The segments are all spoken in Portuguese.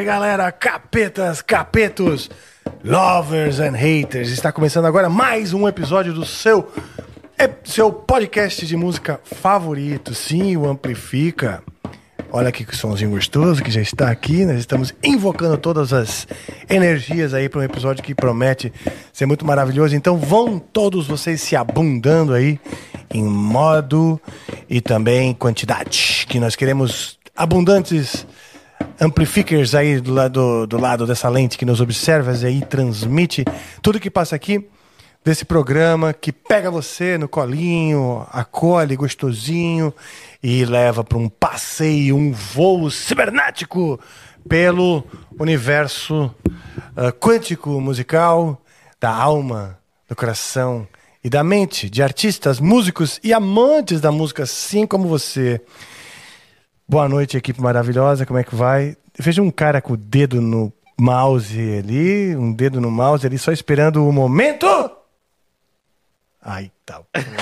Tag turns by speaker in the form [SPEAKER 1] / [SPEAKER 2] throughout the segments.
[SPEAKER 1] Salve, galera, capetas, capetos, lovers and haters. Está começando agora mais um episódio do seu podcast de música favorito. Sim, o Amplifica. Olha aqui que somzinho gostoso que já está aqui. Nós estamos invocando todas as energias aí para um episódio que promete ser muito maravilhoso. Então vão todos vocês se abundando aí em modo e também quantidade, que nós queremos abundantes amplificers aí do lado dessa lente que nos observa aí, transmite tudo que passa aqui desse programa, que pega você no colinho, acolhe gostosinho e leva para um passeio, um voo cibernético pelo universo quântico musical da alma, do coração e da mente de artistas, músicos e amantes da música, assim como você. Boa noite, equipe maravilhosa, como é que vai? Eu vejo um cara com o dedo no mouse ali, só esperando o momento. Ai, tá.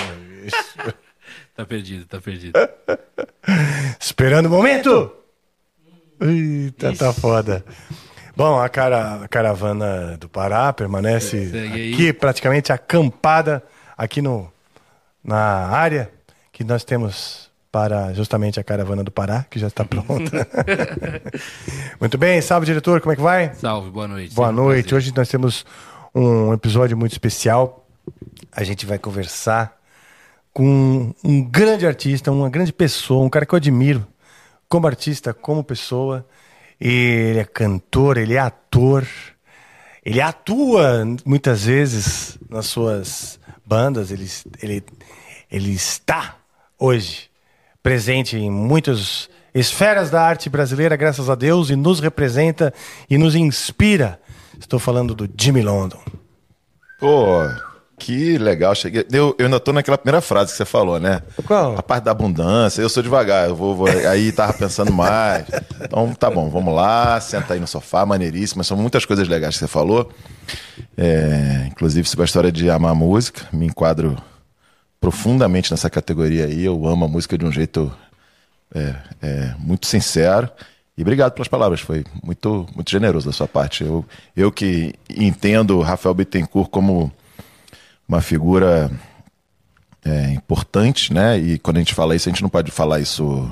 [SPEAKER 2] Tá perdido.
[SPEAKER 1] Esperando o momento. Eita, tá foda. Bom, a caravana do Pará permanece aqui, praticamente acampada aqui na área que nós temos para justamente a caravana do Pará, que já está pronta. Muito bem, salve, diretor, como é que vai?
[SPEAKER 2] Salve, boa noite.
[SPEAKER 1] Boa noite. Hoje nós temos um episódio muito especial. A gente vai conversar com um grande artista, uma grande pessoa, um cara que eu admiro como artista, como pessoa. Ele é cantor, ele é ator, ele atua muitas vezes nas suas bandas, ele está hoje presente em muitas esferas da arte brasileira, graças a Deus, e nos representa e nos inspira. Estou falando do Jimmy London.
[SPEAKER 3] Pô, que legal. Cheguei. Eu ainda tô naquela primeira frase que você falou, né?
[SPEAKER 1] Qual?
[SPEAKER 3] A parte da abundância. Eu sou devagar, eu vou aí tava pensando mais. Então tá bom, vamos lá, senta aí no sofá, maneiríssimo. São muitas coisas legais que você falou. Inclusive sobre a história de amar a música, me enquadro profundamente nessa categoria aí. Eu amo a música de um jeito muito sincero. E obrigado pelas palavras, foi muito, muito generoso da sua parte. Eu que entendo o Rafael Bittencourt como uma figura importante, né? E quando a gente fala isso, a gente não pode falar isso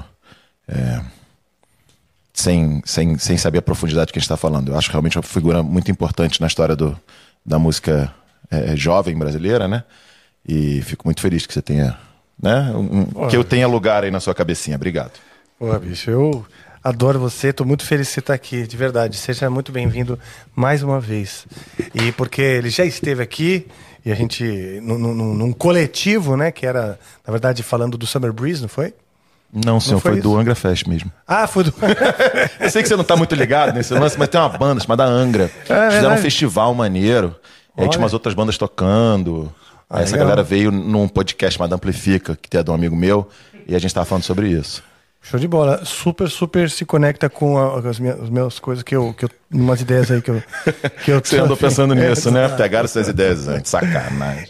[SPEAKER 3] sem saber a profundidade que a gente está falando. Eu acho realmente uma figura muito importante na história da música jovem brasileira, né? E fico muito feliz que você tenha, né? Que eu tenha lugar aí na sua cabecinha. Obrigado.
[SPEAKER 1] Pô, bicho, eu adoro você, tô muito feliz de você estar aqui, de verdade. Seja muito bem-vindo mais uma vez. E porque ele já esteve aqui, e a gente, num coletivo, né, que era, na verdade, falando do Summer Breeze, não foi?
[SPEAKER 3] Não, senhor, foi do Angra Fest mesmo.
[SPEAKER 1] Ah, foi do
[SPEAKER 3] Eu sei que você não tá muito ligado nesse lance, mas tem uma banda chamada Angra. Fizeram um festival maneiro, e aí tinha umas outras bandas tocando. Essa galera veio num podcast chamado Amplifica, que é de um amigo meu, e a gente tava falando sobre isso.
[SPEAKER 1] Show de bola. Super se conecta com as minhas coisas que eu umas ideias aí que eu
[SPEAKER 3] Você andou pensando nisso, né? Pegaram essas ideias antes, sacanagem.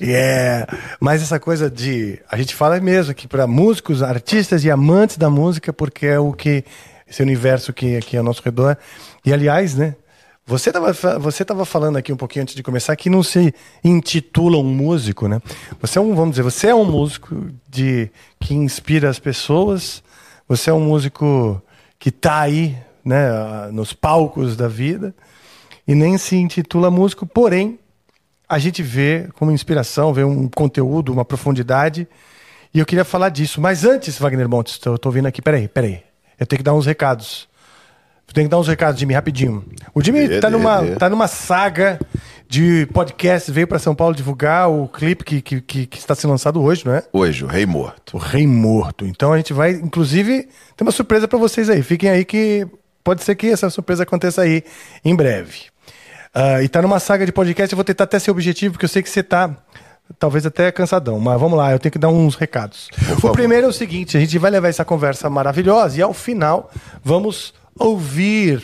[SPEAKER 1] Mas essa coisa a gente fala mesmo que para músicos, artistas e amantes da música, porque é esse universo que aqui ao nosso redor. E aliás, né? Você tava falando aqui um pouquinho antes de começar que não se intitula um músico, né? Você é um músico que inspira as pessoas. Você é um músico que está aí, né, nos palcos da vida e nem se intitula músico, porém a gente vê como inspiração, vê um conteúdo, uma profundidade, e eu queria falar disso. Mas antes, Wagner Montes, eu estou vindo aqui, peraí, eu tenho que dar uns recados. Jimmy, rapidinho. O Jimmy tá numa saga de podcast, veio para São Paulo divulgar o clipe que está sendo lançado hoje, não é?
[SPEAKER 3] Hoje, o Rei Morto.
[SPEAKER 1] O Rei Morto. Então a gente vai, inclusive, tem uma surpresa para vocês aí. Fiquem aí que pode ser que essa surpresa aconteça aí em breve. E tá numa saga de podcast, eu vou tentar até ser objetivo, porque eu sei que você tá talvez até cansadão, mas vamos lá, eu tenho que dar uns recados. O primeiro é o seguinte, a gente vai levar essa conversa maravilhosa e ao final vamos ouvir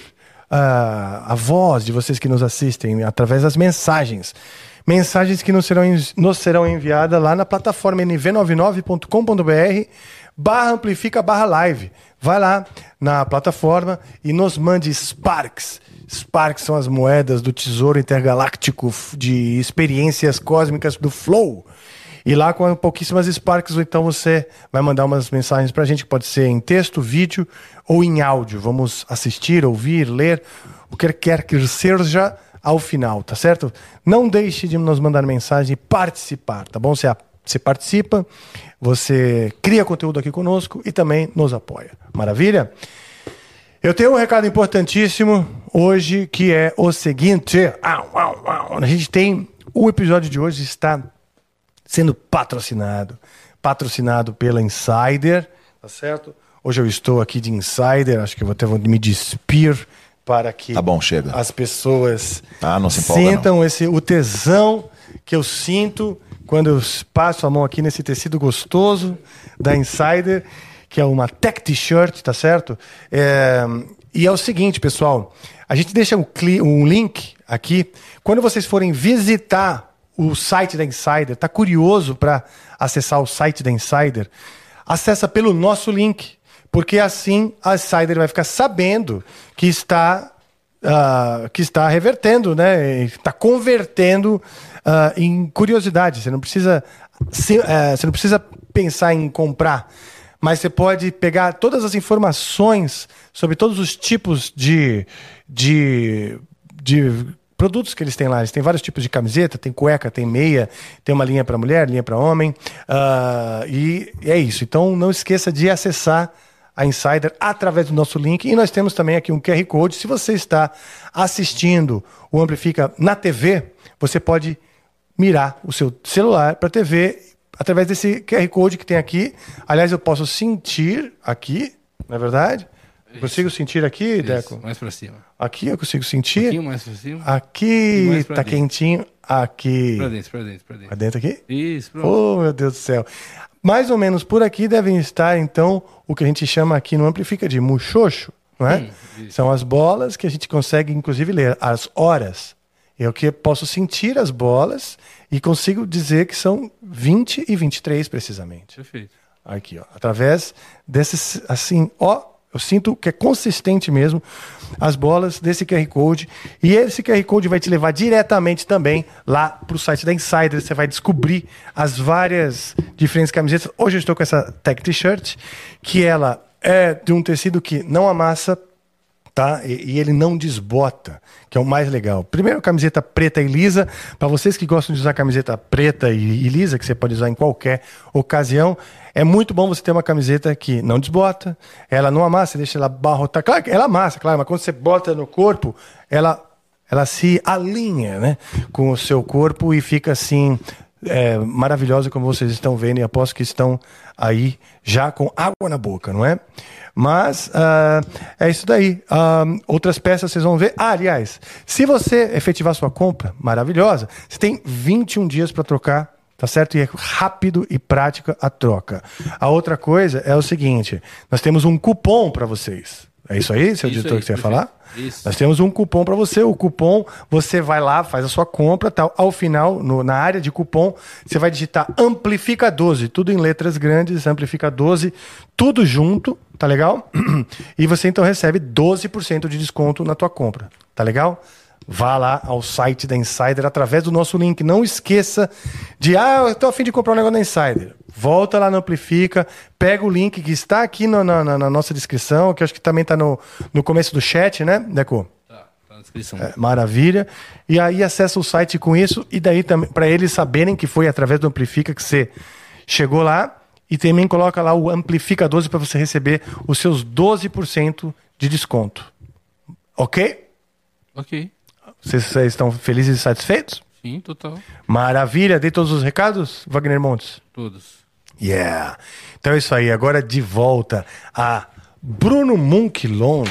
[SPEAKER 1] a voz de vocês que nos assistem através das mensagens que nos serão enviadas lá na plataforma nv99.com.br /amplifica/live. Vai lá na plataforma e nos mande Sparks. Sparks são as moedas do Tesouro Intergaláctico de experiências cósmicas do Flow. E lá com pouquíssimas Sparks, então você vai mandar umas mensagens pra gente, que pode ser em texto, vídeo ou em áudio. Vamos assistir, ouvir, ler, o que quer que seja ao final, tá certo? Não deixe de nos mandar mensagem e participar, tá bom? Você participa, você cria conteúdo aqui conosco e também nos apoia. Maravilha? Eu tenho um recado importantíssimo hoje, que é o seguinte. A gente tem... O episódio de hoje está sendo patrocinado pela Insider, tá certo? Hoje eu estou aqui de Insider, acho que eu vou me despir para que
[SPEAKER 3] tá bom, chega.
[SPEAKER 1] As pessoas
[SPEAKER 3] não se empolga,
[SPEAKER 1] sintam o tesão que eu sinto quando eu passo a mão aqui nesse tecido gostoso da Insider, que é uma tech t-shirt, tá certo? E é o seguinte, pessoal, a gente deixa um link aqui. Quando vocês forem visitar o site da Insider, tá curioso para acessar o site da Insider, acessa pelo nosso link, porque assim a Insider vai ficar sabendo que está revertendo, né? Está convertendo em curiosidade. Você não precisa pensar em comprar, mas você pode pegar todas as informações sobre todos os tipos de produtos que eles têm lá. Eles têm vários tipos de camiseta, tem cueca, tem meia, tem uma linha para mulher, linha para homem, e é isso. Então não esqueça de acessar a Insider através do nosso link. E nós temos também aqui um QR Code. Se você está assistindo o Amplifica na TV, você pode mirar o seu celular para a TV através desse QR Code que tem aqui. Aliás, eu posso sentir aqui, não é verdade? Isso. Consigo sentir aqui, Deco?
[SPEAKER 2] Mais para cima.
[SPEAKER 1] Aqui eu consigo sentir.
[SPEAKER 2] Um pouquinho mais para cima.
[SPEAKER 1] Aqui tá quentinho. Aqui.
[SPEAKER 2] Para dentro.
[SPEAKER 1] Pra dentro aqui?
[SPEAKER 2] Isso, pronto.
[SPEAKER 1] Oh, meu Deus do céu. Mais ou menos por aqui devem estar, então, o que a gente chama aqui no Amplifica de muxoxo, não é? São as bolas que a gente consegue, inclusive, ler as horas. Eu que posso sentir as bolas e consigo dizer que são 20 e 23, precisamente.
[SPEAKER 2] Perfeito.
[SPEAKER 1] Aqui, ó. Através desses, assim, eu sinto que é consistente mesmo as bolas desse QR Code. E esse QR Code vai te levar diretamente também lá para o site da Insider. Você vai descobrir as várias diferentes camisetas. Hoje eu estou com essa Tech T-shirt, que ela é de um tecido que não amassa, tá? E ele não desbota, que é o mais legal. Primeiro, camiseta preta e lisa. Para vocês que gostam de usar camiseta preta e lisa, que você pode usar em qualquer ocasião, é muito bom você ter uma camiseta que não desbota, ela não amassa, você deixa ela barrotar. Claro que ela amassa, claro, mas quando você bota no corpo, ela se alinha, né, com o seu corpo e fica assim... maravilhosa, como vocês estão vendo, e aposto que estão aí já com água na boca, não é? Mas é isso daí. Outras peças vocês vão ver. Aliás, se você efetivar sua compra maravilhosa, você tem 21 dias para trocar, tá certo? E é rápido e prática a troca. A outra coisa é o seguinte, nós temos um cupom para vocês. É isso aí, seu diretor, que você ia falar?
[SPEAKER 2] Isso.
[SPEAKER 1] Nós temos um cupom para você. O cupom, você vai lá, faz a sua compra, tal. Ao final, na área de cupom, você vai digitar Amplifica 12, tudo em letras grandes, Amplifica 12, tudo junto, tá legal? E você então recebe 12% de desconto na tua compra, tá legal? Vá lá ao site da Insider através do nosso link. Não esqueça de, eu estou a fim de comprar um negócio da Insider. Volta lá no Amplifica, pega o link que está aqui na nossa descrição, que eu acho que também está no começo do chat, né, Deco?
[SPEAKER 2] Tá na descrição.
[SPEAKER 1] Maravilha. E aí acessa o site com isso, e daí também, para eles saberem que foi através do Amplifica que você chegou lá, e também coloca lá o Amplifica 12 para você receber os seus 12% de desconto. Ok?
[SPEAKER 2] Ok.
[SPEAKER 1] Vocês estão felizes e satisfeitos?
[SPEAKER 2] Sim, total.
[SPEAKER 1] Maravilha. Dei todos os recados, Wagner Montes?
[SPEAKER 2] Todos.
[SPEAKER 1] Yeah. Então é isso aí. Agora de volta a Bruno Munquilondo.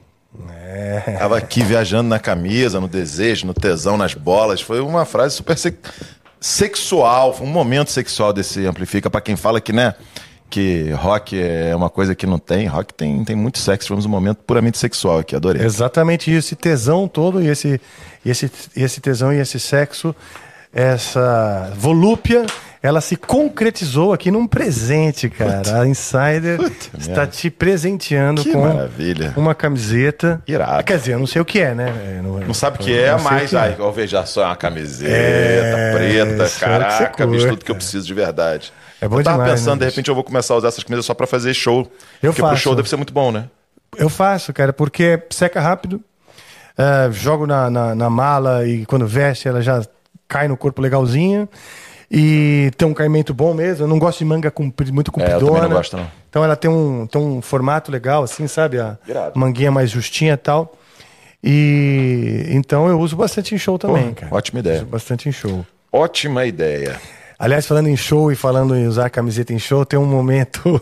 [SPEAKER 3] Tava aqui viajando na camisa, no desejo, no tesão, nas bolas. Foi uma frase super sexual. Foi um momento sexual desse Amplifica. Pra quem fala que, né, que rock é uma coisa que não tem. Rock tem muito sexo. Tivemos um momento puramente sexual aqui. Adorei.
[SPEAKER 1] Exatamente isso. Esse tesão todo e esse tesão e esse sexo essa volúpia, ela se concretizou aqui num presente, cara. A Insider está te presenteando
[SPEAKER 3] Que
[SPEAKER 1] com
[SPEAKER 3] maravilha.
[SPEAKER 1] uma camiseta.
[SPEAKER 3] Irado.
[SPEAKER 1] Quer dizer, eu não sei o que é, né?
[SPEAKER 3] Não sabe o que é,
[SPEAKER 1] não sei
[SPEAKER 3] mas
[SPEAKER 1] o que é.
[SPEAKER 3] aí, ó, veja só, uma camiseta preta,
[SPEAKER 1] isso é
[SPEAKER 3] caraca,
[SPEAKER 1] que você
[SPEAKER 3] bicho, tudo
[SPEAKER 1] curta.
[SPEAKER 3] que eu preciso de verdade.
[SPEAKER 1] É bom
[SPEAKER 3] eu tava
[SPEAKER 1] demais,
[SPEAKER 3] pensando,
[SPEAKER 1] né,
[SPEAKER 3] de
[SPEAKER 1] bicho?
[SPEAKER 3] repente eu vou começar a usar essas camisas só pra fazer show.
[SPEAKER 1] Eu
[SPEAKER 3] Porque pro
[SPEAKER 1] faço.
[SPEAKER 3] show deve ser muito bom, né?
[SPEAKER 1] Eu faço, cara, porque seca rápido. Jogo na mala e quando veste ela já cai no corpo legalzinha. E tem um caimento bom mesmo. Eu não gosto de manga muito compridona.
[SPEAKER 3] eu também não gosto, não.
[SPEAKER 1] Então ela tem um formato legal, assim, sabe? A
[SPEAKER 3] Irado.
[SPEAKER 1] manguinha mais justinha e tal. E então eu uso bastante em show também,
[SPEAKER 3] Pô,
[SPEAKER 1] cara.
[SPEAKER 3] ótima ideia.
[SPEAKER 1] Uso bastante em show.
[SPEAKER 3] Ótima ideia.
[SPEAKER 1] Aliás, falando em show e falando em usar camiseta em show, tem um momento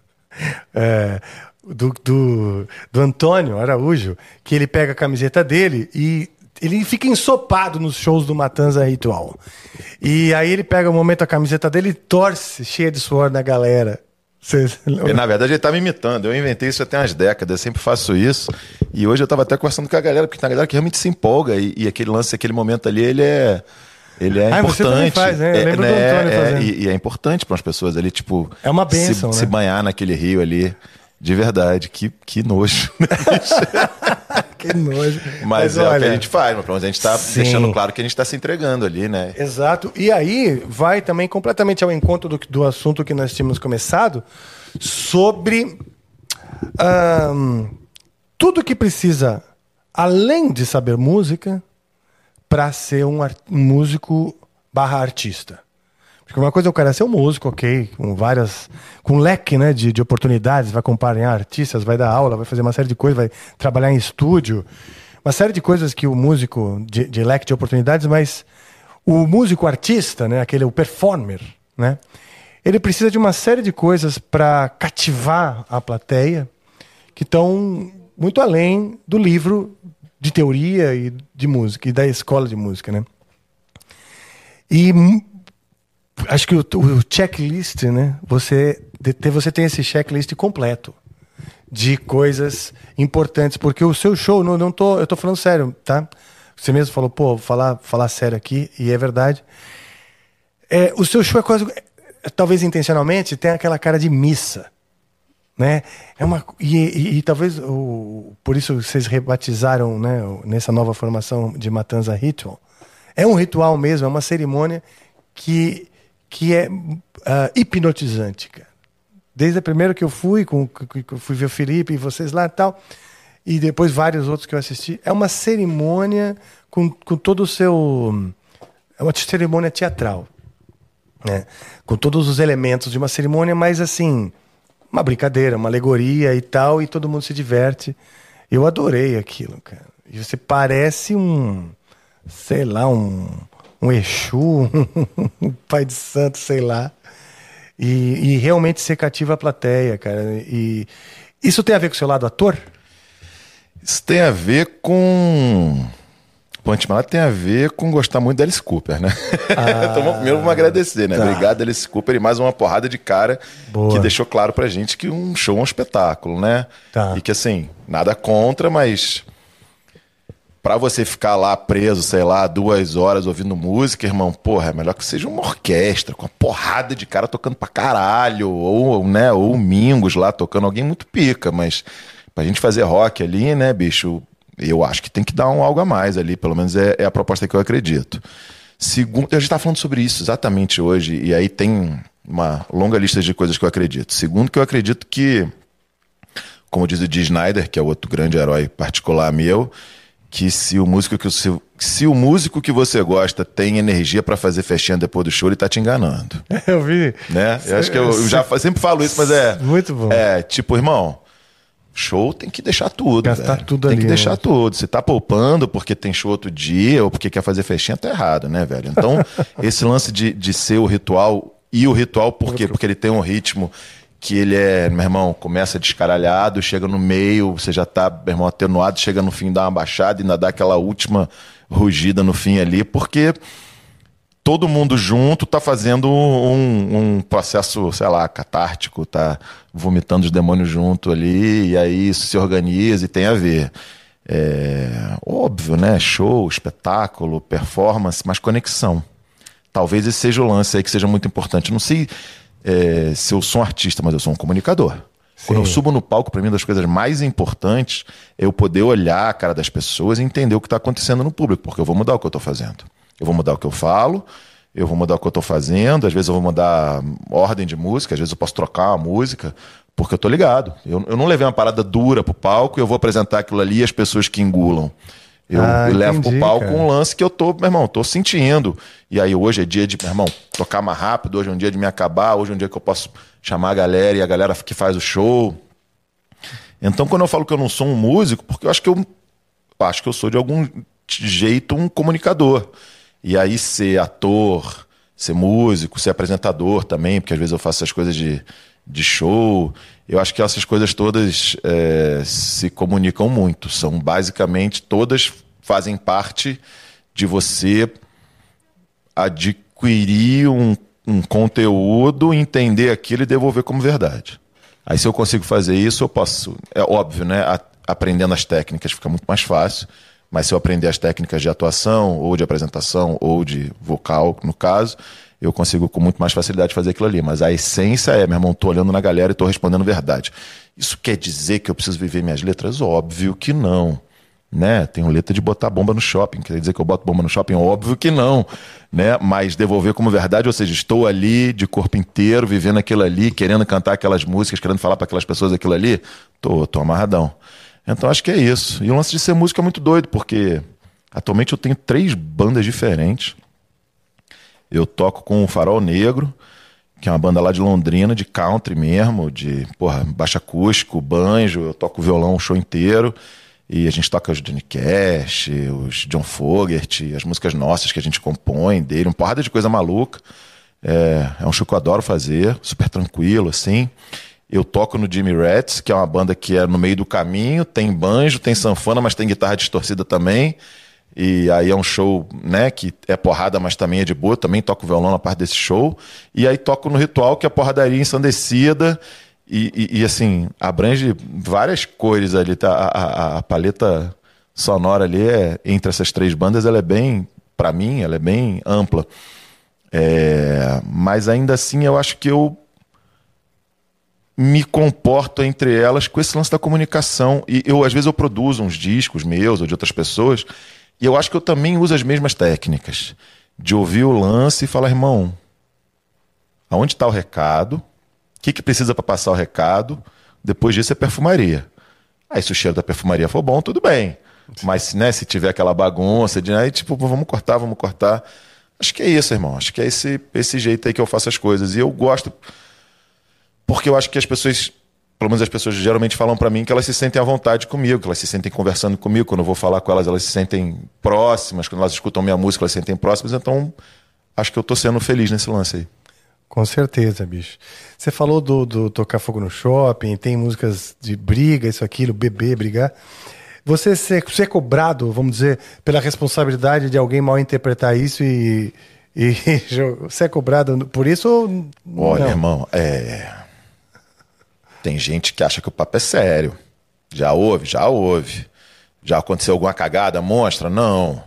[SPEAKER 1] do Antônio Araújo, que ele pega a camiseta dele e ele fica ensopado nos shows do Matanza Ritual. E aí ele pega o momento a camiseta dele e torce, cheia de suor na galera.
[SPEAKER 3] Na verdade, ele tá me imitando. Eu inventei isso até umas décadas, eu sempre faço isso. E hoje eu tava até conversando com a galera, porque tem a galera que realmente se empolga. E aquele lance, aquele momento ali, ele é
[SPEAKER 1] Você também
[SPEAKER 3] importante.
[SPEAKER 1] faz, né? Eu lembro do Antônio fazendo.
[SPEAKER 3] E é importante para as pessoas ali, tipo...
[SPEAKER 1] É uma bênção,
[SPEAKER 3] se
[SPEAKER 1] né?
[SPEAKER 3] banhar naquele rio ali. De verdade, que nojo.
[SPEAKER 1] Que nojo.
[SPEAKER 3] Mas é o
[SPEAKER 1] olha,
[SPEAKER 3] que a gente faz, mas pelo menos a gente tá
[SPEAKER 1] sim.
[SPEAKER 3] deixando claro que a gente tá se entregando ali, né?
[SPEAKER 1] Exato. E aí vai também completamente ao encontro do assunto que nós tínhamos começado sobre tudo que precisa, além de saber música, para ser um músico barra artista. Porque uma coisa é o cara ser um músico, ok, com um leque, né, de oportunidades, vai acompanhar artistas, vai dar aula, vai fazer uma série de coisas, vai trabalhar em estúdio, uma série de coisas que o músico de leque de oportunidades, mas o músico artista, né, o performer, né, ele precisa de uma série de coisas para cativar a plateia que estão muito além do livro de teoria e de música e da escola de música, né? E acho que o checklist, né? Você tem esse checklist completo de coisas importantes, porque o seu show, eu tô falando sério, tá? Você mesmo falou, pô, vou falar sério aqui, e é verdade. O seu show é quase, talvez intencionalmente, tem aquela cara de missa, né? E talvez por isso vocês rebatizaram, né, nessa nova formação de Matanza Ritual. É um ritual mesmo, é uma cerimônia que é hipnotizante, cara. Desde a primeira que eu fui ver o Felipe e vocês lá e tal, e depois vários outros que eu assisti, é uma cerimônia com todo o seu... É uma cerimônia teatral, né? Com todos os elementos de uma cerimônia, mas assim, uma brincadeira, uma alegoria e tal, e todo mundo se diverte. Eu adorei aquilo, cara. E você parece sei lá, um Exu, um pai de santo, sei lá. E realmente você cativa a plateia, cara. E isso tem a ver com o seu lado ator?
[SPEAKER 3] Isso tem a ver com... Punch Mallet tem a ver com gostar muito da Alice Cooper, né? Então, primeiro vamos agradecer, né?
[SPEAKER 1] Tá.
[SPEAKER 3] Obrigado, Alice Cooper, e mais uma porrada de cara
[SPEAKER 1] Boa.
[SPEAKER 3] que deixou claro pra gente que um show é um espetáculo, né?
[SPEAKER 1] Tá.
[SPEAKER 3] E que, assim, nada contra, mas pra você ficar lá preso, sei lá, 2 horas ouvindo música, irmão, porra, é melhor que seja uma orquestra, com uma porrada de cara tocando pra caralho, ou o Mingos lá tocando, alguém muito pica, mas pra gente fazer rock ali, né, bicho, eu acho que tem que dar algo a mais ali, pelo menos é a proposta que eu acredito. Segundo, a gente tá falando sobre isso exatamente hoje, e aí tem uma longa lista de coisas que eu acredito. Segundo, que eu acredito que, como diz o Dee Snider, que é outro grande herói particular meu, que se o músico que você gosta tem energia pra fazer festinha depois do show, ele tá te enganando.
[SPEAKER 1] Eu vi.
[SPEAKER 3] Né? Eu acho que eu sempre falo isso, mas
[SPEAKER 1] muito bom.
[SPEAKER 3] Tipo, irmão, show tem que deixar tudo.
[SPEAKER 1] Gastar
[SPEAKER 3] velho.
[SPEAKER 1] tudo
[SPEAKER 3] tem
[SPEAKER 1] ali,
[SPEAKER 3] que deixar
[SPEAKER 1] né?
[SPEAKER 3] tudo. Se tá poupando porque tem show outro dia ou porque quer fazer festinha, tá errado, né, velho? Então, esse lance de ser o ritual, e o ritual por quê? Porque ele tem um ritmo que ele meu irmão, começa descaralhado, chega no meio, você já tá, meu irmão, atenuado, chega no fim, dá uma baixada e ainda dá aquela última rugida no fim ali, porque todo mundo junto tá fazendo um processo, sei lá, catártico, tá vomitando os demônios junto ali, e aí isso se organiza e tem a ver. Óbvio, né? Show, espetáculo, performance, mas conexão. Talvez esse seja o lance aí que seja muito importante. Eu não sei se eu sou um artista, mas eu sou um comunicador. Quando eu subo no palco, para mim, uma das coisas mais importantes é eu poder olhar a cara das pessoas e entender o que está acontecendo no público, porque eu vou mudar o que eu estou fazendo. Eu vou mudar o que eu falo, eu vou mudar o que eu estou fazendo, às vezes eu vou mudar ordem de música, às vezes eu posso trocar uma música, porque eu estou ligado. Eu não levei uma parada dura pro palco e eu vou apresentar aquilo ali e as pessoas que engulam. Eu levo pro palco um lance que eu tô, meu irmão, tô sentindo. E aí hoje é dia de, meu irmão, tocar mais rápido, hoje é um dia de me acabar, hoje é um dia que eu posso chamar a galera e a galera que faz o show. Então quando eu falo que eu não sou um músico, porque eu acho que eu sou de algum jeito um comunicador. E aí ser ator, ser músico, ser apresentador também, porque às vezes eu faço essas coisas de show. Eu acho que essas coisas todas se comunicam muito. São basicamente, todas fazem parte de você adquirir um conteúdo, entender aquilo e devolver como verdade. Aí se eu consigo fazer isso, eu posso... É óbvio, né? Aprendendo as técnicas fica muito mais fácil. Mas se eu aprender as técnicas de atuação, ou de apresentação, ou de vocal, no caso, eu consigo com muito mais facilidade fazer aquilo ali. Mas a essência meu irmão, tô olhando na galera e tô respondendo verdade. Isso quer dizer que eu preciso viver minhas letras? Óbvio que não. Né? Tenho letra de botar bomba no shopping. Quer dizer que eu boto bomba no shopping? Óbvio que não. Né? Mas devolver como verdade, ou seja, estou ali de corpo inteiro, vivendo aquilo ali, querendo cantar aquelas músicas, querendo falar para aquelas pessoas aquilo ali, tô amarradão. Então acho que é isso. E o lance de ser músico é muito doido, porque atualmente eu tenho 3 bandas diferentes. Eu toco com o Farol Negro, que é uma banda lá de Londrina, de country mesmo, de baixo acústico, banjo. Eu toco violão o show inteiro. E a gente toca os Johnny Cash, os John Fogerty, as músicas nossas que a gente compõe dele, uma porrada de coisa maluca. É um show que eu adoro fazer, super tranquilo, assim. Eu toco no Jimmy Rats, que é uma banda que é no meio do caminho, tem banjo, tem sanfona, mas tem guitarra distorcida também. E aí é um show, né, que é porrada, mas também é de boa. Também toco violão na parte desse show. E aí toco no Ritual, que é porradaria ensandecida. E assim, abrange várias cores ali. Tá? A paleta sonora ali, entre essas 3 bandas, ela é bem, pra mim, ela é bem ampla. Mas ainda assim, eu acho que eu me comporto entre elas com esse lance da comunicação. E às vezes eu produzo uns discos meus ou de outras pessoas, e eu acho que eu também uso as mesmas técnicas. De ouvir o lance e falar, irmão, aonde está o recado? O que precisa para passar o recado? Depois disso é perfumaria. Aí se o cheiro da perfumaria for bom, tudo bem. Mas né, se tiver aquela bagunça, aí tipo, vamos cortar. Acho que é isso, irmão. Acho que é esse jeito aí que eu faço as coisas. E eu gosto... Porque eu acho que as pessoas, pelo menos as pessoas geralmente falam pra mim que elas se sentem à vontade comigo, que elas se sentem conversando comigo. Quando eu vou falar com elas, elas se sentem próximas. Quando elas escutam minha música, elas se sentem próximas. Então, acho que eu tô sendo feliz nesse lance aí.
[SPEAKER 1] Com certeza, bicho. Você falou do tocar fogo no shopping, tem músicas de briga, isso, aquilo, beber, brigar. Você ser cobrado, vamos dizer, pela responsabilidade de alguém mal interpretar isso e ser cobrado por isso ou...
[SPEAKER 3] Olha,
[SPEAKER 1] não?
[SPEAKER 3] Irmão, tem gente que acha que o papo é sério. Já houve. Já aconteceu alguma cagada monstra? Não.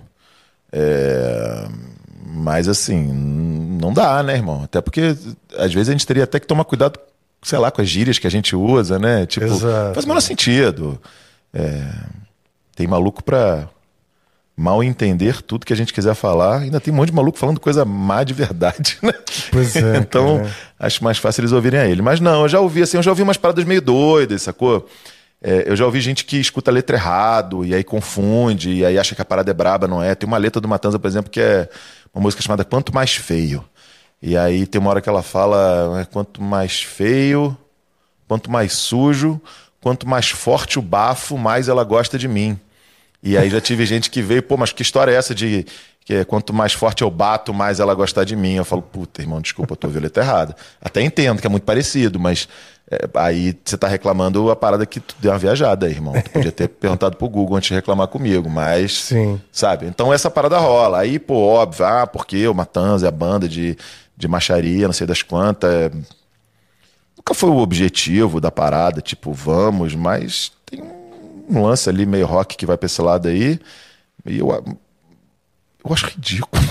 [SPEAKER 3] Mas assim, não dá, né, irmão? Até porque às vezes a gente teria até que tomar cuidado, sei lá, com as gírias que a gente usa, né? Tipo,
[SPEAKER 1] exato,
[SPEAKER 3] faz o menor sentido. Tem maluco pra mal entender tudo que a gente quiser falar. Ainda tem um monte de maluco falando coisa má de verdade, né?
[SPEAKER 1] Pois é.
[SPEAKER 3] Então,
[SPEAKER 1] cara.
[SPEAKER 3] acho mais fácil eles ouvirem a ele. Mas não, eu já ouvi umas paradas meio doidas, sacou? Eu já ouvi gente que escuta a letra errado e aí confunde, e aí acha que a parada é braba, não é? Tem uma letra do Matanza, por exemplo, que é uma música chamada Quanto Mais Feio. E aí tem uma hora que ela fala quanto mais feio, quanto mais sujo, quanto mais forte o bafo, mais ela gosta de mim. E aí já tive gente que veio, mas que história é essa de que quanto mais forte eu bato, mais ela gostar de mim? Eu falo, puta, irmão, desculpa, eu tô ouvindo a letra errada. Até entendo que é muito parecido, mas aí você tá reclamando a parada que tu deu uma viajada aí, irmão. Tu podia ter perguntado pro Google antes de reclamar comigo, mas...
[SPEAKER 1] Sim.
[SPEAKER 3] Sabe? Então essa parada rola. Aí, óbvio, porque o Matanza é a banda de macharia, não sei das quantas. Nunca foi o objetivo da parada, tipo, vamos, mas tem lance ali meio rock que vai pra esse lado aí, e eu acho ridículo.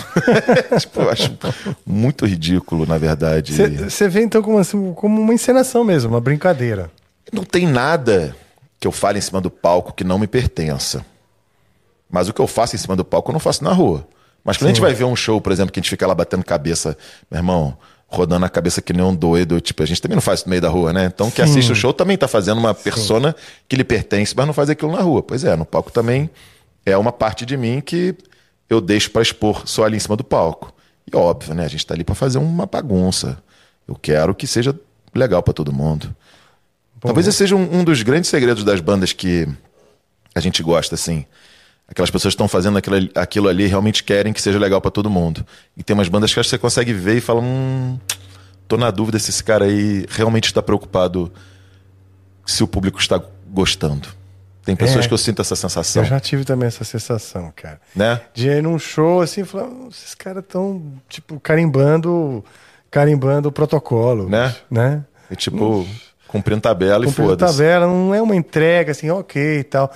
[SPEAKER 3] Tipo, eu acho muito ridículo, na verdade.
[SPEAKER 1] Você vê então como uma encenação mesmo, uma brincadeira.
[SPEAKER 3] Não tem nada que eu fale em cima do palco que não me pertença. Mas o que eu faço em cima do palco eu não faço na rua. Mas quando a gente vai ver um show, por exemplo, que a gente fica lá batendo cabeça, meu irmão, rodando a cabeça que nem um doido, tipo, a gente também não faz isso no meio da rua, né? Então quem assiste o show também tá fazendo uma persona que lhe pertence, mas não faz aquilo na rua. Pois é, no palco também é uma parte de mim que eu deixo pra expor só ali em cima do palco. E óbvio, né? A gente tá ali pra fazer uma bagunça. Eu quero que seja legal pra todo mundo. Talvez esse seja um dos grandes segredos das bandas que a gente gosta, assim. Aquelas pessoas que estão fazendo aquilo ali realmente querem que seja legal pra todo mundo. E tem umas bandas que acho que você consegue ver e fala, tô na dúvida se esse cara aí realmente está preocupado se o público está gostando. Tem pessoas que eu sinto essa sensação.
[SPEAKER 1] Eu já tive também essa sensação, cara.
[SPEAKER 3] Né?
[SPEAKER 1] De ir num show assim e falar, esses caras estão, tipo, carimbando o protocolo.
[SPEAKER 3] Né?
[SPEAKER 1] Bicho, né?
[SPEAKER 3] E tipo, cumprindo tabela e
[SPEAKER 1] Cumprindo
[SPEAKER 3] foda-se.
[SPEAKER 1] tabela, não é uma entrega assim, ok e tal.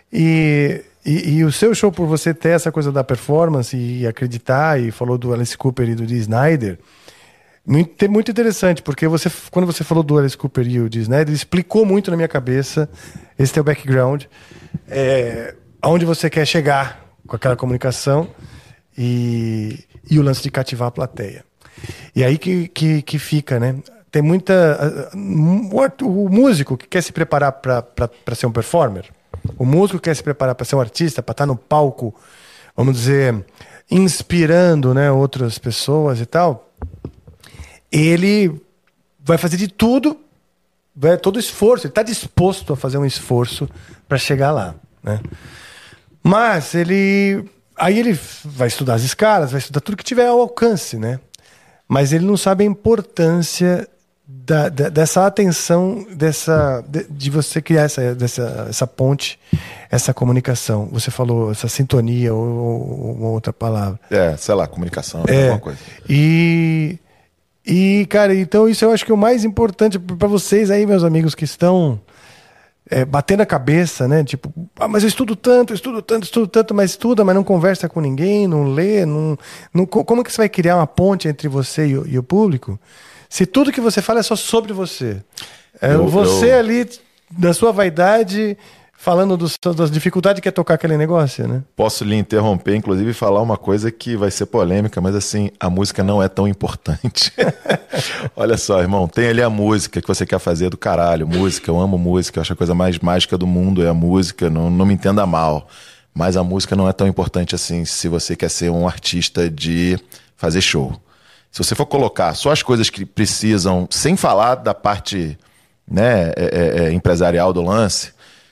[SPEAKER 1] E o seu show, por você ter essa coisa da performance e acreditar, e falou do Alice Cooper e do Dee Snider, muito interessante, porque quando você falou do Alice Cooper e o Dee Snider, explicou muito na minha cabeça esse teu background, aonde você quer chegar com aquela comunicação e o lance de cativar a plateia. E aí que fica, né? Tem muita... O músico que quer se preparar para ser um performer, o músico quer se preparar para ser um artista, para estar no palco, vamos dizer, inspirando, né, outras pessoas e tal, ele vai fazer de tudo, todo esforço, ele está disposto a fazer um esforço para chegar lá, né? Mas aí ele vai estudar as escalas, vai estudar tudo que tiver ao alcance, né? Mas ele não sabe a importância dessa atenção, de você criar essa ponte, essa comunicação. Você falou essa sintonia ou uma outra palavra.
[SPEAKER 3] Sei lá, comunicação, alguma coisa.
[SPEAKER 1] E, cara, então isso eu acho que é o mais importante para vocês aí, meus amigos, que estão batendo a cabeça, né? Tipo, mas eu estudo tanto, mas estuda, mas não conversa com ninguém, não lê, como é que você vai criar uma ponte entre você e o público? Se tudo que você fala é só sobre você. Você ali, da sua vaidade, falando das dificuldades que é tocar aquele negócio, né?
[SPEAKER 3] Posso lhe interromper, inclusive, e falar uma coisa que vai ser polêmica, mas assim, a música não é tão importante. Olha só, irmão, tem ali a música que você quer fazer do caralho. Música, eu amo música, eu acho a coisa mais mágica do mundo é a música, não me entenda mal. Mas a música não é tão importante assim se você quer ser um artista de fazer show. Se você for colocar só as coisas que precisam, sem falar da parte, né, empresarial do lance,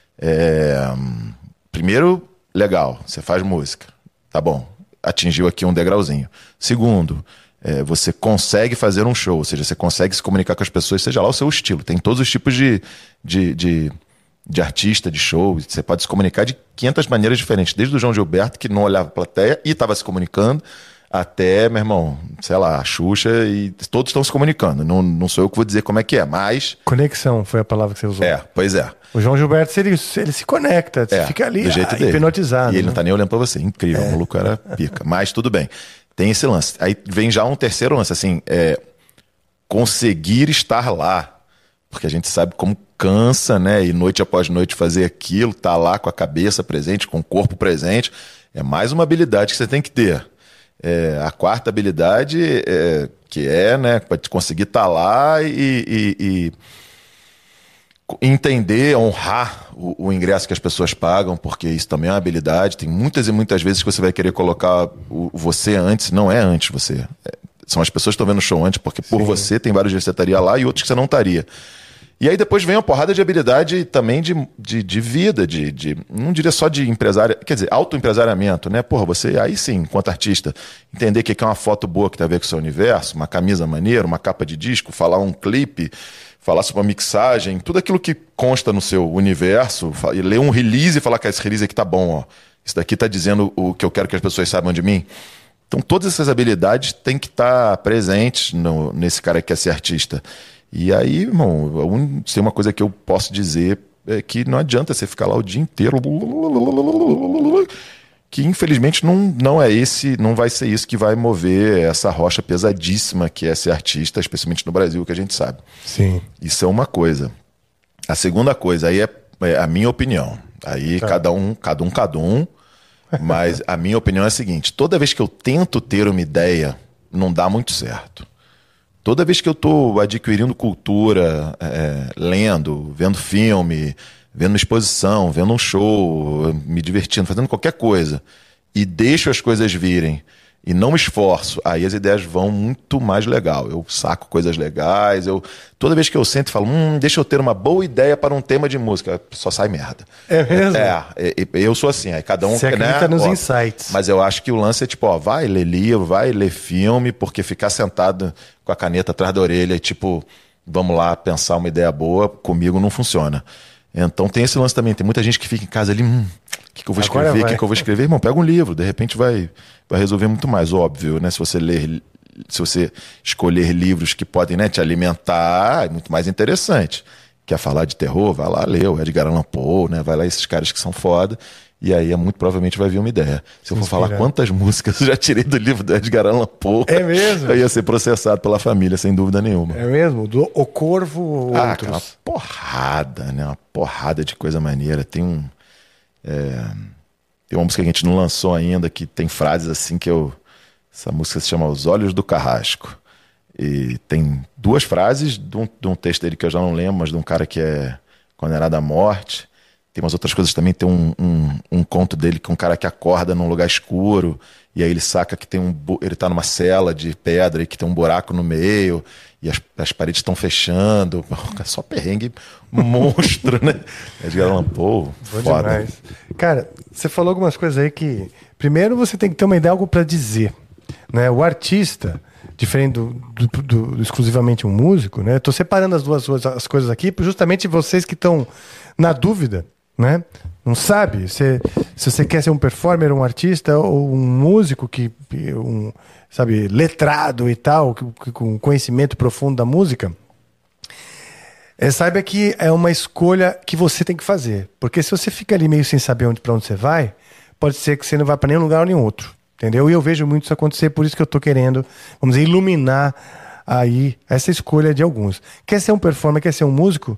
[SPEAKER 3] primeiro, legal, você faz música, tá bom, atingiu aqui um degrauzinho. Segundo, você consegue fazer um show, ou seja, você consegue se comunicar com as pessoas, seja lá o seu estilo. Tem todos os tipos de artista, de show, você pode se comunicar de 500 maneiras diferentes, desde o João Gilberto, que não olhava a plateia e estava se comunicando, até, meu irmão, sei lá, a Xuxa, e todos estão se comunicando. Não sou eu que vou dizer como é que é, mas...
[SPEAKER 1] Conexão foi a palavra que você usou.
[SPEAKER 3] Pois é.
[SPEAKER 1] O João Gilberto, ele se conecta, fica ali
[SPEAKER 3] do jeito dele.
[SPEAKER 1] hipnotizado.
[SPEAKER 3] E ele não tá nem olhando pra você. Incrível, o maluco era pica. Mas tudo bem. Tem esse lance. Aí vem já um terceiro lance, assim, conseguir estar lá. Porque a gente sabe como cansa, né? E noite após noite fazer aquilo, tá lá com a cabeça presente, com o corpo presente. É mais uma habilidade que você tem que ter. A quarta habilidade, que né, para conseguir estar lá e entender, honrar o ingresso que as pessoas pagam, porque isso também é uma habilidade. Tem muitas e muitas vezes que você vai querer colocar você antes, não é antes você. São as pessoas que estão vendo o show antes, porque por você tem vários dias que você estaria lá e outros que você não estaria. E aí depois vem uma porrada de habilidade também de vida, não diria só de empresário, quer dizer, autoempresariamento, né? Porra, você aí sim, enquanto artista, entender o que é uma foto boa que tem a ver com o seu universo, uma camisa maneira, uma capa de disco, falar um clipe, falar sobre uma mixagem, tudo aquilo que consta no seu universo, e ler um release e falar que esse release aqui tá bom, ó. Isso daqui tá dizendo o que eu quero que as pessoas saibam de mim. Então todas essas habilidades têm que estar presentes nesse cara que quer ser artista. E aí, irmão, tem uma coisa que eu posso dizer que não adianta você ficar lá o dia inteiro que infelizmente não é esse, não vai ser isso que vai mover essa rocha pesadíssima que é ser artista, especialmente no Brasil, que a gente sabe.
[SPEAKER 1] Sim.
[SPEAKER 3] Isso é uma coisa. A segunda coisa, aí é a minha opinião. Aí cada um, mas a minha opinião é a seguinte: toda vez que eu tento ter uma ideia, não dá muito certo. Toda vez que eu estou adquirindo cultura, lendo, vendo filme, vendo exposição, vendo um show, me divertindo, fazendo qualquer coisa, e deixo as coisas virem e não me esforço, aí as ideias vão muito mais legal. Eu saco coisas legais, toda vez que eu sento e falo, deixa eu ter uma boa ideia para um tema de música, só sai merda.
[SPEAKER 1] É mesmo?
[SPEAKER 3] Eu sou assim, aí cada um...
[SPEAKER 1] Você acredita nos insights.
[SPEAKER 3] Mas eu acho que o lance é tipo, vai ler livro, vai ler filme, porque ficar sentado com a caneta atrás da orelha e tipo, vamos lá pensar uma ideia boa, comigo não funciona. Então tem esse lance também, tem muita gente que fica em casa ali, o que eu vou escrever, o que eu vou escrever? Irmão, pega um livro, de repente vai resolver muito mais, óbvio, né? Se você escolher livros que podem, né, te alimentar, é muito mais interessante. Quer falar de terror? Vai lá ler o Edgar Allan Poe, né? Vai lá esses caras que são foda, e aí muito provavelmente vai vir uma ideia. Se eu for falar quantas músicas eu já tirei do livro do Edgar Allan Poe,
[SPEAKER 1] é mesmo?
[SPEAKER 3] Eu ia ser processado pela família, sem dúvida nenhuma.
[SPEAKER 1] É mesmo? Do O Corvo ou outros?
[SPEAKER 3] Uma porrada, né? Uma porrada de coisa maneira. Tem uma música que a gente não lançou ainda, que tem frases assim essa música se chama Os Olhos do Carrasco. E tem duas frases de um texto dele que eu já não lembro, mas de um cara que é condenado à morte. Tem umas outras coisas também, tem um conto dele que é um cara que acorda num lugar escuro e aí ele saca que ele tá numa cela de pedra e que tem um buraco no meio e as paredes estão fechando. Só perrengue monstro, né? Edgar Allan Poe, foda.
[SPEAKER 1] Demais. Cara, você falou algumas coisas aí que... Primeiro você tem que ter uma ideia, algo para dizer, né? O artista, diferente do exclusivamente um músico, né? Tô separando as coisas aqui, justamente vocês que estão na dúvida, né? Não sabe se você quer ser um performer, um artista ou um músico sabe, letrado e tal, com conhecimento profundo da música. Saiba que é uma escolha que você tem que fazer, porque se você fica ali meio sem saber para onde você vai, pode ser que você não vá para nenhum lugar ou nenhum outro, entendeu? E eu vejo muito isso acontecer, por isso que eu tô querendo, vamos dizer, iluminar aí essa escolha de alguns. Quer ser um performer, quer ser um músico?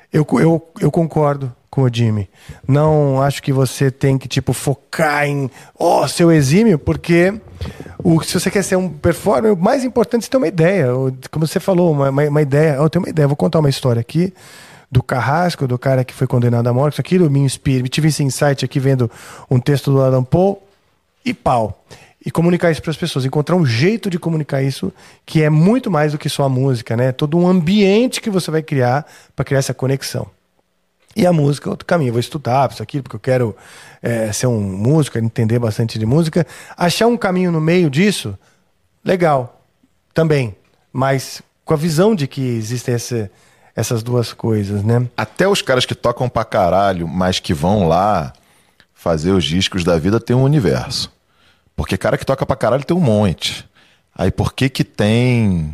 [SPEAKER 1] Eu concordo com o Jimmy. Não acho que você tem que focar em seu exímio, porque se você quer ser um performer, o mais importante é ter uma ideia. Como você falou, uma ideia. Eu tenho uma ideia, vou contar uma história aqui do Carrasco, do cara que foi condenado à morte. Isso aqui me inspira. Me tive esse insight aqui vendo um texto do Allan Poe e pau. E comunicar isso para as pessoas, encontrar um jeito de comunicar isso que é muito mais do que só a música, né? Todo um ambiente que você vai criar para criar essa conexão. E a música é outro caminho. Eu vou estudar isso aqui porque eu quero ser um músico, entender bastante de música. Achar um caminho no meio disso, legal, também. Mas com a visão de que existem essas duas coisas, né?
[SPEAKER 3] Até os caras que tocam pra caralho, mas que vão lá fazer os discos da vida, tem um universo. Porque cara que toca pra caralho tem um monte. Aí por que tem,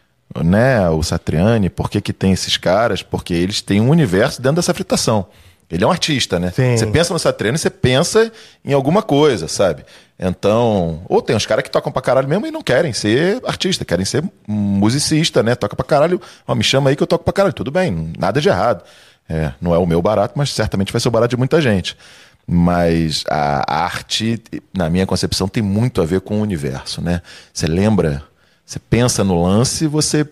[SPEAKER 3] né, o Satriani, por que tem esses caras? Porque eles têm um universo dentro dessa fritação. Ele é um artista, né?
[SPEAKER 1] Sim.
[SPEAKER 3] Você pensa no Satriani, você pensa em alguma coisa, sabe? Então, ou tem uns caras que tocam pra caralho mesmo e não querem ser artista, querem ser musicista, né? Toca pra caralho, me chama aí que eu toco pra caralho. Tudo bem, nada de errado. Não é o meu barato, mas certamente vai ser o barato de muita gente. Mas a arte, na minha concepção, tem muito a ver com o universo, né? Você lembra, você pensa no lance, você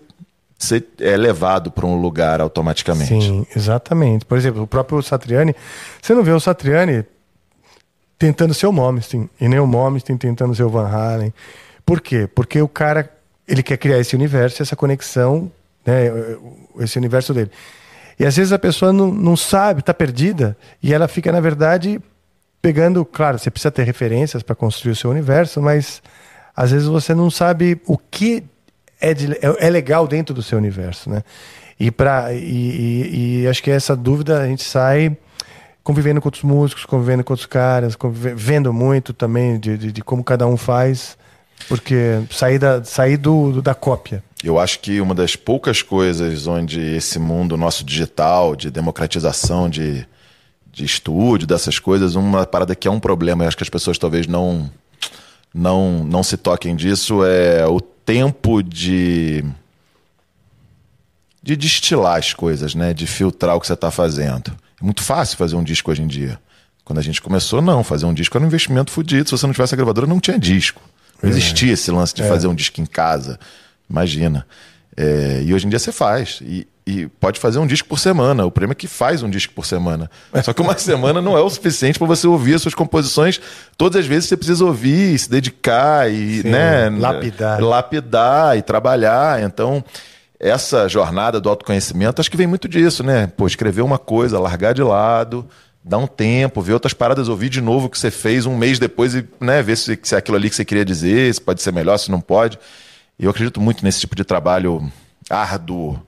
[SPEAKER 3] é levado para um lugar automaticamente.
[SPEAKER 1] Sim, exatamente. Por exemplo, o próprio Satriani, você não vê o Satriani tentando ser o Malmsteen, e nem o Malmsteen tentando ser o Van Halen. Por quê? Porque o cara, ele quer criar esse universo, essa conexão, né? Esse universo dele. E às vezes a pessoa não sabe, está perdida, e ela fica, na verdade, pegando... Claro, você precisa ter referências para construir o seu universo, mas às vezes você não sabe o que é legal dentro do seu universo, né? E acho que essa dúvida a gente sai convivendo com outros músicos, convivendo com outros caras, vendo muito também de como cada um faz, porque sair da cópia.
[SPEAKER 3] Eu acho que uma das poucas coisas onde esse mundo nosso digital, de democratização de de estúdio, dessas coisas, uma parada que é um problema, eu acho que as pessoas talvez não se toquem disso, é o tempo de destilar as coisas, né? De filtrar o que você está fazendo. É muito fácil fazer um disco hoje em dia. Quando a gente começou, não. Fazer um disco era um investimento fodido. Se você não tivesse a gravadora, não tinha disco. Não existia esse lance de fazer um disco em casa. Imagina. E hoje em dia você faz. E pode fazer um disco por semana. O problema é que faz um disco por semana. Só que uma semana não é o suficiente para você ouvir as suas composições. Todas as vezes você precisa ouvir, se dedicar e,
[SPEAKER 1] Sim,
[SPEAKER 3] né, lapidar e trabalhar. Então, essa jornada do autoconhecimento, acho que vem muito disso, né? Pô, escrever uma coisa, largar de lado, dar um tempo, ver outras paradas, ouvir de novo o que você fez um mês depois e, né, ver se é aquilo ali que você queria dizer, se pode ser melhor, se não pode. E eu acredito muito nesse tipo de trabalho árduo.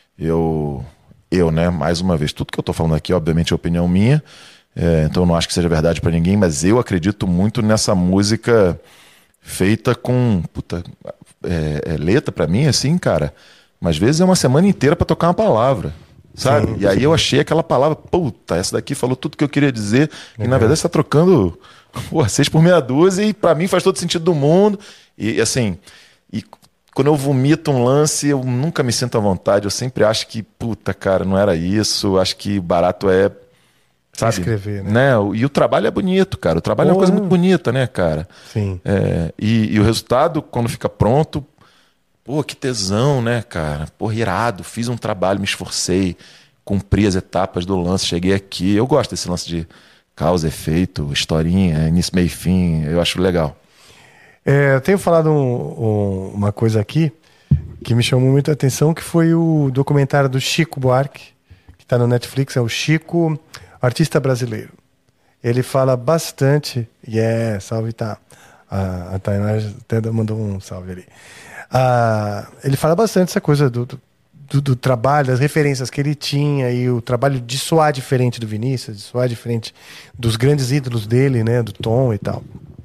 [SPEAKER 3] Né, mais uma vez, tudo que eu tô falando aqui, obviamente, é opinião minha, então eu não acho que seja verdade para ninguém, mas eu acredito muito nessa música feita com letra para mim, assim, cara, mas às vezes é uma semana inteira para tocar uma palavra, sabe?
[SPEAKER 1] Sim,
[SPEAKER 3] e aí eu achei aquela palavra, puta, essa daqui falou tudo que eu queria dizer, e na verdade você tá trocando 6 por meia dúzia, e para mim faz todo sentido do mundo, e assim, quando eu vomito um lance, eu nunca me sinto à vontade. Eu sempre acho que, puta, cara, não era isso. Acho que barato é, sabe?
[SPEAKER 1] Escrever, né?
[SPEAKER 3] E o trabalho é bonito, cara. O trabalho é uma coisa muito bonita, né, cara?
[SPEAKER 1] Sim.
[SPEAKER 3] E o resultado, quando fica pronto, pô, que tesão, né, cara? Pô, irado. Fiz um trabalho, me esforcei, cumpri as etapas do lance, cheguei aqui. Eu gosto desse lance de causa, efeito, historinha, início, meio e fim. Eu acho legal.
[SPEAKER 1] Eu tenho falado uma coisa aqui que me chamou muito a atenção, que foi o documentário do Chico Buarque, que está no Netflix, é o Chico, artista brasileiro. Ele fala bastante, salve, tá. A Tainá até mandou um salve ali. Ele fala bastante essa coisa do trabalho, das referências que ele tinha e o trabalho de soar diferente do Vinícius, de soar diferente dos grandes ídolos dele, né, do Tom e tal.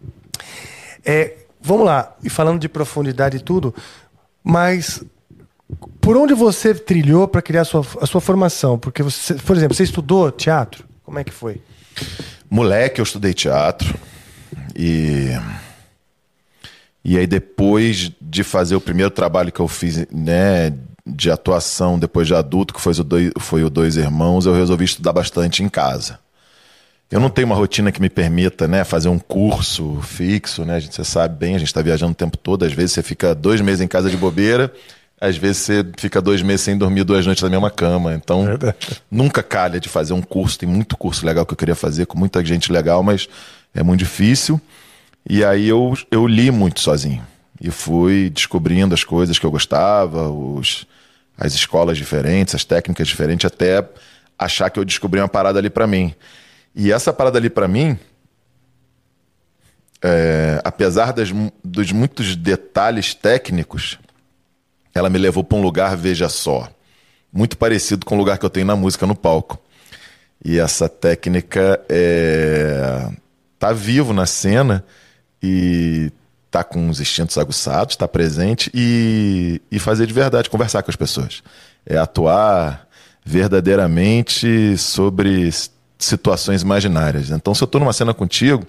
[SPEAKER 1] Vamos lá, e falando de profundidade e tudo, mas por onde você trilhou para criar a sua formação? Porque você, por exemplo, você estudou teatro? Como é que foi?
[SPEAKER 3] Moleque, eu estudei teatro e aí depois de fazer o primeiro trabalho que eu fiz, né, de atuação depois de adulto, que foi o Dois Irmãos, eu resolvi estudar bastante em casa. Eu não tenho uma rotina que me permita, né, fazer um curso fixo, né? Você sabe bem, a gente está viajando o tempo todo. Às vezes você fica 2 meses em casa de bobeira, às vezes você fica 2 meses sem dormir 2 noites na mesma cama. Então, nunca calha de fazer um curso. Tem muito curso legal que eu queria fazer, com muita gente legal, mas é muito difícil. E aí eu li muito sozinho. E fui descobrindo as coisas que eu gostava, as escolas diferentes, as técnicas diferentes, até achar que eu descobri uma parada ali para mim. E essa parada ali pra mim, apesar dos muitos detalhes técnicos, ela me levou pra um lugar, veja só, muito parecido com o lugar que eu tenho na música, no palco. E essa técnica tá vivo na cena e tá com os instintos aguçados, tá presente e fazer de verdade, conversar com as pessoas. É atuar verdadeiramente sobre situações imaginárias. Então, se eu tô numa cena contigo,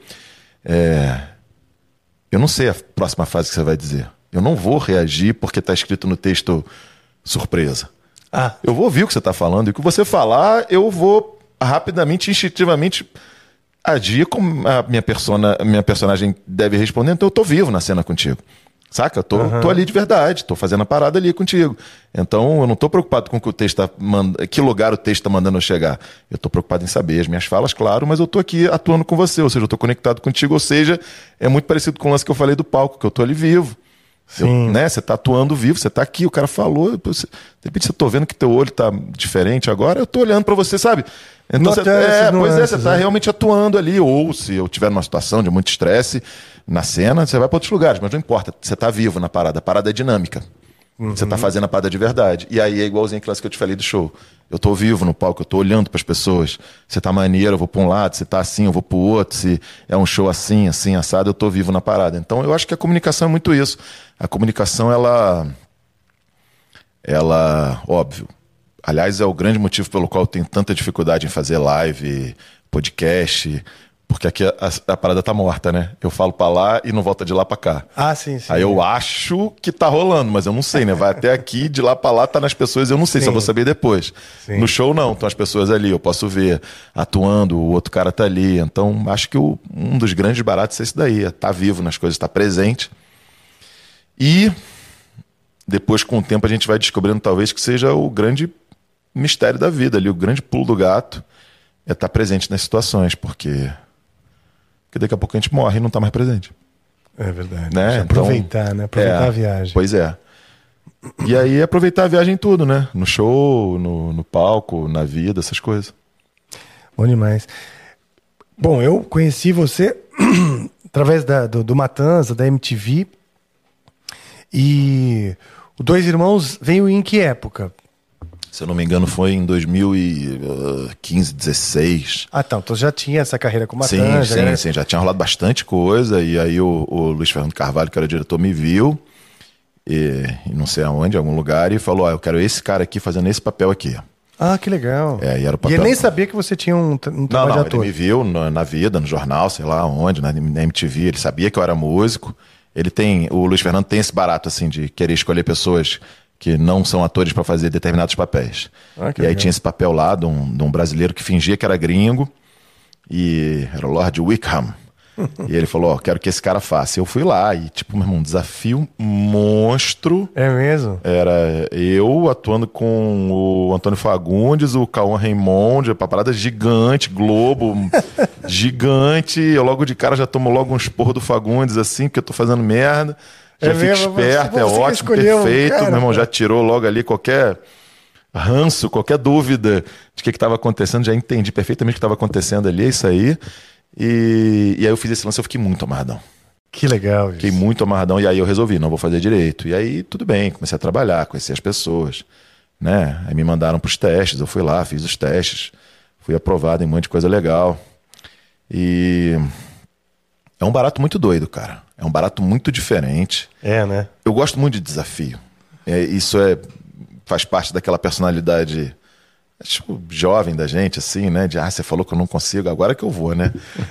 [SPEAKER 3] eu não sei a próxima frase que você vai dizer. Eu não vou reagir porque tá escrito no texto surpresa. Eu vou ouvir o que você tá falando e o que você falar, eu vou rapidamente, instintivamente agir como a minha personagem deve responder. Então, eu tô vivo na cena contigo. Saca? Eu tô ali de verdade, tô fazendo a parada ali contigo. Então, eu não tô preocupado com o que o texto que lugar o texto tá mandando eu chegar. Eu tô preocupado em saber as minhas falas, claro, mas eu tô aqui atuando com você, ou seja, eu tô conectado contigo, ou seja, é muito parecido com o lance que eu falei do palco, que eu tô ali vivo. Né? Você tá atuando vivo, você tá aqui, o cara falou, de repente você tô vendo que teu olho tá diferente agora, eu tô olhando pra você, sabe? Então, você tá realmente atuando ali, ou se eu tiver numa situação de muito estresse na cena, você vai para outros lugares, mas não importa, você tá vivo na parada, a parada é dinâmica. Você tá fazendo a parada de verdade. E aí é igualzinho aquilo que eu te falei do show. Eu tô vivo no palco, eu tô olhando pras pessoas. Você tá maneiro, eu vou pra um lado, você tá assim, eu vou pro outro. Se é um show assim, assado, eu tô vivo na parada. Então eu acho que a comunicação é muito isso. A comunicação, ela óbvio. Aliás, é o grande motivo pelo qual eu tenho tanta dificuldade em fazer live, podcast, porque aqui a parada tá morta, né? Eu falo pra lá e não volta de lá pra cá.
[SPEAKER 1] Ah, sim.
[SPEAKER 3] Aí eu acho que tá rolando, mas eu não sei, né? Vai até aqui, de lá pra lá tá nas pessoas, eu não sei,
[SPEAKER 1] Sim.
[SPEAKER 3] só vou saber depois.
[SPEAKER 1] Sim.
[SPEAKER 3] No show não, estão as pessoas ali, eu posso ver atuando, o outro cara tá ali. Então acho que um dos grandes baratos é esse daí, é tá vivo nas coisas, tá presente. E depois, com o tempo, a gente vai descobrindo talvez que seja o grande mistério da vida ali, o grande pulo do gato é estar presente nas situações, porque daqui a pouco a gente morre e não está mais presente.
[SPEAKER 1] É verdade.
[SPEAKER 3] Né?
[SPEAKER 1] Aproveitar,
[SPEAKER 3] então,
[SPEAKER 1] né? Aproveitar a viagem.
[SPEAKER 3] Pois é. E aí aproveitar a viagem em tudo, né? No show, no palco, na vida, essas coisas.
[SPEAKER 1] Bom demais. Bom, eu conheci você através do Matanza, da MTV. E o Dois Irmãos veio em que época?
[SPEAKER 3] Se eu não me engano, foi em 2015, 16.
[SPEAKER 1] Ah, tá. Então já tinha essa carreira com
[SPEAKER 3] Sim,
[SPEAKER 1] Matanza.
[SPEAKER 3] sim. Já tinha rolado bastante coisa. E aí o Luiz Fernando Carvalho, que era o diretor, me viu. E não sei aonde, em algum lugar. E falou, eu quero esse cara aqui fazendo esse papel aqui.
[SPEAKER 1] Ah, que legal.
[SPEAKER 3] E era o papel.
[SPEAKER 1] E ele nem sabia que você tinha um trabalho de
[SPEAKER 3] Não,
[SPEAKER 1] ator.
[SPEAKER 3] ele me viu na vida, no jornal, sei lá onde, na MTV. Ele sabia que eu era músico. O Luiz Fernando tem esse barato, assim, de querer escolher pessoas que não são atores para fazer determinados papéis.
[SPEAKER 1] Ah, que
[SPEAKER 3] e aí
[SPEAKER 1] legal.
[SPEAKER 3] tinha esse papel lá de um brasileiro que fingia que era gringo, e era o Lord Wickham. E ele falou, quero que esse cara faça. E eu fui lá, e tipo, meu irmão, um desafio monstro.
[SPEAKER 1] É mesmo?
[SPEAKER 3] Era eu atuando com o Antônio Fagundes, o Cauã Raymond, uma parada gigante, Globo, gigante. Eu logo de cara já tomo logo um esporro do Fagundes, assim, porque eu tô fazendo merda. Já fico
[SPEAKER 1] mesmo?
[SPEAKER 3] esperto,
[SPEAKER 1] Você
[SPEAKER 3] é
[SPEAKER 1] que
[SPEAKER 3] ótimo,
[SPEAKER 1] escolheu,
[SPEAKER 3] perfeito.
[SPEAKER 1] cara,
[SPEAKER 3] Meu irmão,
[SPEAKER 1] cara.
[SPEAKER 3] já tirou logo ali qualquer ranço, qualquer dúvida de que estava acontecendo. Já entendi perfeitamente o que estava acontecendo ali, é isso aí. E aí eu fiz esse lance, eu fiquei muito amarradão.
[SPEAKER 1] Que legal.
[SPEAKER 3] Fiquei muito amarradão, e aí eu resolvi, não vou fazer direito. E aí tudo bem, comecei a trabalhar, conheci as pessoas, né? Aí me mandaram pros testes, eu fui lá, fiz os testes, fui aprovado em um monte de coisa legal. E é um barato muito doido, cara. É um barato muito diferente.
[SPEAKER 1] É, né?
[SPEAKER 3] Eu gosto muito de desafio. Isso faz parte daquela personalidade, tipo, jovem da gente, assim, né? De, você falou que eu não consigo, agora que eu vou, né?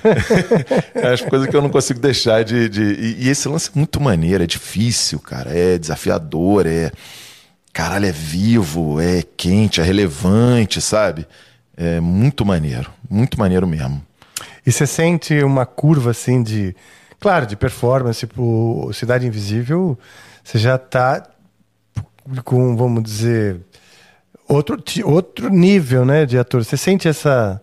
[SPEAKER 3] As coisas que eu não consigo deixar E esse lance é muito maneiro, é difícil, cara. É desafiador, caralho, é vivo, é quente, é relevante, sabe? É muito maneiro mesmo.
[SPEAKER 1] E você sente uma curva, assim, claro, de performance, tipo, Cidade Invisível, você já tá com, vamos dizer, outro nível, né, de ator. Você sente essa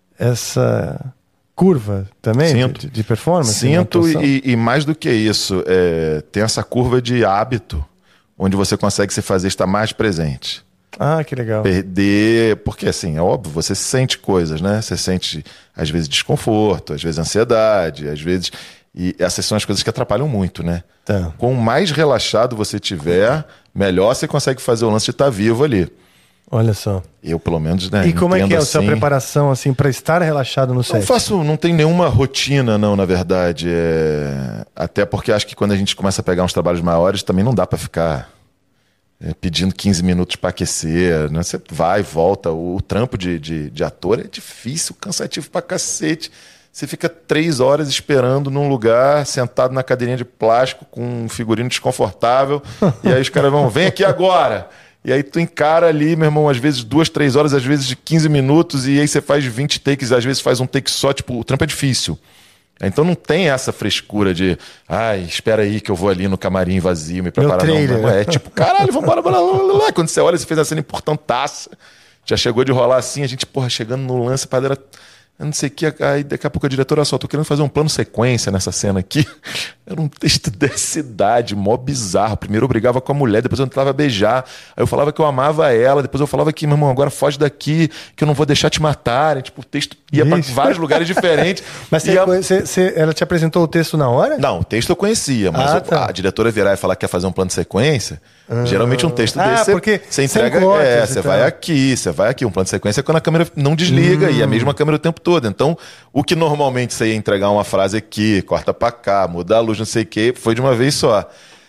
[SPEAKER 1] curva também
[SPEAKER 3] Sinto.
[SPEAKER 1] de performance?
[SPEAKER 3] Sinto, e mais do que isso, tem essa curva de hábito, onde você consegue se fazer estar mais presente.
[SPEAKER 1] Ah, que legal.
[SPEAKER 3] Perder, porque assim, é óbvio, você sente coisas, né? Você sente, às vezes, desconforto, às vezes ansiedade, às vezes... E essas são as coisas que atrapalham muito, né?
[SPEAKER 1] Tá.
[SPEAKER 3] Quanto mais relaxado você tiver, melhor você consegue fazer o lance de estar vivo ali.
[SPEAKER 1] Olha só.
[SPEAKER 3] Eu, pelo menos, né?
[SPEAKER 1] E como é que
[SPEAKER 3] entendo
[SPEAKER 1] é a sua
[SPEAKER 3] assim.
[SPEAKER 1] preparação, assim, para estar relaxado no set?
[SPEAKER 3] Não tem nenhuma rotina, não, na verdade. Até porque acho que quando a gente começa a pegar uns trabalhos maiores, também não dá pra ficar pedindo 15 minutos pra aquecer, né? Você vai e volta. O trampo de ator é difícil, cansativo pra cacete. Você fica 3 horas esperando num lugar, sentado na cadeirinha de plástico, com um figurino desconfortável. E aí os caras vão, vem aqui agora! E aí tu encara ali, meu irmão, às vezes 2, 3 horas, às vezes de 15 minutos, e aí você faz 20 takes, às vezes faz um take só, tipo, o trampo é difícil. Então não tem essa frescura de, espera aí que eu vou ali no camarim vazio me preparar.
[SPEAKER 1] trailer,
[SPEAKER 3] não, é tipo, caralho, vambora, blá, blá, blá, blá. Quando você olha, você fez a cena importantaça, já chegou de rolar assim, a gente, chegando no lance, a padeira... Eu não sei o que, aí daqui a pouco a diretora, tô querendo fazer um plano sequência nessa cena aqui. Era um texto dessa idade, mó bizarro. Primeiro eu brigava com a mulher, depois eu tentava a beijar. Aí eu falava que eu amava ela, depois eu falava que, meu irmão, agora foge daqui, que eu não vou deixar te matarem. Tipo, o texto ia pra vários lugares diferentes.
[SPEAKER 1] Mas ela te apresentou o texto na hora?
[SPEAKER 3] Não, o texto eu conhecia, mas
[SPEAKER 1] tá.
[SPEAKER 3] a diretora virar e falar que quer fazer um plano de sequência, geralmente um texto desse
[SPEAKER 1] porque
[SPEAKER 3] você entrega, você vai aqui. Um plano de sequência é quando a câmera não desliga e a mesma câmera o tempo todo. Então, o que normalmente você ia entregar uma frase aqui, corta pra cá, muda a luz, não sei o quê, foi de uma vez só.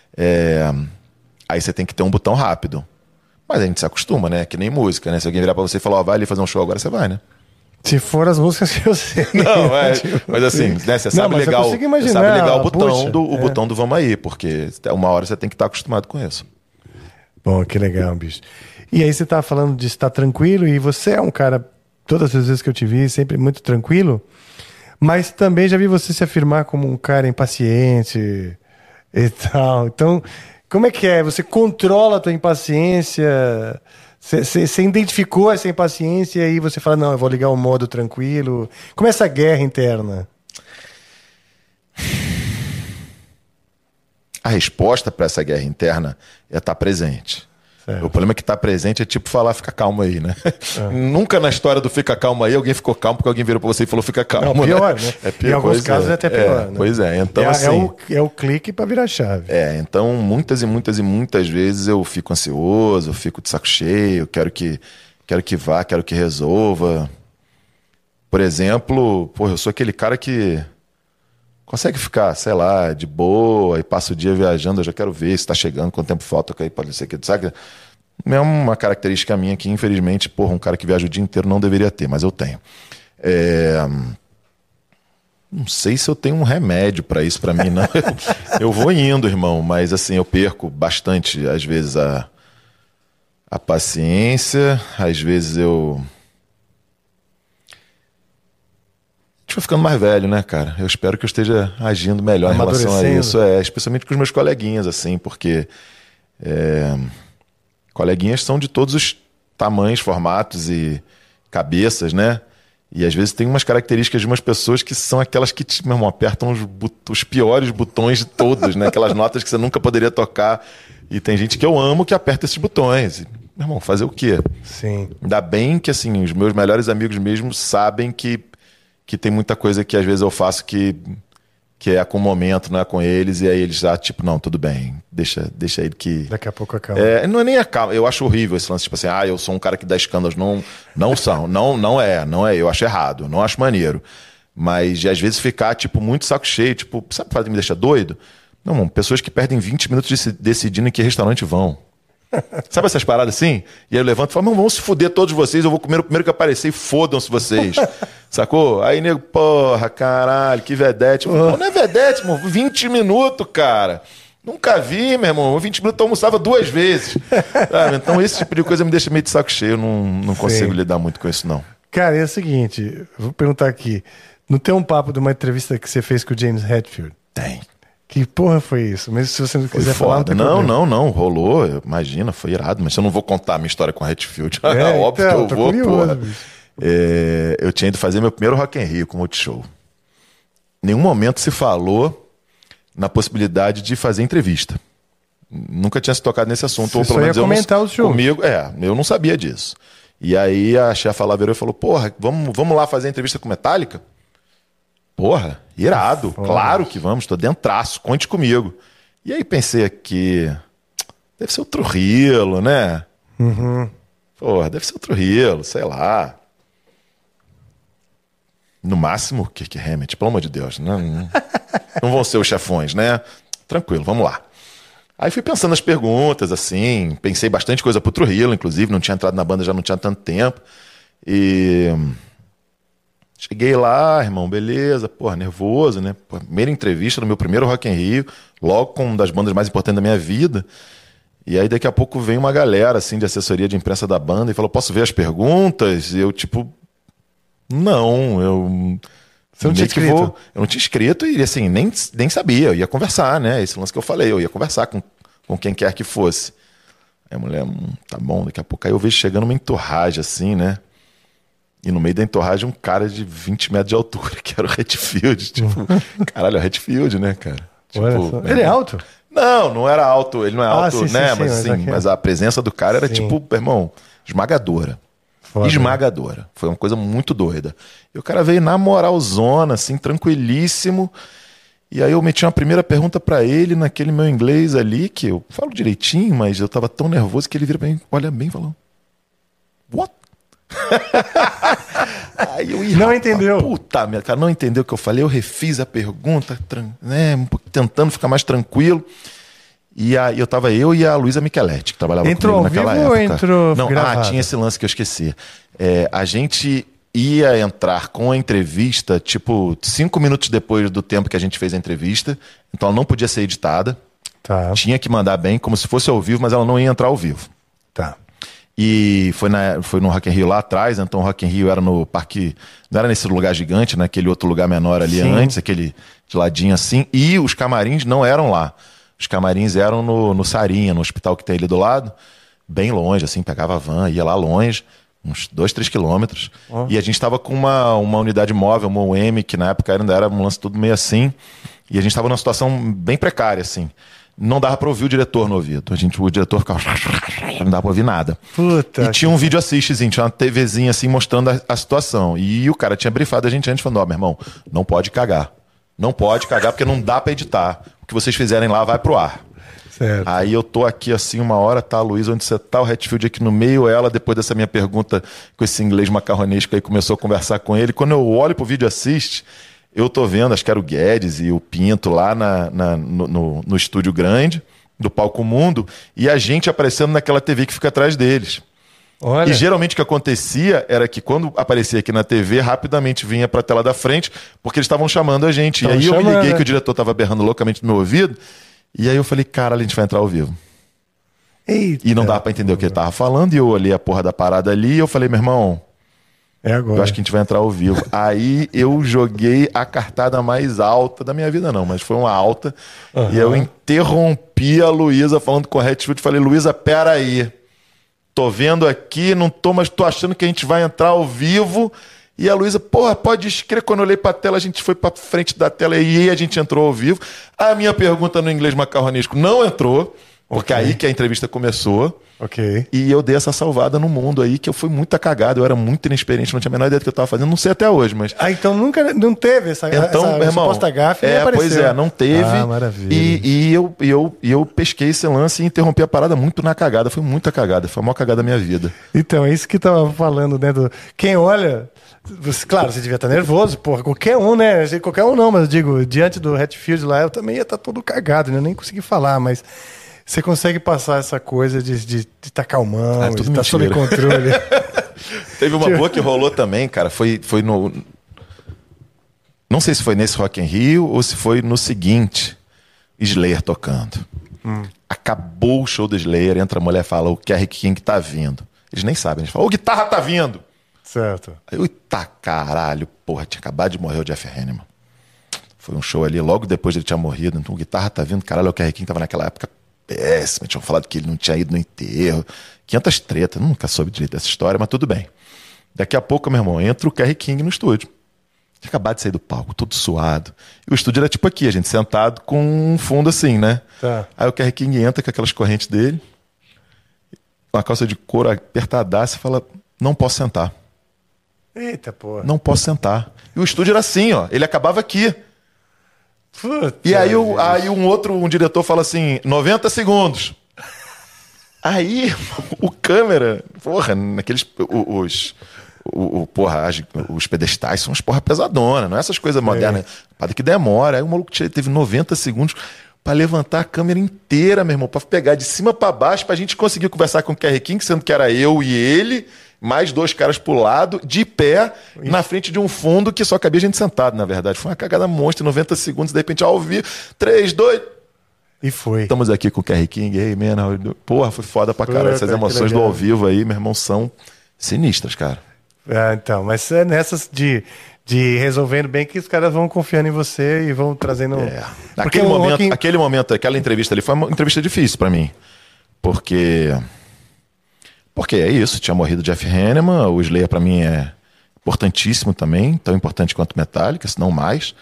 [SPEAKER 3] Aí você tem que ter um botão rápido. Mas a gente se acostuma, né? Que nem música, né? Se alguém virar pra você e falar, vai ali fazer um show agora, você vai, né?
[SPEAKER 1] Se for as músicas que eu sei.
[SPEAKER 3] Não, mas assim, né, você sabe
[SPEAKER 1] mas eu
[SPEAKER 3] legal,
[SPEAKER 1] consigo
[SPEAKER 3] você
[SPEAKER 1] imaginar,
[SPEAKER 3] sabe legal o botão,
[SPEAKER 1] puxa,
[SPEAKER 3] o botão do Vamos Aí, porque uma hora você tem que estar acostumado com isso.
[SPEAKER 1] Bom, que legal, bicho. E aí você tava falando de estar tranquilo, e você é um cara, todas as vezes que eu te vi, sempre muito tranquilo, mas também já vi você se afirmar como um cara impaciente e tal. Então, como é que é? Você controla a tua impaciência? Você identificou essa impaciência e aí você fala, não, eu vou ligar o modo tranquilo. Como é essa guerra interna?
[SPEAKER 3] A resposta para essa guerra interna é estar presente.
[SPEAKER 1] Certo.
[SPEAKER 3] O problema é que estar presente é tipo falar, fica calmo aí, né? Nunca na história do fica calmo aí alguém ficou calmo porque alguém virou pra você e falou fica calmo.
[SPEAKER 1] Não, pior,
[SPEAKER 3] né?
[SPEAKER 1] né?
[SPEAKER 3] É pior,
[SPEAKER 1] em alguns casos é até pior. Né?
[SPEAKER 3] Pois é, então assim...
[SPEAKER 1] É o clique pra virar chave.
[SPEAKER 3] Então muitas e muitas e muitas vezes eu fico ansioso, eu fico de saco cheio, quero que vá, quero que resolva. Por exemplo, eu sou aquele cara que consegue ficar, sei lá, de boa e passa o dia viajando, eu já quero ver se tá chegando, quanto tempo falta, que aí pode ser que... Sabe? É uma característica minha que, infelizmente, um cara que viaja o dia inteiro não deveria ter, mas eu tenho. Não sei se eu tenho um remédio para isso para mim, não. Eu vou indo, irmão, mas assim, eu perco bastante, às vezes, a paciência, às vezes eu... A gente vai ficando mais velho, né, cara? Eu espero que eu esteja agindo melhor em relação a isso. Especialmente com os meus coleguinhas, assim, porque coleguinhas são de todos os tamanhos, formatos e cabeças, né? E às vezes tem umas características de umas pessoas que são aquelas que, meu irmão, apertam os piores botões de todos, né? Aquelas notas que você nunca poderia tocar. E tem gente que eu amo que aperta esses botões. E, meu irmão, fazer o quê?
[SPEAKER 1] Sim.
[SPEAKER 3] Ainda bem que, assim, os meus melhores amigos mesmo sabem que tem muita coisa que às vezes eu faço que é com o momento, não é com eles, e aí eles já, tipo, não, tudo bem, deixa ele que...
[SPEAKER 1] Daqui a pouco acalma.
[SPEAKER 3] Não é nem acalma, eu acho horrível esse lance, tipo assim, eu sou um cara que dá escândalos, não é, eu acho errado, não acho maneiro, mas de às vezes ficar, tipo, muito saco cheio, tipo, sabe o que me deixa doido? Não, mano, pessoas que perdem 20 minutos decidindo em que restaurante vão. Sabe essas paradas assim? E aí eu levanto e falo, vamos se fuder todos vocês, eu vou comer o primeiro que aparecer e fodam-se vocês. Sacou? Aí nego, porra, caralho, que vedete. Pô, não é vedete, irmão, 20 minutos, cara. Nunca vi, meu irmão, 20 minutos eu almoçava 2 vezes. Então esse tipo de coisa me deixa meio de saco cheio, eu não consigo lidar muito com isso, não.
[SPEAKER 1] Cara, é o seguinte, vou perguntar aqui, não tem um papo de uma entrevista que você fez com o James Hetfield?
[SPEAKER 3] Tem.
[SPEAKER 1] Que porra foi isso? Mas se você não quiser
[SPEAKER 3] falar,
[SPEAKER 1] não tem
[SPEAKER 3] não, rolou, imagina, foi irado, mas eu não vou contar a minha história com o Hetfield. Óbvio
[SPEAKER 1] então,
[SPEAKER 3] que eu vou,
[SPEAKER 1] curioso,
[SPEAKER 3] porra.
[SPEAKER 1] Bicho.
[SPEAKER 3] Eu tinha ido fazer meu primeiro Rock in Rio com o Multishow. Em nenhum momento se falou na possibilidade de fazer entrevista. Nunca tinha se tocado nesse assunto.
[SPEAKER 1] Você
[SPEAKER 3] ou pelo
[SPEAKER 1] só
[SPEAKER 3] menos
[SPEAKER 1] ia comentar o show.
[SPEAKER 3] Comigo, eu não sabia disso. E aí a chefa lá virou e falou, porra, vamos lá fazer entrevista com Metallica? Porra, irado, claro que vamos, tô dentraço, conte comigo. E aí pensei aqui, deve ser o Trujillo, né? Porra, deve ser o Trujillo, sei lá. No máximo, que Hammett, pelo amor de Deus, não vão ser os chefões, né? Tranquilo, vamos lá. Aí fui pensando nas perguntas, assim, pensei bastante coisa pro Trujillo, inclusive, não tinha entrado na banda já não tinha tanto tempo. E... cheguei lá, irmão, beleza, porra, nervoso, né? Primeira entrevista no meu primeiro Rock in Rio, logo com uma das bandas mais importantes da minha vida. E aí daqui a pouco vem uma galera, assim, de assessoria de imprensa da banda e falou, posso ver as perguntas? E eu, tipo, não,
[SPEAKER 1] Você não tinha escrito?
[SPEAKER 3] Eu não tinha escrito e, assim, nem sabia, eu ia conversar, né? Esse lance que eu falei, eu ia conversar com quem quer que fosse. Aí a mulher, tá bom, daqui a pouco aí eu vejo chegando uma entorragem, assim, né? E no meio da entorragem, um cara de 20 metros de altura, que era o Hetfield. Tipo, caralho, é o Hetfield, né, cara? Tipo,
[SPEAKER 1] ele é alto?
[SPEAKER 3] Não era alto, ele não é alto,
[SPEAKER 1] sim,
[SPEAKER 3] né?
[SPEAKER 1] sim,
[SPEAKER 3] mas assim, mas a presença do cara era tipo, irmão, esmagadora.
[SPEAKER 1] Foda,
[SPEAKER 3] esmagadora. Foi uma coisa muito doida. E o cara veio na moralzona, assim, tranquilíssimo. E aí eu meti uma primeira pergunta pra ele, naquele meu inglês ali, que eu falo direitinho, mas eu tava tão nervoso que ele vira pra mim, olha bem e falou, what? Aí eu ia,
[SPEAKER 1] não entendeu.
[SPEAKER 3] Puta merda, cara, não entendeu o que eu falei. Eu refiz a pergunta, né, tentando ficar mais tranquilo. E aí eu tava eu e a Luísa Micheletti, que trabalhava
[SPEAKER 1] entrou
[SPEAKER 3] comigo naquela
[SPEAKER 1] época.
[SPEAKER 3] Ou entrou
[SPEAKER 1] não,
[SPEAKER 3] gravado? Tinha esse lance que eu esqueci. A gente ia entrar com a entrevista, tipo, 5 minutos depois do tempo que a gente fez a entrevista. Então ela não podia ser editada.
[SPEAKER 1] Tá.
[SPEAKER 3] Tinha que mandar bem, como se fosse ao vivo, mas ela não ia entrar ao vivo.
[SPEAKER 1] Tá.
[SPEAKER 3] E foi no Rock in Rio lá atrás, então o Rock in Rio era no parque, não era nesse lugar gigante, naquele outro lugar menor ali antes, aquele de ladinho assim, e os camarins não eram lá. Os camarins eram no Sarinha, no hospital que tem ali do lado, bem longe, assim, pegava a van, ia lá longe, uns 2, 3 quilômetros, e a gente estava com uma unidade móvel, uma UM, que na época ainda era um lance tudo meio assim, e a gente estava numa situação bem precária, assim. Não dava pra ouvir o diretor no ouvido. O diretor ficava... Não dava pra ouvir nada.
[SPEAKER 1] Puta.
[SPEAKER 3] E tinha um vídeo assistezinho, tinha uma TVzinha assim mostrando a situação. E o cara tinha brifado a gente antes, falando, meu irmão, não pode cagar. Não pode cagar porque não dá pra editar. O que vocês fizerem lá vai pro ar.
[SPEAKER 1] Certo.
[SPEAKER 3] Aí eu tô aqui assim uma hora, tá, Luiz, onde você tá? O Hatfield aqui no meio, ela, depois dessa minha pergunta com esse inglês macarronesco aí, começou a conversar com ele. Quando eu olho pro vídeo assiste... Eu tô vendo, acho que era o Guedes e o Pinto lá no estúdio grande, do Palco Mundo, e a gente aparecendo naquela TV que fica atrás deles.
[SPEAKER 1] Olha.
[SPEAKER 3] E geralmente o que acontecia era que quando aparecia aqui na TV, rapidamente vinha pra tela da frente, porque eles estavam chamando a gente.
[SPEAKER 1] Tavam
[SPEAKER 3] e aí eu me
[SPEAKER 1] chamando,
[SPEAKER 3] liguei
[SPEAKER 1] né?
[SPEAKER 3] que o diretor tava berrando loucamente no meu ouvido, e aí eu falei, cara, a gente vai entrar ao vivo.
[SPEAKER 1] Eita.
[SPEAKER 3] E não dava pra entender o que ele tava falando, e eu olhei a porra da parada ali, e eu falei, meu irmão...
[SPEAKER 1] É agora.
[SPEAKER 3] Eu acho que a gente vai entrar ao vivo. Aí eu joguei a cartada mais alta da minha vida, não, mas foi uma alta. E eu interrompi a Luísa falando com o Hatfield. Falei, Luísa, peraí. Tô vendo aqui, não tô, mas tô achando que a gente vai entrar ao vivo. E a Luísa, porra, pode escrever. Quando eu olhei pra tela, a gente foi pra frente da tela e aí a gente entrou ao vivo. A minha pergunta no inglês macarronesco não entrou, porque aí que a entrevista começou.
[SPEAKER 1] Ok.
[SPEAKER 3] E eu dei essa salvada no mundo aí, que eu fui muito cagado, eu era muito inexperiente, não tinha a menor ideia do que eu tava fazendo, não sei até hoje, mas...
[SPEAKER 1] Ah, então nunca, não teve essa
[SPEAKER 3] Meu irmão,
[SPEAKER 1] suposta gafe, nem apareceu.
[SPEAKER 3] pois é, não teve.
[SPEAKER 1] Ah, maravilha.
[SPEAKER 3] E eu pesquei esse lance e interrompi a parada muito na cagada, foi muita cagada, foi a maior cagada da minha vida.
[SPEAKER 1] Então, é isso que tava falando, né? Quem olha... Claro, você devia estar nervoso, porra, qualquer um, né? Qualquer um não, mas eu digo, diante do Hatfield lá, eu também ia estar todo cagado, né? Eu nem consegui falar, mas... Você consegue passar essa coisa de estar calmão, de estar sob controle.
[SPEAKER 3] Teve uma boa que rolou também, cara. Foi no... Não sei se foi nesse Rock in Rio ou se foi no seguinte. Slayer tocando. Acabou o show do Slayer, entra a mulher e fala, o Kerry King tá vindo. Eles nem sabem, eles falam, o guitarra tá vindo.
[SPEAKER 1] Certo.
[SPEAKER 3] Aí eu, tá caralho, porra, tinha acabado de morrer o Jeff Hanneman. Foi um show ali, logo depois ele tinha morrido, então o guitarra tá vindo, caralho, o Kerry King tava naquela época péssima, tinham falado que ele não tinha ido no enterro, 500 tretas, nunca soube direito dessa história, mas tudo bem. Daqui a pouco, meu irmão, entra o Kerry King no estúdio. Tinha acabado de sair do palco, todo suado. E o estúdio era tipo aqui, a gente sentado com um fundo assim, né?
[SPEAKER 1] Tá.
[SPEAKER 3] Aí o Kerry King entra com aquelas correntes dele, uma calça de couro apertadaça e fala, não posso sentar.
[SPEAKER 1] Eita, porra.
[SPEAKER 3] Não posso sentar. E o estúdio era assim, ó, ele acabava aqui.
[SPEAKER 1] Puta
[SPEAKER 3] E aí, um diretor fala assim, 90 segundos. Aí o câmera, porra, naqueles. Os pedestais são umas porra pesadona, não é essas coisas modernas. Para que demora. Aí o maluco teve 90 segundos pra levantar a câmera inteira, meu irmão, pra pegar de cima pra baixo, pra gente conseguir conversar com o Kerry King, sendo que era eu e ele, mais 2 caras pro lado, de pé, na frente de um fundo que só cabia gente sentado, na verdade. Foi uma cagada monstra, 90 segundos, de repente, ao vivo, 3, 2...
[SPEAKER 1] E foi.
[SPEAKER 3] Estamos aqui com o Kerry King, hey, man, porra, foi foda pra caralho. Essas emoções do ao vivo aí, meu irmão, são sinistras, cara.
[SPEAKER 1] Então, mas é nessas de resolvendo bem que os caras vão confiando em você e vão trazendo...
[SPEAKER 3] Aquele momento, aquela entrevista ali foi uma entrevista difícil pra mim. Porque é isso, tinha morrido Jeff Hanneman, o Slayer pra mim é importantíssimo também, tão importante quanto Metallica, se não mais.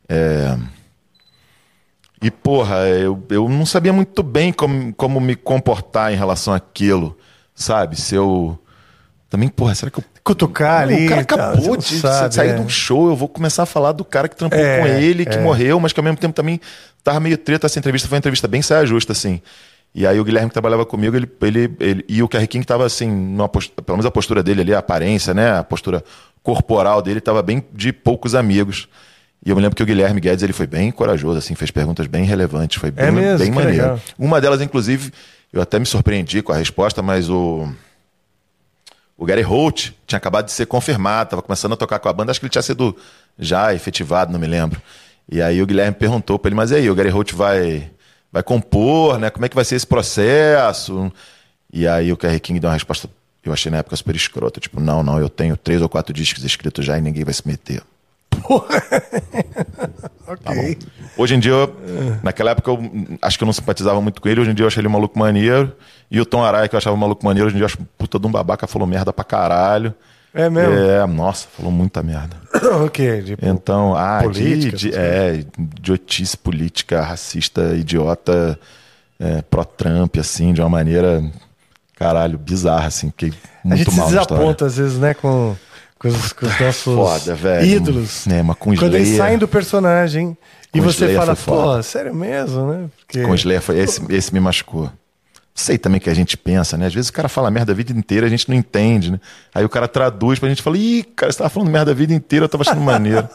[SPEAKER 3] E, porra, eu não sabia muito bem como me comportar em relação àquilo, sabe? Se eu... Também, porra, será que eu...
[SPEAKER 1] Cutucar ali...
[SPEAKER 3] O cara acabou de sair de um show, eu vou começar a falar do cara que trampou com ele, que morreu, mas que ao mesmo tempo também tava meio treta. Essa entrevista foi uma entrevista bem saia justa, assim. E aí o Guilherme que trabalhava comigo, ele e o Kerry King tava assim, pelo menos a postura dele ali, a aparência, né? A postura corporal dele tava bem de poucos amigos. E eu me lembro que o Guilherme Guedes, ele foi bem corajoso, assim, fez perguntas bem relevantes, foi bem maneiro. Legal. Uma delas, inclusive, eu até me surpreendi com a resposta, mas o O Gary Holt tinha acabado de ser confirmado, tava começando a tocar com a banda, acho que ele tinha sido já efetivado, não me lembro. E aí o Guilherme perguntou pra ele, mas e aí, o Gary Holt vai compor, né? Como é que vai ser esse processo? E aí o Kerry King deu uma resposta, eu achei na época super escrota, tipo, não, eu tenho 3 ou 4 discos escritos já e ninguém vai se meter.
[SPEAKER 1] Porra.
[SPEAKER 3] Ok. Tá. Hoje em dia, naquela época eu acho que eu não simpatizava muito com ele, hoje em dia eu achei ele um maluco maneiro. E o Tom Araya, que eu achava um maluco maneiro, hoje em dia eu acho puta de um babaca, falou merda pra caralho.
[SPEAKER 1] É mesmo?
[SPEAKER 3] Nossa, falou muita merda.
[SPEAKER 1] Ok, tipo,
[SPEAKER 3] então,
[SPEAKER 1] política,
[SPEAKER 3] idiotice política, racista, idiota, pró-Trump, assim, de uma maneira, caralho, bizarra, assim, que muito mal.
[SPEAKER 1] A gente se desaponta às vezes, né, com os nossos
[SPEAKER 3] foda, velho.
[SPEAKER 1] ídolos.
[SPEAKER 3] Mas com
[SPEAKER 1] quando
[SPEAKER 3] Slayer,
[SPEAKER 1] eles saem do personagem e você
[SPEAKER 3] Slayer
[SPEAKER 1] fala, pô, sério mesmo, né? Porque...
[SPEAKER 3] Com Slayer foi esse me machucou. Sei também que a gente pensa, né? Às vezes o cara fala merda a vida inteira, a gente não entende, né? Aí o cara traduz pra gente e fala, ih, cara, você tava falando merda a vida inteira, eu tava achando maneiro.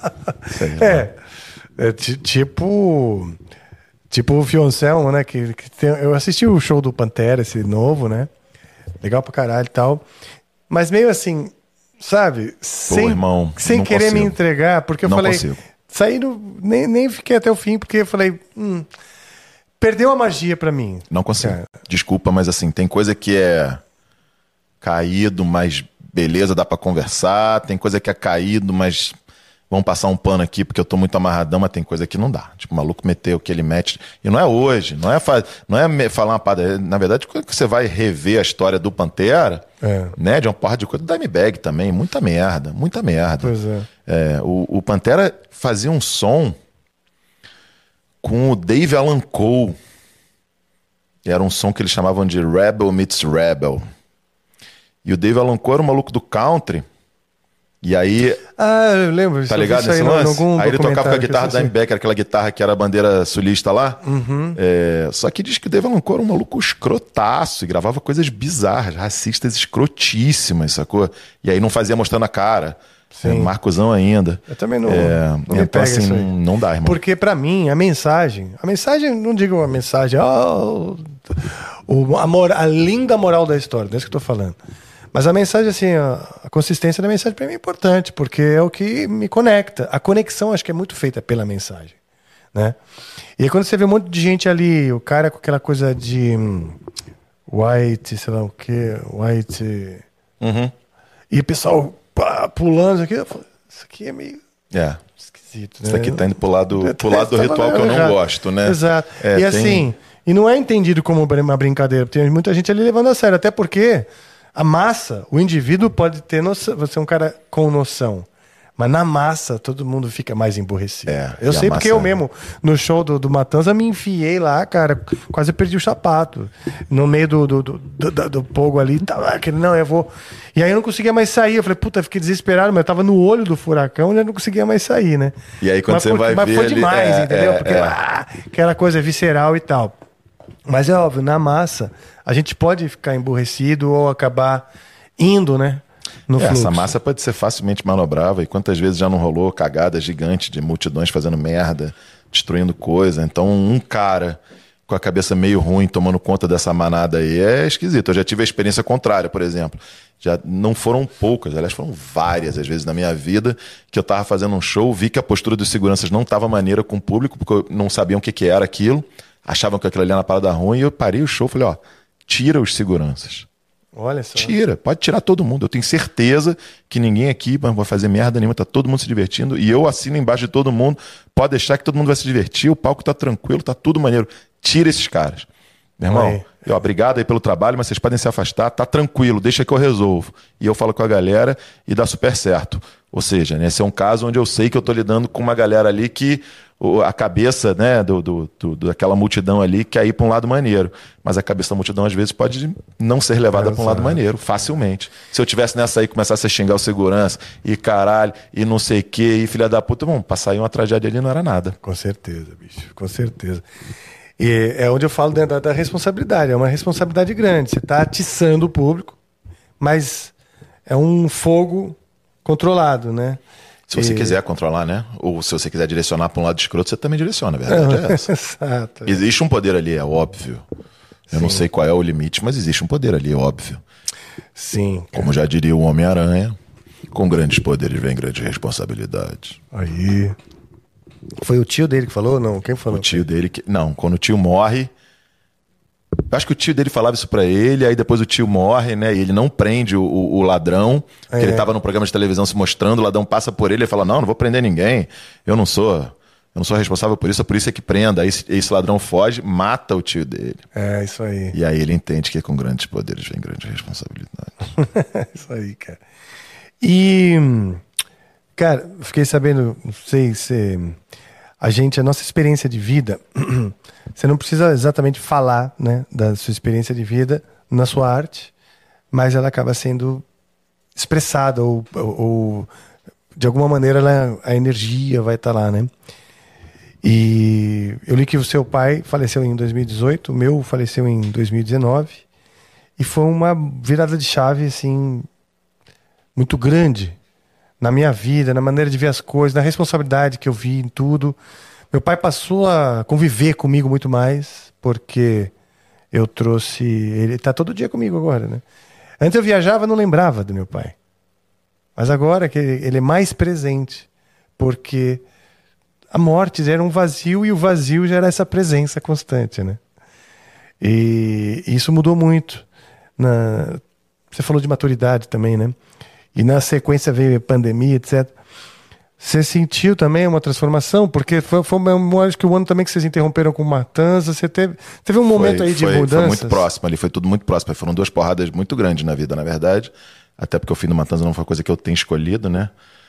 [SPEAKER 1] Tipo o Fioncelmo, né? Eu assisti o show do Pantera, esse novo, né? Legal pra caralho e tal. Mas meio assim, sabe?
[SPEAKER 3] Irmão,
[SPEAKER 1] sem querer
[SPEAKER 3] consigo.
[SPEAKER 1] Me entregar, porque eu
[SPEAKER 3] não
[SPEAKER 1] falei...
[SPEAKER 3] Consigo.
[SPEAKER 1] Saindo, nem fiquei até o fim, porque eu falei... Perdeu a magia pra mim.
[SPEAKER 3] Não consigo. Desculpa, mas assim, tem coisa que é caído, mas beleza, dá pra conversar. Tem coisa que é caído, mas vamos passar um pano aqui porque eu tô muito amarradão, mas tem coisa que não dá. Tipo, o maluco meteu o que ele mete. E não é hoje, não é falar uma parada. Na verdade, quando você vai rever a história do Pantera, né, de uma porra de coisa, do Dimebag também, muita merda.
[SPEAKER 1] Pois é.
[SPEAKER 3] O Pantera fazia um som com o Dave Alan Cole. Era um som que eles chamavam de Rebel Meets Rebel. E o Dave Alan Cole era um maluco do country. E aí...
[SPEAKER 1] eu lembro.
[SPEAKER 3] Tá ligado nesse lance? Aí ele tocava com a guitarra da Dimebag, aquela guitarra que era a bandeira sulista lá.
[SPEAKER 1] Uhum.
[SPEAKER 3] Só que diz que o Dave Alan Cole era um maluco escrotaço e gravava coisas bizarras, racistas escrotíssimas, sacou? E aí não fazia mostrando a cara. Marcosão ainda.
[SPEAKER 1] Eu também não. Não me
[SPEAKER 3] então, assim, não dá, irmão.
[SPEAKER 1] Porque pra mim, a mensagem, não digo a mensagem, a linda moral da história, não é isso que eu tô falando. Mas a mensagem, assim, a consistência da mensagem pra mim é importante, porque é o que me conecta. A conexão acho que é muito feita pela mensagem, né? E aí quando você vê um monte de gente ali, o cara com aquela coisa de white, sei lá o quê, white...
[SPEAKER 3] Uhum.
[SPEAKER 1] E o pessoal pulando aqui, isso aqui é meio esquisito, né?
[SPEAKER 3] Isso aqui tá indo pro lado do ritual que eu não gosto, né?
[SPEAKER 1] Exato. E assim, e não é entendido como uma brincadeira, tem muita gente ali levando a sério, até porque a massa, o indivíduo pode ter noção, você é um cara com noção. Mas na massa, todo mundo fica mais emburrecido. Eu sei porque eu mesmo, no show do Matanza, me enfiei lá, cara, quase perdi o sapato. No meio do pogo ali, tava não, eu vou... E aí eu não conseguia mais sair. Eu falei, puta, fiquei desesperado, mas eu tava no olho do furacão e eu não conseguia mais sair, né?
[SPEAKER 3] E aí quando você vai ver...
[SPEAKER 1] Mas foi demais, entendeu? Porque aquela coisa visceral e tal. Mas é óbvio, na massa, a gente pode ficar emburrecido ou acabar indo, né?
[SPEAKER 3] Essa massa pode ser facilmente manobrável. E quantas vezes já não rolou cagada gigante de multidões fazendo merda, destruindo coisa. Então um cara com a cabeça meio ruim tomando conta dessa manada aí é esquisito. Eu já tive a experiência contrária, por exemplo. Já não foram poucas, aliás, foram várias às vezes na minha vida, que eu tava fazendo um show, vi que a postura dos seguranças não tava maneira com o público, porque não sabiam o que era aquilo, achavam que aquilo ali era uma parada ruim, e eu parei o show e falei, tira os seguranças.
[SPEAKER 1] Olha só.
[SPEAKER 3] Tira, pode tirar todo mundo. Eu tenho certeza que ninguém aqui vai fazer merda nenhuma, tá todo mundo se divertindo. E eu assino embaixo de todo mundo. Pode deixar que todo mundo vai se divertir, o palco tá tranquilo, tá tudo maneiro. Tira esses caras. Meu irmão, obrigado aí pelo trabalho, mas vocês podem se afastar, tá tranquilo, deixa que eu resolvo. E eu falo com a galera e dá super certo. Ou seja, né, esse é um caso onde eu sei que eu tô lidando com uma galera ali que a cabeça, né, daquela multidão ali quer ir para um lado maneiro. Mas a cabeça da multidão às vezes pode não ser levada para um lado maneiro, facilmente. Se eu tivesse nessa aí, começasse a xingar o segurança, e caralho, e não sei o que, e filha da puta, bom, pra sair uma tragédia ali não era nada.
[SPEAKER 1] Com certeza, bicho, com certeza. E é onde eu falo da responsabilidade, é uma responsabilidade grande. Você tá atiçando o público, mas é um fogo controlado, né?
[SPEAKER 3] Se você quiser controlar, né? Ou se você quiser direcionar para um lado escroto, você também direciona, a verdade é essa.
[SPEAKER 1] Exato.
[SPEAKER 3] Existe um poder ali, é óbvio. Eu não sei qual é o limite, mas existe um poder ali, é óbvio.
[SPEAKER 1] Sim.
[SPEAKER 3] Como já diria o Homem-Aranha, com grandes poderes vem grandes responsabilidades.
[SPEAKER 1] Aí. Foi o tio dele que falou? Não, quem falou?
[SPEAKER 3] O tio dele que... Não, quando o tio morre... Eu acho que o tio dele falava isso pra ele, aí depois o tio morre, né? E ele não prende o ladrão, que ele tava no programa de televisão se mostrando, o ladrão passa por ele e fala, não vou prender ninguém, eu não sou responsável por isso é que prenda. Aí esse ladrão foge, mata o tio dele.
[SPEAKER 1] É, isso aí.
[SPEAKER 3] E aí ele entende que com grandes poderes vem grandes responsabilidades.
[SPEAKER 1] Isso aí, cara. E, cara, fiquei sabendo, não sei se a nossa experiência de vida, você não precisa exatamente falar, né, da sua experiência de vida na sua arte, mas ela acaba sendo expressada ou de alguma maneira a energia vai estar lá, né? E eu li que o seu pai faleceu em 2018, o meu faleceu em 2019, e foi uma virada de chave, assim, muito grande na minha vida, na maneira de ver as coisas, na responsabilidade que eu vi em tudo. Meu pai passou a conviver comigo muito mais, porque eu trouxe... Ele tá todo dia comigo agora, né? Antes eu viajava e não lembrava do meu pai. Mas agora que ele é mais presente, porque a morte era um vazio e o vazio já era essa presença constante, né? E isso mudou muito. Você falou de maturidade também, né? E na sequência veio a pandemia, etc. Você sentiu também uma transformação? Porque acho que o ano também que vocês interromperam com Matanza, você teve um momento aí de mudanças?
[SPEAKER 3] Foi muito próximo ali, foi tudo muito próximo. Foram duas porradas muito grandes na vida, na verdade. Até porque o fim do Matanza não foi coisa que eu tenha escolhido, né?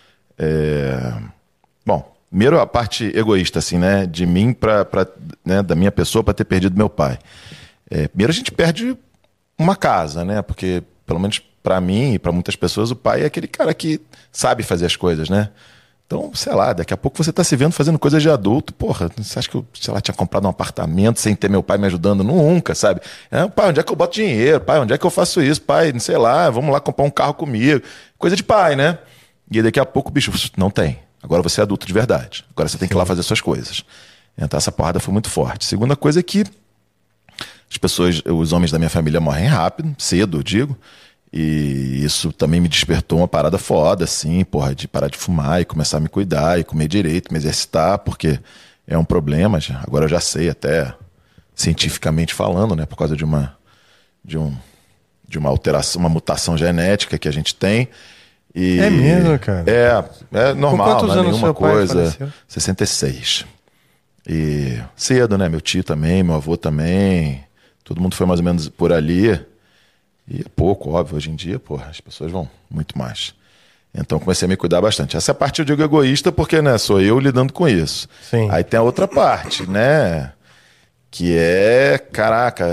[SPEAKER 3] Bom, primeiro a parte egoísta, assim, né? De mim né? Da minha pessoa para ter perdido meu pai. Primeiro a gente perde uma casa, né? Porque, pelo menos para mim e para muitas pessoas, o pai é aquele cara que sabe fazer as coisas, né? Então, sei lá, daqui a pouco você tá se vendo fazendo coisas de adulto. Porra, você acha que eu, sei lá, tinha comprado um apartamento sem ter meu pai me ajudando? Nunca, sabe? Pai, onde é que eu boto dinheiro? Pai, onde é que eu faço isso? Pai, não sei lá, vamos lá comprar um carro comigo. Coisa de pai, né? E aí daqui a pouco, bicho, não tem. Agora você é adulto de verdade. Agora você tem que ir lá fazer suas coisas. Então essa porrada foi muito forte. Segunda coisa é que os homens da minha família morrem rápido, cedo, eu digo. E isso também me despertou uma parada foda, assim, porra, de parar de fumar e começar a me cuidar e comer direito, me exercitar, porque é um problema. Agora eu já sei, até cientificamente falando, né, por causa de uma alteração, uma mutação genética que a gente tem. E
[SPEAKER 1] é mesmo, cara?
[SPEAKER 3] É normal,
[SPEAKER 1] quantos
[SPEAKER 3] não é
[SPEAKER 1] anos
[SPEAKER 3] nenhuma
[SPEAKER 1] seu pai
[SPEAKER 3] coisa.
[SPEAKER 1] faleceu?
[SPEAKER 3] 66. E cedo, né? Meu tio também, meu avô também. Todo mundo foi mais ou menos por ali. E é pouco, óbvio. Hoje em dia, porra, as pessoas vão muito mais. Então comecei a me cuidar bastante. Essa parte eu digo egoísta porque, né, sou eu lidando com isso.
[SPEAKER 1] Sim.
[SPEAKER 3] Aí tem a outra parte, né? Que é, caraca,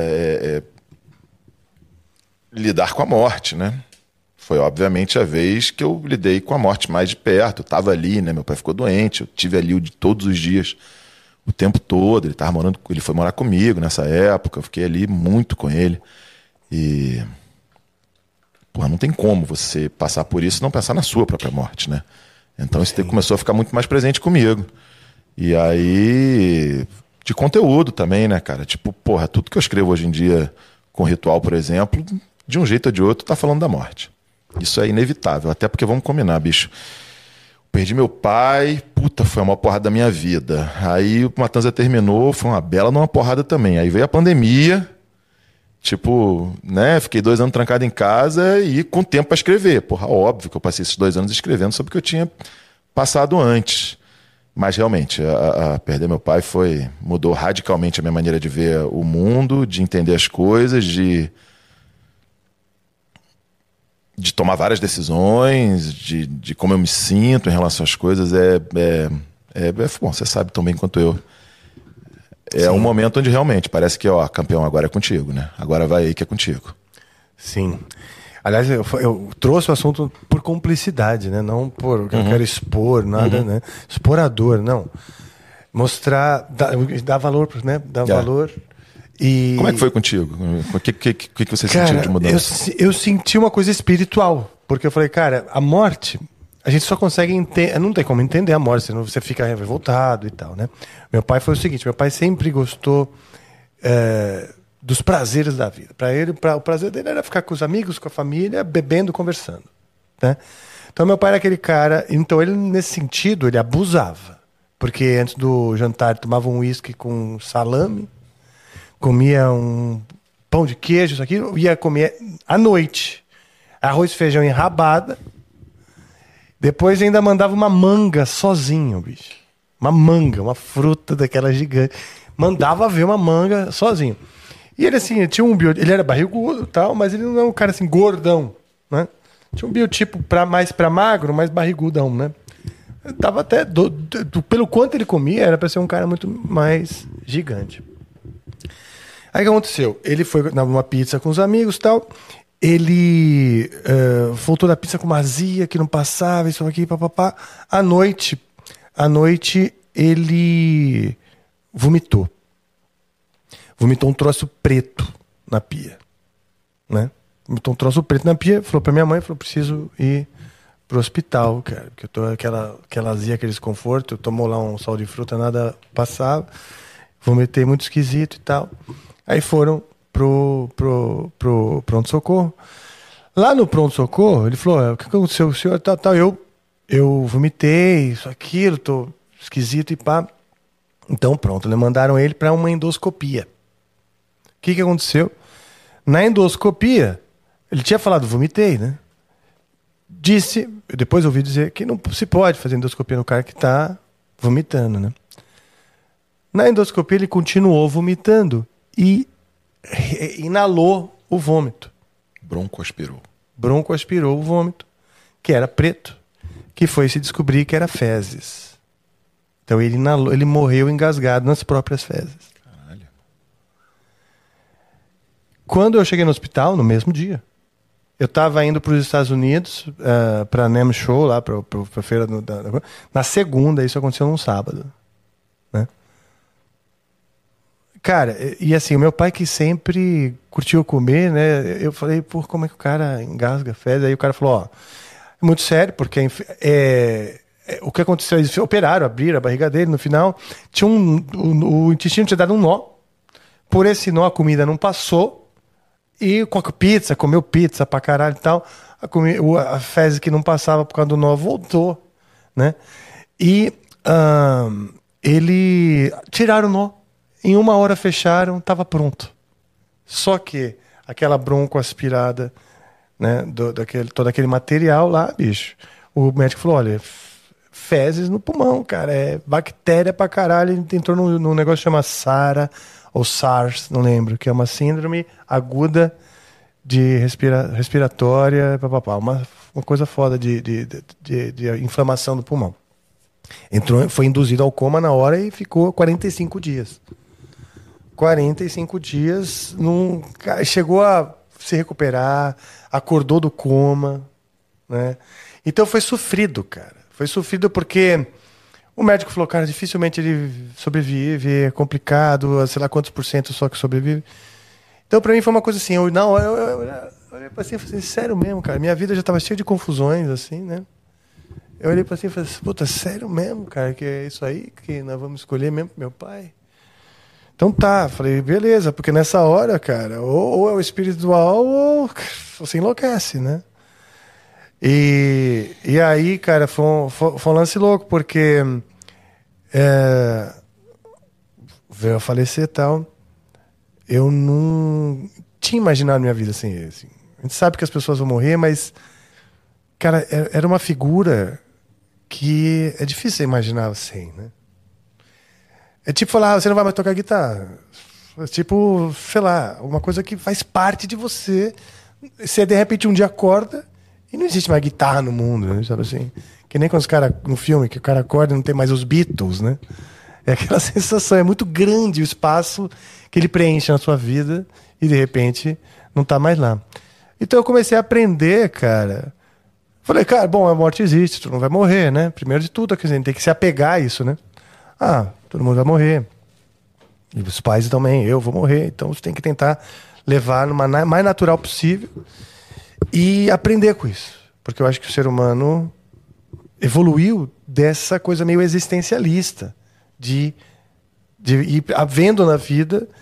[SPEAKER 3] lidar com a morte, né? Foi, obviamente, a vez que eu lidei com a morte mais de perto. Eu tava ali, né? Meu pai ficou doente, eu tive ali todos os dias, o tempo todo. Ele foi morar comigo nessa época, eu fiquei ali muito com ele. E... porra, não tem como você passar por isso e não pensar na sua própria morte, né? Então isso começou a ficar muito mais presente comigo. E aí... de conteúdo também, né, cara? Tipo, porra, tudo que eu escrevo hoje em dia com ritual, por exemplo, de um jeito ou de outro, tá falando da morte. Isso é inevitável, até porque, vamos combinar, bicho. Perdi meu pai, puta, foi a maior porrada da minha vida. Aí o Matanza terminou, foi uma bela numa porrada também. Aí veio a pandemia, tipo, né, fiquei 2 anos trancado em casa e com tempo pra escrever. Porra, óbvio que eu passei esses 2 anos escrevendo sobre o que eu tinha passado antes. Mas realmente, perder meu pai mudou radicalmente a minha maneira de ver o mundo, de entender as coisas, de tomar várias decisões, de como eu me sinto em relação às coisas. Bom, você sabe tão bem quanto eu. É Sim. Um momento onde realmente parece que, ó, campeão, agora é contigo, né? Agora vai aí que é contigo.
[SPEAKER 1] Sim. Aliás, eu trouxe o assunto por cumplicidade, né? Não por eu quero expor nada, né? Expor a dor, não. Mostrar, dar valor, né? Dar valor. E... como
[SPEAKER 3] é que foi contigo? O que você sentiu de mudança?
[SPEAKER 1] Eu senti uma coisa espiritual. Porque eu falei, cara, a morte, a gente só consegue entender. Não tem como entender a morte, senão você fica revoltado e tal, né? Meu pai foi o seguinte: meu pai sempre gostou dos prazeres da vida. Para ele, o prazer dele era ficar com os amigos, com a família, bebendo, conversando, né? Então meu pai era aquele cara, então ele nesse sentido ele abusava, porque antes do jantar ele tomava um uísque com salame, comia um pão de queijo, isso aqui, ia comer à noite arroz e feijão em rabada, depois ainda mandava uma manga sozinho, bicho, uma manga, uma fruta daquela gigante, mandava ver uma manga sozinho. E ele assim, tinha ele era barrigudo e tal, mas ele não é um cara assim gordão, né? Tinha um biotipo mais pra magro, mais barrigudão, né? Tava até pelo quanto ele comia, era pra ser um cara muito mais gigante. Aí o que aconteceu? Ele foi numa pizza com os amigos e tal. Ele voltou da pizza com uma azia que não passava, isso aqui, papapá. À noite, ele vomitou. Vomitou um troço preto na pia, né? Vomitou um troço preto na pia, falou pra minha mãe, falou, preciso ir pro hospital, cara, porque eu tô aquela azia, aquele desconforto, tomou lá um sal de fruta, nada passava, vomitei muito esquisito e tal. Aí foram pro pronto-socorro. Lá no pronto-socorro, ele falou, o que aconteceu com o senhor? Tal, eu vomitei, isso, aquilo, tô esquisito e pá. Então pronto, né? Mandaram ele para uma endoscopia. O que aconteceu? Na endoscopia, ele tinha falado, vomitei, né? Depois ouvi dizer que não se pode fazer endoscopia no cara que está vomitando, né? Na endoscopia ele continuou vomitando e inalou o vômito. Broncoaspirou o vômito, que era preto, que foi se descobrir que era fezes. Então ele inalou, ele morreu engasgado nas próprias fezes.
[SPEAKER 3] Caralho.
[SPEAKER 1] Quando eu cheguei no hospital, no mesmo dia, eu estava indo para os Estados Unidos, para a NAMM Show, lá para a feira. Na segunda, isso aconteceu num sábado, né? Cara, e assim, o meu pai que sempre curtiu comer, né? Eu falei, pô, como é que o cara engasga fezes? Aí o cara falou, ó, é muito sério, porque o que aconteceu? Eles operaram, abriram a barriga dele, no final, tinha o intestino tinha dado um nó. Por esse nó, a comida não passou. E com a pizza, comeu pizza pra caralho e tal. A fezes que não passava por causa do nó voltou, né? E ele tiraram o nó. Em 1 hora fecharam, tava pronto. Só que aquela broncoaspirada, né? Todo aquele material lá, bicho. O médico falou, olha, fezes no pulmão, cara. É bactéria pra caralho. Ele entrou num negócio que chama SARA, ou SARS, não lembro, que é uma síndrome aguda de respiratória, papapá, uma coisa foda de inflamação do pulmão. Foi induzido ao coma na hora e ficou 45 dias. 45 dias, chegou a se recuperar, acordou do coma, né? Então foi sofrido, cara. Foi sofrido porque o médico falou, cara, dificilmente ele sobrevive, é complicado, sei lá quantos % só que sobrevive. Então, pra mim foi uma coisa assim, eu olhei pra assim e falei, sério mesmo, cara? Minha vida já tava cheia de confusões, assim, né? Eu olhei pra assim e falei, puta, sério mesmo, cara? Que é isso aí que nós vamos escolher mesmo pro meu pai? Então tá, falei, beleza, porque nessa hora, cara, ou é o espiritual ou você enlouquece, né? E aí, cara, foi um lance louco, porque veio a falecer e tal. Eu não tinha imaginado minha vida sem ele. Assim. A gente sabe que as pessoas vão morrer, mas, cara, era uma figura que é difícil você imaginar sem, né? É tipo falar, você não vai mais tocar guitarra. É tipo, sei lá, uma coisa que faz parte de você. Você, de repente, um dia acorda e não existe mais guitarra no mundo, né? Sabe assim? Que nem quando os caras, no filme, que o cara acorda e não tem mais os Beatles, né? É aquela sensação, é muito grande o espaço que ele preenche na sua vida e, de repente, não tá mais lá. Então eu comecei a aprender, cara. Falei, cara, bom, a morte existe, tu não vai morrer, né? Primeiro de tudo, a gente tem que se apegar a isso, né? Ah, todo mundo vai morrer. E os pais também, eu vou morrer. Então você tem que tentar levar no mais natural possível e aprender com isso. Porque eu acho que o ser humano evoluiu dessa coisa meio existencialista de ir vendo na vida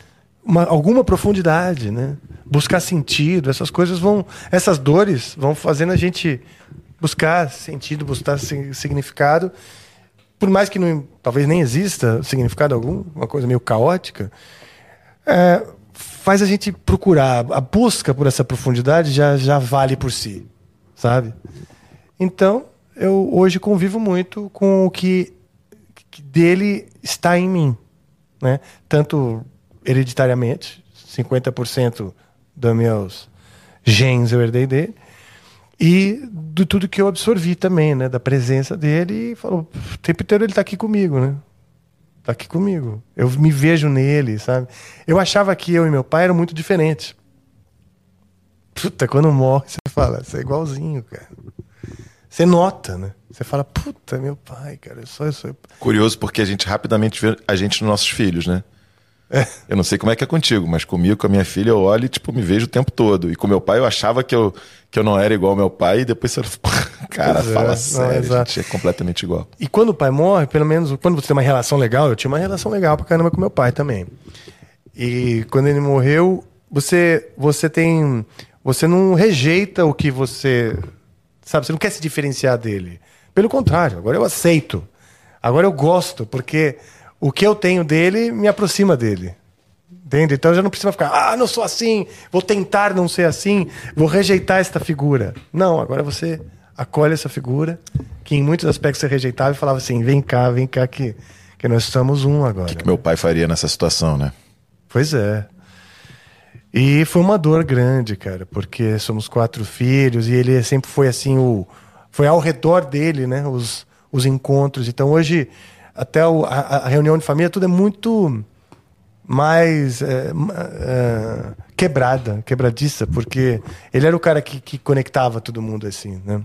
[SPEAKER 1] alguma profundidade, né? Buscar sentido, essas dores vão fazendo a gente buscar sentido, buscar significado, por mais que talvez nem exista significado algum, uma coisa meio caótica, faz a gente procurar, a busca por essa profundidade já vale por si, sabe? Então, eu hoje convivo muito com o que dele está em mim, né? Tanto hereditariamente, 50% dos meus genes eu herdei dele, e de tudo que eu absorvi também, né? Da presença dele, e falou, o tempo inteiro ele está aqui comigo, né? Tá aqui comigo. Eu me vejo nele, sabe? Eu achava que eu e meu pai eram muito diferentes. Puta, quando morre, você fala, você é igualzinho, cara. Você nota, né? Você fala, puta, meu pai, cara, eu sou...
[SPEAKER 3] Curioso, porque a gente rapidamente vê a gente nos nossos filhos, né? Eu não sei como é que é contigo, mas comigo, com a minha filha, eu olho e, tipo, me vejo o tempo todo. E com meu pai, eu achava que eu não era igual ao meu pai, e depois você cara, fala sério, a gente é completamente igual.
[SPEAKER 1] E quando o pai morre, pelo menos, quando você tem uma relação legal, eu tinha uma relação legal pra caramba com meu pai também. E quando ele morreu, você não rejeita o que você... Sabe, você não quer se diferenciar dele. Pelo contrário, agora eu aceito. Agora eu gosto, porque o que eu tenho dele me aproxima dele. Entende? Então eu já não preciso ficar, não sou assim, vou tentar não ser assim, vou rejeitar esta figura. Não, agora você acolhe essa figura, que em muitos aspectos você rejeitava e falava assim, vem cá, que nós somos um agora.
[SPEAKER 3] O que meu pai faria nessa situação, né?
[SPEAKER 1] Pois é. E foi uma dor grande, cara, porque somos 4 filhos e ele sempre foi assim, foi ao redor dele, né, os encontros. Então hoje, até a reunião de família, tudo é muito mais quebradiça, porque ele era o cara que conectava todo mundo assim, né?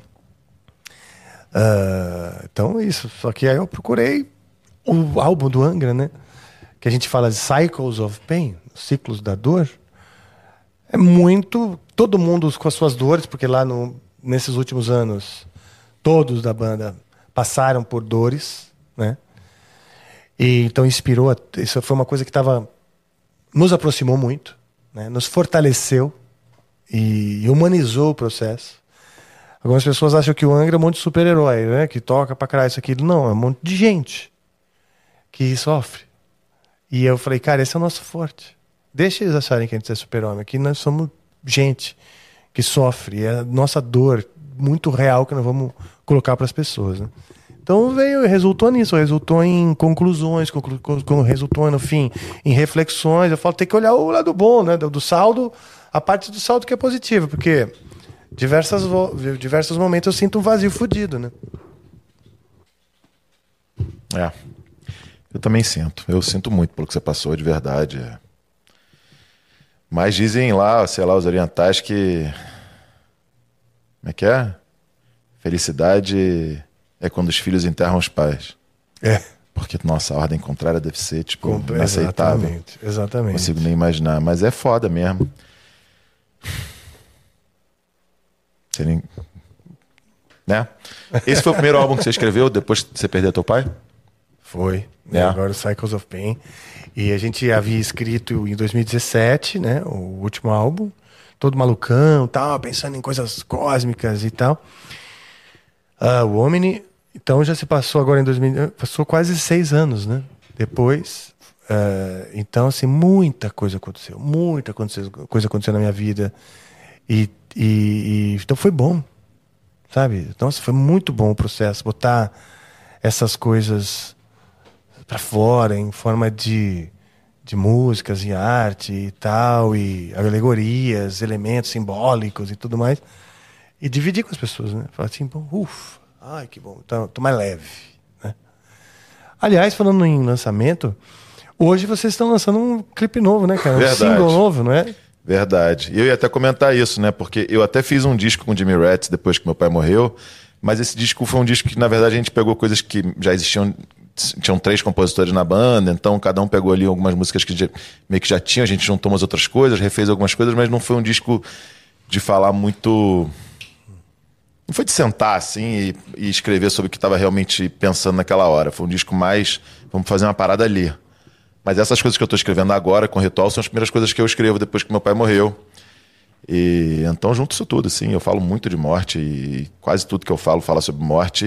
[SPEAKER 1] Então isso, só que aí eu procurei o álbum do Angra, né, que a gente fala de Cycles of Pain, ciclos da dor. É muito... Todo mundo com as suas dores, porque lá nesses últimos anos, todos da banda passaram por dores, né? E então inspirou... Isso foi uma coisa que nos aproximou muito, né? Nos fortaleceu e humanizou o processo. Algumas pessoas acham que o Angra é um monte de super-herói, né? Que toca pra caralho isso aqui. Não, é um monte de gente que sofre. E eu falei, cara, esse é o nosso forte. Deixa eles acharem que a gente é super-homem. Aqui nós somos gente que sofre. É a nossa dor muito real que nós vamos colocar para as pessoas, né? Então resultou nisso. Resultou em conclusões, resultou, no fim, em reflexões. Eu falo, tem que olhar o lado bom, né? Do saldo, a parte do saldo que é positiva. Porque diversos momentos eu sinto um vazio fodido, né?
[SPEAKER 3] Eu também sinto. Eu sinto muito pelo que você passou, de verdade. Mas dizem lá, sei lá, os orientais que... Como é que é? Felicidade é quando os filhos enterram os pais. Porque, nossa, a ordem contrária deve ser, tipo, inaceitável.
[SPEAKER 1] Exatamente.
[SPEAKER 3] Não consigo nem imaginar. Mas é foda mesmo. Você nem... Né? Esse foi o primeiro álbum que você escreveu depois que você perdeu teu pai?
[SPEAKER 1] Foi. Agora o Cycles of Pain. E a gente havia escrito em 2017, né? O último álbum. Todo malucão, tal, pensando em coisas cósmicas e tal. O Omni, então já se passou agora em 2000... Passou quase 6 anos, né? Depois. Então, assim, muita coisa aconteceu. Muita coisa aconteceu na minha vida. Então foi bom. Sabe? Nossa, foi muito bom o processo. Botar essas coisas para fora em forma de músicas e arte e tal, e alegorias, elementos simbólicos e tudo mais, e dividir com as pessoas, né? Falar assim, bom, ufa, ai que bom, tô mais leve, né? Aliás, falando em lançamento, hoje vocês estão lançando um clipe novo, né, cara?
[SPEAKER 3] Verdade.
[SPEAKER 1] Um single novo, não é?
[SPEAKER 3] Verdade. E eu ia até comentar isso, né? Porque eu até fiz um disco com o Jimmy Ratz depois que meu pai morreu, mas esse disco foi um disco que, na verdade, a gente pegou coisas que já existiam. Tinham 3 compositores na banda, então cada um pegou ali algumas músicas que meio que já tinham, a gente juntou umas outras coisas, refez algumas coisas, mas não foi um disco de falar muito... Não foi de sentar assim e escrever sobre o que estava realmente pensando naquela hora. Foi um disco mais... Vamos fazer uma parada ali. Mas essas coisas que eu tô escrevendo agora com o Ritual são as primeiras coisas que eu escrevo depois que meu pai morreu. E então junto isso tudo, assim, eu falo muito de morte e quase tudo que eu falo fala sobre morte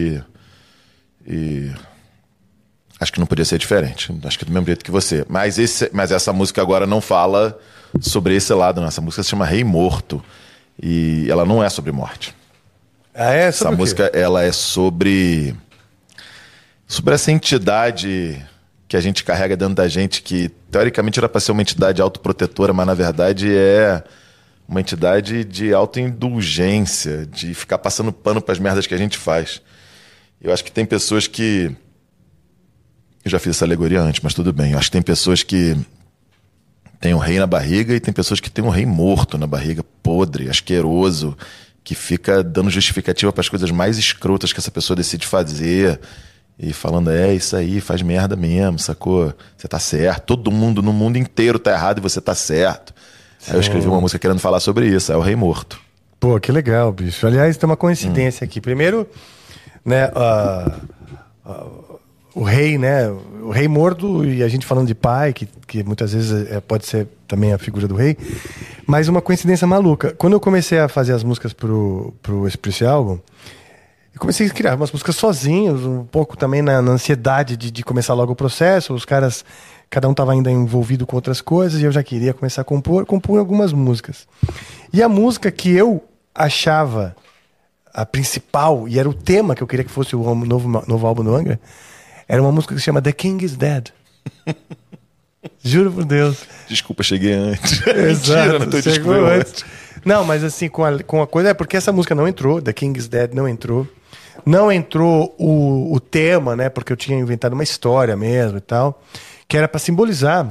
[SPEAKER 3] e acho que não podia ser diferente. Acho que é do mesmo jeito que você. Mas essa música agora não fala sobre esse lado, não. Essa música se chama Rei Morto e ela não é sobre morte.
[SPEAKER 1] Ah, é?
[SPEAKER 3] Essa música, ela é sobre essa entidade que a gente carrega dentro da gente, que teoricamente era para ser uma entidade autoprotetora, mas na verdade é uma entidade de autoindulgência, de ficar passando pano para as merdas que a gente faz. Eu acho que tem pessoas que... Eu já fiz essa alegoria antes, mas tudo bem. Eu acho que tem pessoas que têm um rei na barriga e tem pessoas que têm um rei morto na barriga, podre, asqueroso, que fica dando justificativa para as coisas mais escrotas que essa pessoa decide fazer e falando, isso aí, faz merda mesmo, sacou? Você tá certo. Todo mundo no mundo inteiro tá errado e você tá certo. Sim. Aí eu escrevi uma música querendo falar sobre isso, é o Rei Morto.
[SPEAKER 1] Pô, que legal, bicho. Aliás, tem uma coincidência aqui. Primeiro, né, o rei, né? O rei morto, e a gente falando de pai, que muitas vezes pode ser também a figura do rei, mas uma coincidência maluca. Quando eu comecei a fazer as músicas pro esse álbum, eu comecei a criar umas músicas sozinhos, um pouco também na ansiedade de começar logo o processo. Os caras, cada um estava ainda envolvido com outras coisas, e eu já queria começar a compor algumas músicas. E a música que eu achava a principal, e era o tema que eu queria que fosse o novo álbum do Angra, era uma música que se chama The King is Dead. Juro por Deus.
[SPEAKER 3] Desculpa, cheguei antes.
[SPEAKER 1] Exato,
[SPEAKER 3] mentira, não tô
[SPEAKER 1] chegou antes. Não, mas assim, com a coisa... É porque essa música não entrou, The King is Dead não entrou. Não entrou o tema, né? Porque eu tinha inventado uma história mesmo e tal, que era para simbolizar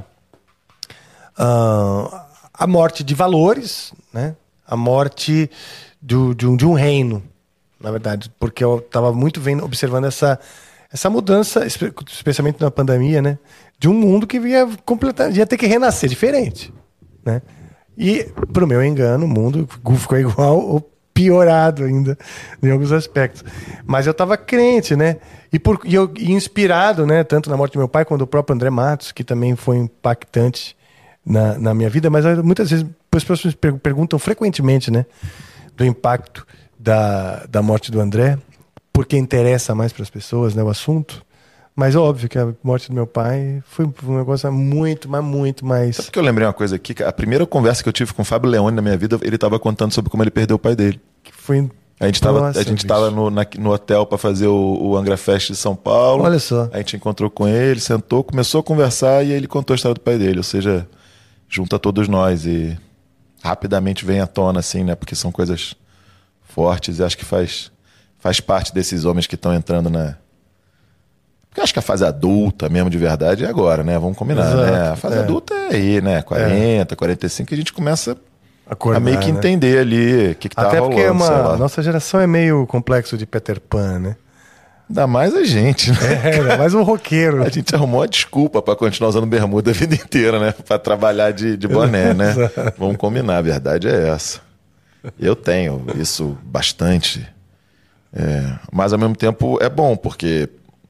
[SPEAKER 1] a morte de valores, né? A morte de um reino, na verdade. Porque eu estava muito observando essa mudança, especialmente na pandemia, né? De um mundo que ia ter que renascer diferente, né? E, pro meu engano, o mundo ficou igual ou piorado ainda em alguns aspectos. Mas eu estava crente, né? E inspirado, né? Tanto na morte do meu pai quanto do próprio André Matos, que também foi impactante na minha vida. Mas muitas vezes as pessoas me perguntam frequentemente, né? Do impacto da morte do André, porque interessa mais para as pessoas, né? O assunto. Mas óbvio que a morte do meu pai foi um negócio muito, mas muito mais...
[SPEAKER 3] Sabe que eu lembrei uma coisa aqui? A primeira conversa que eu tive com o Fábio Leone na minha vida, ele estava contando sobre como ele perdeu o pai dele.
[SPEAKER 1] Que foi...
[SPEAKER 3] A gente tava no hotel para fazer o Angra Fest de São Paulo.
[SPEAKER 1] Olha só.
[SPEAKER 3] A gente encontrou com ele, sentou, começou a conversar e ele contou a história do pai dele. Ou seja, junta todos nós e rapidamente vem à tona, assim, né? Porque são coisas fortes e acho que faz parte desses homens que estão entrando na... Porque eu acho que a fase adulta mesmo, de verdade, é agora, né? Vamos combinar, exato, né? A fase adulta é aí, né? 40, 45, que a gente começa a meio que entender ali o que tá rolando.
[SPEAKER 1] Até porque nossa geração é meio complexo de Peter Pan, né?
[SPEAKER 3] Ainda mais a gente, né?
[SPEAKER 1] Ainda mais um roqueiro.
[SPEAKER 3] A gente arrumou uma desculpa pra continuar usando bermuda a vida inteira, né? Pra trabalhar de boné, né? Vamos combinar, a verdade é essa. Eu tenho isso bastante. Mas ao mesmo tempo é bom, porque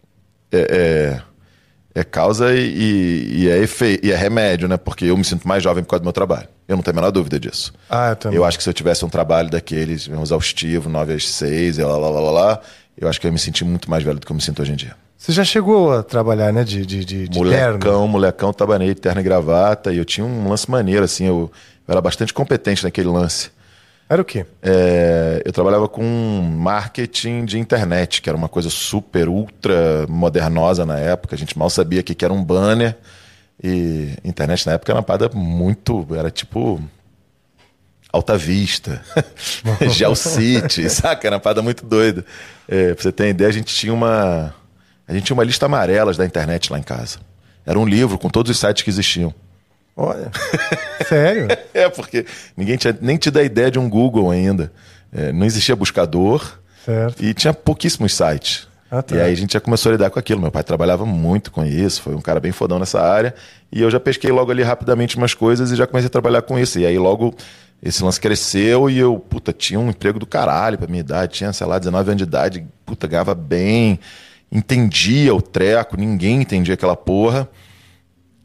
[SPEAKER 3] é causa e é remédio, né? Porque eu me sinto mais jovem por causa do meu trabalho. Eu não tenho a menor dúvida disso.
[SPEAKER 1] Eu também.
[SPEAKER 3] Eu acho que se eu tivesse um trabalho daqueles, exaustivo, 9 às 6, eu acho que eu ia me sentir muito mais velho do que eu me sinto hoje em dia.
[SPEAKER 1] Você já chegou a trabalhar, né? De
[SPEAKER 3] molecão, trabalhei de terno e gravata, e eu tinha um lance maneiro, assim, eu era bastante competente naquele lance.
[SPEAKER 1] Era o quê?
[SPEAKER 3] Eu trabalhava com marketing de internet, que era uma coisa super, ultra modernosa na época. A gente mal sabia o que era um banner. E internet na época era uma parada muito... Era tipo... Alta Vista. Geocity, saca? Era uma parada muito doida. Pra você ter ideia, a gente tinha uma lista amarelas da internet lá em casa. Era um livro com todos os sites que existiam.
[SPEAKER 1] Olha, sério?
[SPEAKER 3] Porque ninguém tinha nem tido a ideia de um Google ainda. Não existia buscador.
[SPEAKER 1] Certo.
[SPEAKER 3] E tinha pouquíssimos sites.
[SPEAKER 1] Tá.
[SPEAKER 3] E aí a gente já começou a lidar com aquilo. Meu pai trabalhava muito com isso, foi um cara bem fodão nessa área. E eu já pesquei logo ali rapidamente umas coisas e já comecei a trabalhar com isso. E aí logo esse lance cresceu e eu, tinha um emprego do caralho pra minha idade. Tinha, 19 anos de idade, ganhava bem, entendia o treco, ninguém entendia aquela porra.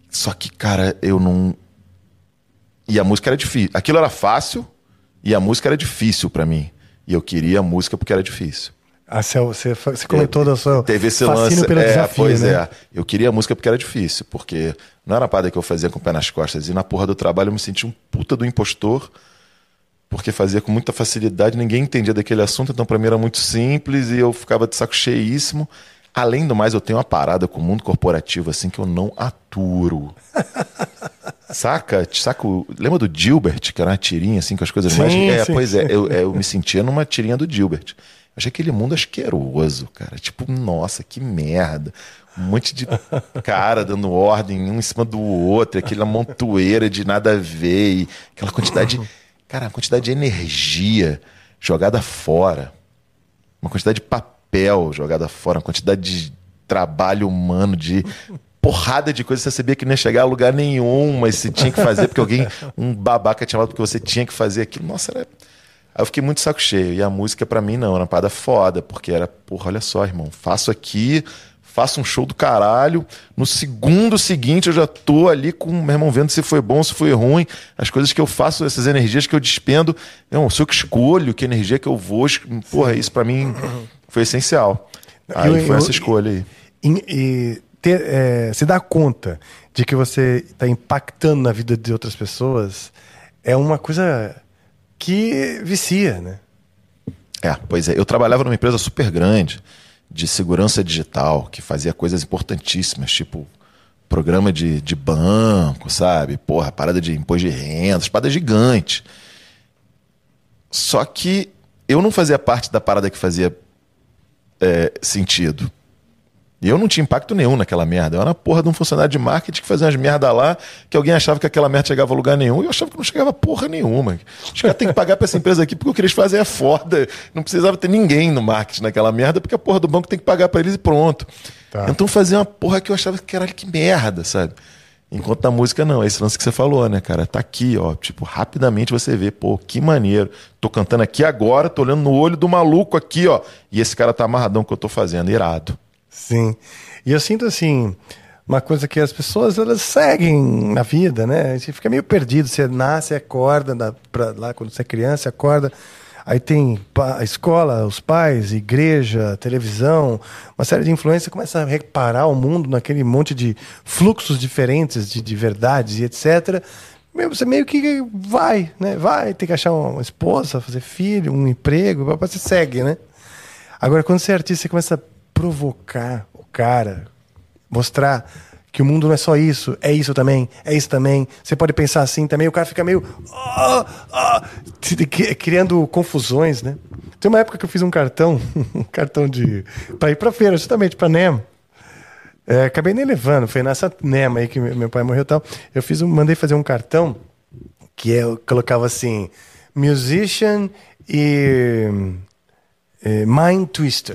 [SPEAKER 3] Só que, cara, eu não... E a música era difícil. Aquilo era fácil e a música era difícil pra mim. E eu queria a música porque era difícil.
[SPEAKER 1] Você comentou da sua
[SPEAKER 3] Teve esse
[SPEAKER 1] fascínio
[SPEAKER 3] lance.
[SPEAKER 1] pelo desafio,
[SPEAKER 3] pois
[SPEAKER 1] né?
[SPEAKER 3] é. Eu queria a música porque era difícil. Porque não era uma parada que eu fazia com o pé nas costas. E na porra do trabalho eu me sentia um puta do impostor. Porque fazia com muita facilidade. Ninguém entendia daquele assunto. Então pra mim era muito simples. E eu ficava de saco cheíssimo. Além do mais, eu tenho uma parada com o mundo corporativo assim que eu não aturo. Saca? Lembra do Gilbert, que era uma tirinha assim com as coisas
[SPEAKER 1] Sim,
[SPEAKER 3] mais...
[SPEAKER 1] sim,
[SPEAKER 3] pois
[SPEAKER 1] sim.
[SPEAKER 3] é, eu me sentia numa tirinha do Gilbert. Eu achei aquele mundo asqueroso, cara. Tipo, nossa, que merda. Um monte de cara dando ordem um em cima do outro, aquela montoeira de nada a ver, e aquela quantidade... Cara, uma quantidade de energia jogada fora. Uma quantidade de papel jogada fora, uma quantidade de trabalho humano, de porrada de coisas que você sabia que não ia chegar a lugar nenhum, mas você tinha que fazer porque um babaca tinha falado porque você tinha que fazer aquilo. Nossa, era... Aí eu fiquei muito saco cheio. E a música pra mim não, era uma parada foda, porque era, porra, olha só, irmão, faço aqui, faço um show do caralho, no segundo seguinte eu já tô ali com o meu irmão vendo se foi bom, se foi ruim, as coisas que eu faço, essas energias que eu despendo, não, sou eu que escolho que energia que eu vou, porra, isso pra mim foi essencial. Aí foi essa escolha aí.
[SPEAKER 1] Se dar conta de que você está impactando na vida de outras pessoas é uma coisa que vicia, né?
[SPEAKER 3] Pois é. Eu trabalhava numa empresa super grande de segurança digital que fazia coisas importantíssimas, tipo programa de banco, sabe? Porra, parada de imposto de renda, parada gigante. Só que eu não fazia parte da parada que fazia sentido. E eu não tinha impacto nenhum naquela merda. Eu era uma porra de um funcionário de marketing que fazia umas merda lá, que alguém achava que aquela merda chegava a lugar nenhum, e eu achava que não chegava porra nenhuma. Os caras têm que pagar pra essa empresa aqui porque o que eles fazem é foda. Não precisava ter ninguém no marketing naquela merda, porque a porra do banco tem que pagar pra eles e pronto. Tá. Então fazia uma porra que eu achava que, caralho, que merda, sabe? Enquanto na música não, é esse lance que você falou, né, cara? Tá aqui, ó, tipo, rapidamente você vê, pô, que maneiro. Tô cantando aqui agora, tô olhando no olho do maluco aqui, ó, e esse cara tá amarradão que eu tô fazendo, irado.
[SPEAKER 1] Sim. E eu sinto assim, uma coisa que as pessoas elas seguem na vida, né? Você fica meio perdido, você nasce, acorda, lá quando você é criança, acorda, aí tem a escola, os pais, igreja, televisão, uma série de influências, começa a reparar o mundo naquele monte de fluxos diferentes de verdades e etc. Você meio que vai, né? Vai ter que achar uma esposa, fazer filho, um emprego, você segue, né? Agora, quando você é artista, você começa a provocar o cara, mostrar que o mundo não é só isso, é isso também, é isso também. Você pode pensar assim também, o cara fica meio criando confusões, né? Tem uma época que eu fiz um cartão para ir para feira, justamente para NEM. Acabei nem levando, foi nessa NEM aí que meu pai morreu e tal. Eu mandei fazer um cartão que eu colocava assim, musician e mind twister.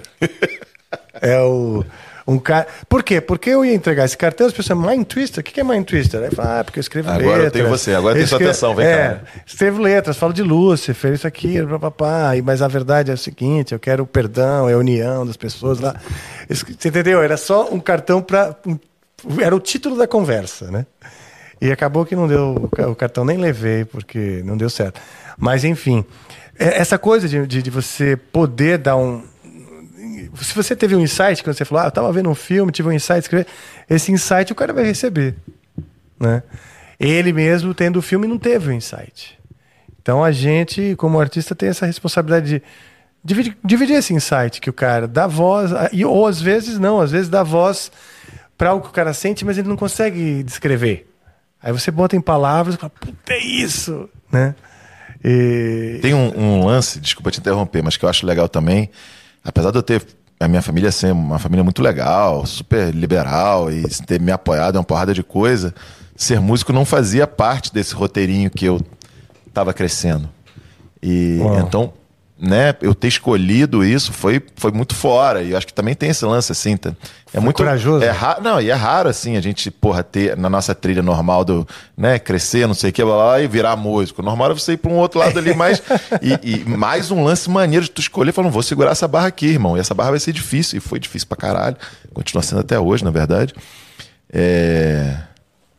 [SPEAKER 1] Um cara... Por quê? Porque eu ia entregar esse cartão, as pessoas, Mind Twister? O que é Mind Twister? Aí fala, porque eu escrevo letras.
[SPEAKER 3] Agora eu tenho você, agora tem sua atenção, vem cá.
[SPEAKER 1] Escrevo letras, falo de Lúcifer, isso aqui, papapá, mas a verdade é o seguinte, eu quero o perdão, é a união das pessoas lá. Você entendeu? Era só um cartão para... Era o título da conversa, né? E acabou que não deu... O cartão nem levei, porque não deu certo. Mas, enfim, essa coisa de você poder dar um... Se você teve um insight, quando você falou, eu estava vendo um filme, tive um insight, escrever, esse insight o cara vai receber, né? Ele mesmo, tendo o filme, não teve o insight. Então a gente, como artista, tem essa responsabilidade de dividir esse insight que o cara dá voz, ou às vezes não, às vezes dá voz para algo que o cara sente, mas ele não consegue descrever. Aí você bota em palavras e fala, puta, é isso, né?
[SPEAKER 3] Tem um lance, desculpa te interromper, mas que eu acho legal também, apesar de eu ter a minha família ser uma família muito legal, super liberal e ter me apoiado em uma porrada de coisa, ser músico não fazia parte desse roteirinho que eu estava crescendo. E então, né, eu ter escolhido isso foi muito fora. E eu acho que também tem esse lance, assim, é muito
[SPEAKER 1] corajoso.
[SPEAKER 3] Não, e é raro, assim, a gente, ter na nossa trilha normal do, né, crescer, não sei o que, lá, e virar músico. Normal é você ir para um outro lado ali, mais e mais um lance maneiro de tu escolher, falando, vou segurar essa barra aqui, irmão. E essa barra vai ser difícil, e foi difícil pra caralho. Continua sendo até hoje, na verdade.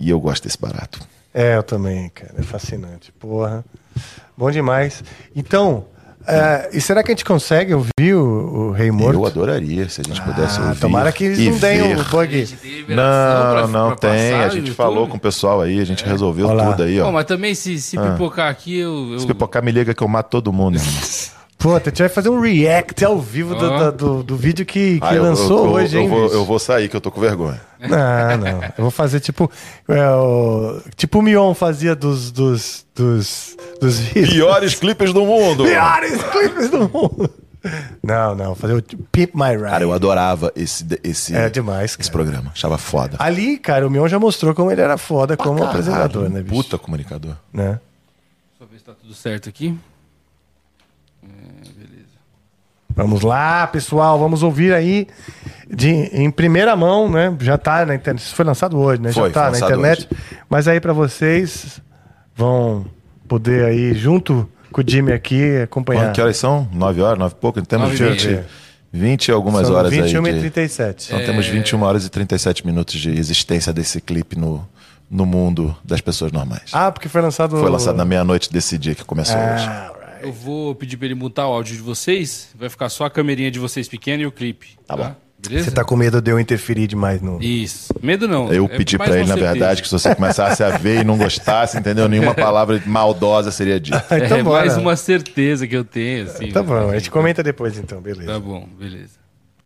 [SPEAKER 3] E eu gosto desse barato.
[SPEAKER 1] É, eu também, cara. É fascinante. Porra. Bom demais. Então, e será que a gente consegue ouvir o Rei Morto?
[SPEAKER 3] Eu adoraria se a gente pudesse ouvir.
[SPEAKER 1] Tomara que eles não deem o bug.
[SPEAKER 3] Não tem. A gente falou com o pessoal aí, a gente resolveu tudo aí, ó.
[SPEAKER 2] Bom, mas também se pipocar aqui, eu...
[SPEAKER 3] Se pipocar, me liga que eu mato todo mundo, irmão.
[SPEAKER 1] Pô, a gente vai fazer um react ao vivo do vídeo que lançou hoje, hein?
[SPEAKER 3] Eu vou sair, que eu tô com vergonha.
[SPEAKER 1] Não. Eu vou fazer tipo o Mion fazia dos vídeos.
[SPEAKER 3] Piores clipes do mundo.
[SPEAKER 1] Piores clipes do mundo. Não. Fazer o Pimp My Ride.
[SPEAKER 3] Cara, eu adorava esse
[SPEAKER 1] demais, cara.
[SPEAKER 3] esse programa. Achava foda.
[SPEAKER 1] Ali, cara, o Mion já mostrou como ele era foda como apresentador, né, bicho?
[SPEAKER 3] Puta comunicador.
[SPEAKER 1] Né?
[SPEAKER 2] Só ver se tá tudo certo aqui. Beleza.
[SPEAKER 1] Vamos lá, pessoal, vamos ouvir aí em primeira mão, né? Já tá na internet. Isso foi lançado hoje, né? Já tá na internet. Hoje. Mas aí pra vocês vão poder aí, junto com o Jimmy aqui, acompanhar.
[SPEAKER 3] Que horas são? 9 horas, 9 e pouco? Temos 20 e algumas
[SPEAKER 1] são
[SPEAKER 3] horas
[SPEAKER 1] 21
[SPEAKER 3] aí.
[SPEAKER 1] 21 e 37.
[SPEAKER 3] Então temos 21 horas e 37 minutos de existência desse clipe no mundo das pessoas normais.
[SPEAKER 1] Porque foi lançado...
[SPEAKER 3] Foi lançado na meia-noite desse dia que começou hoje.
[SPEAKER 2] Eu vou pedir pra ele mutar o áudio de vocês. Vai ficar só a câmerinha de vocês pequena e o clipe.
[SPEAKER 3] Tá bom.
[SPEAKER 2] Beleza?
[SPEAKER 1] Você tá com medo de eu interferir demais no...
[SPEAKER 2] Isso. Medo não.
[SPEAKER 3] Eu pedi pra ele, na verdade, que se você começasse a ver e não gostasse, entendeu? Nenhuma palavra maldosa seria dita.
[SPEAKER 1] Então bora.
[SPEAKER 2] Mais uma certeza que eu tenho, assim.
[SPEAKER 1] Tá bom, a gente comenta depois então, beleza.
[SPEAKER 2] Tá bom, beleza.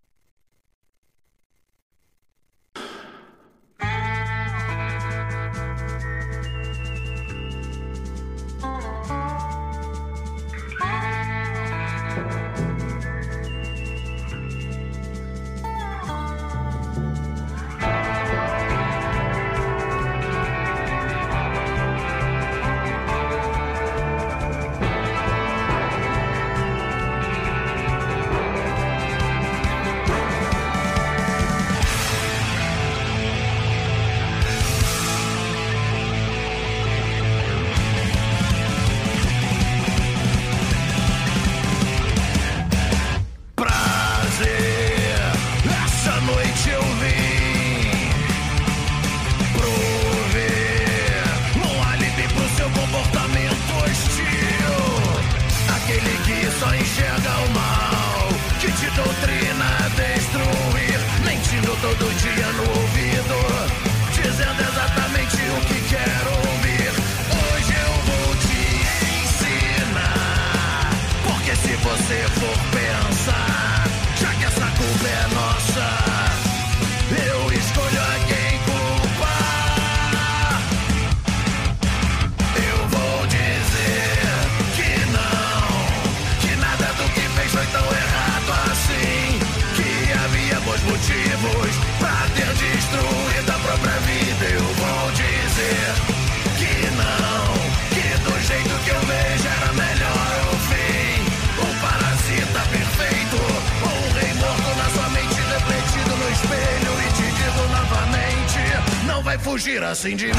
[SPEAKER 4] Fugir assim de mim.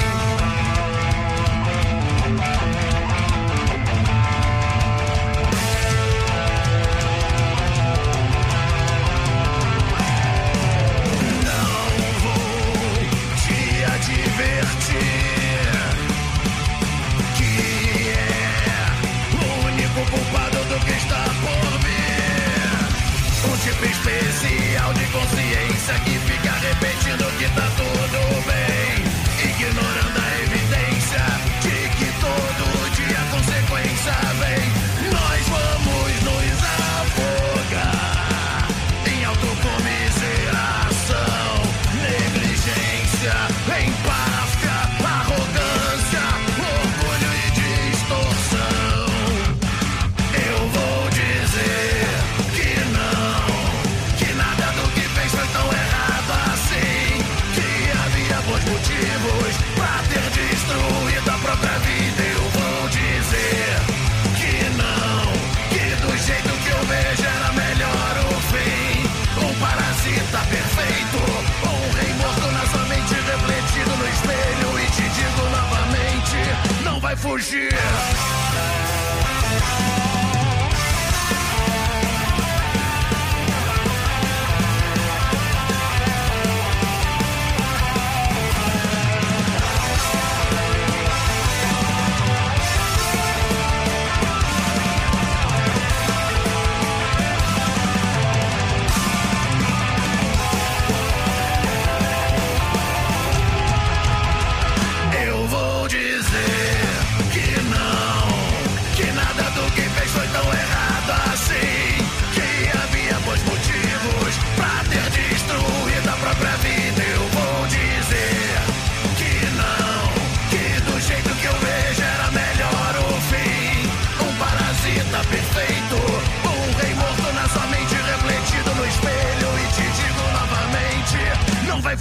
[SPEAKER 4] Especial de consciência que fica repetindo que tá tudo bem, ignorando a evidência de que todo dia a consequência vem. Nós vamos nos afogar em autocomiseração, negligência, empáfia, arrogância, orgulho e distorção. Eu vou dizer que não, que nada do que fez foi tão errado assim, que havia bons motivos pra ter destruído a própria vida. Eu vou dizer que não, que do jeito que eu vejo era melhor o fim. Um parasita perfeito, um rei morto na sua mente, refletido no espelho. E te digo novamente, não vai fugir.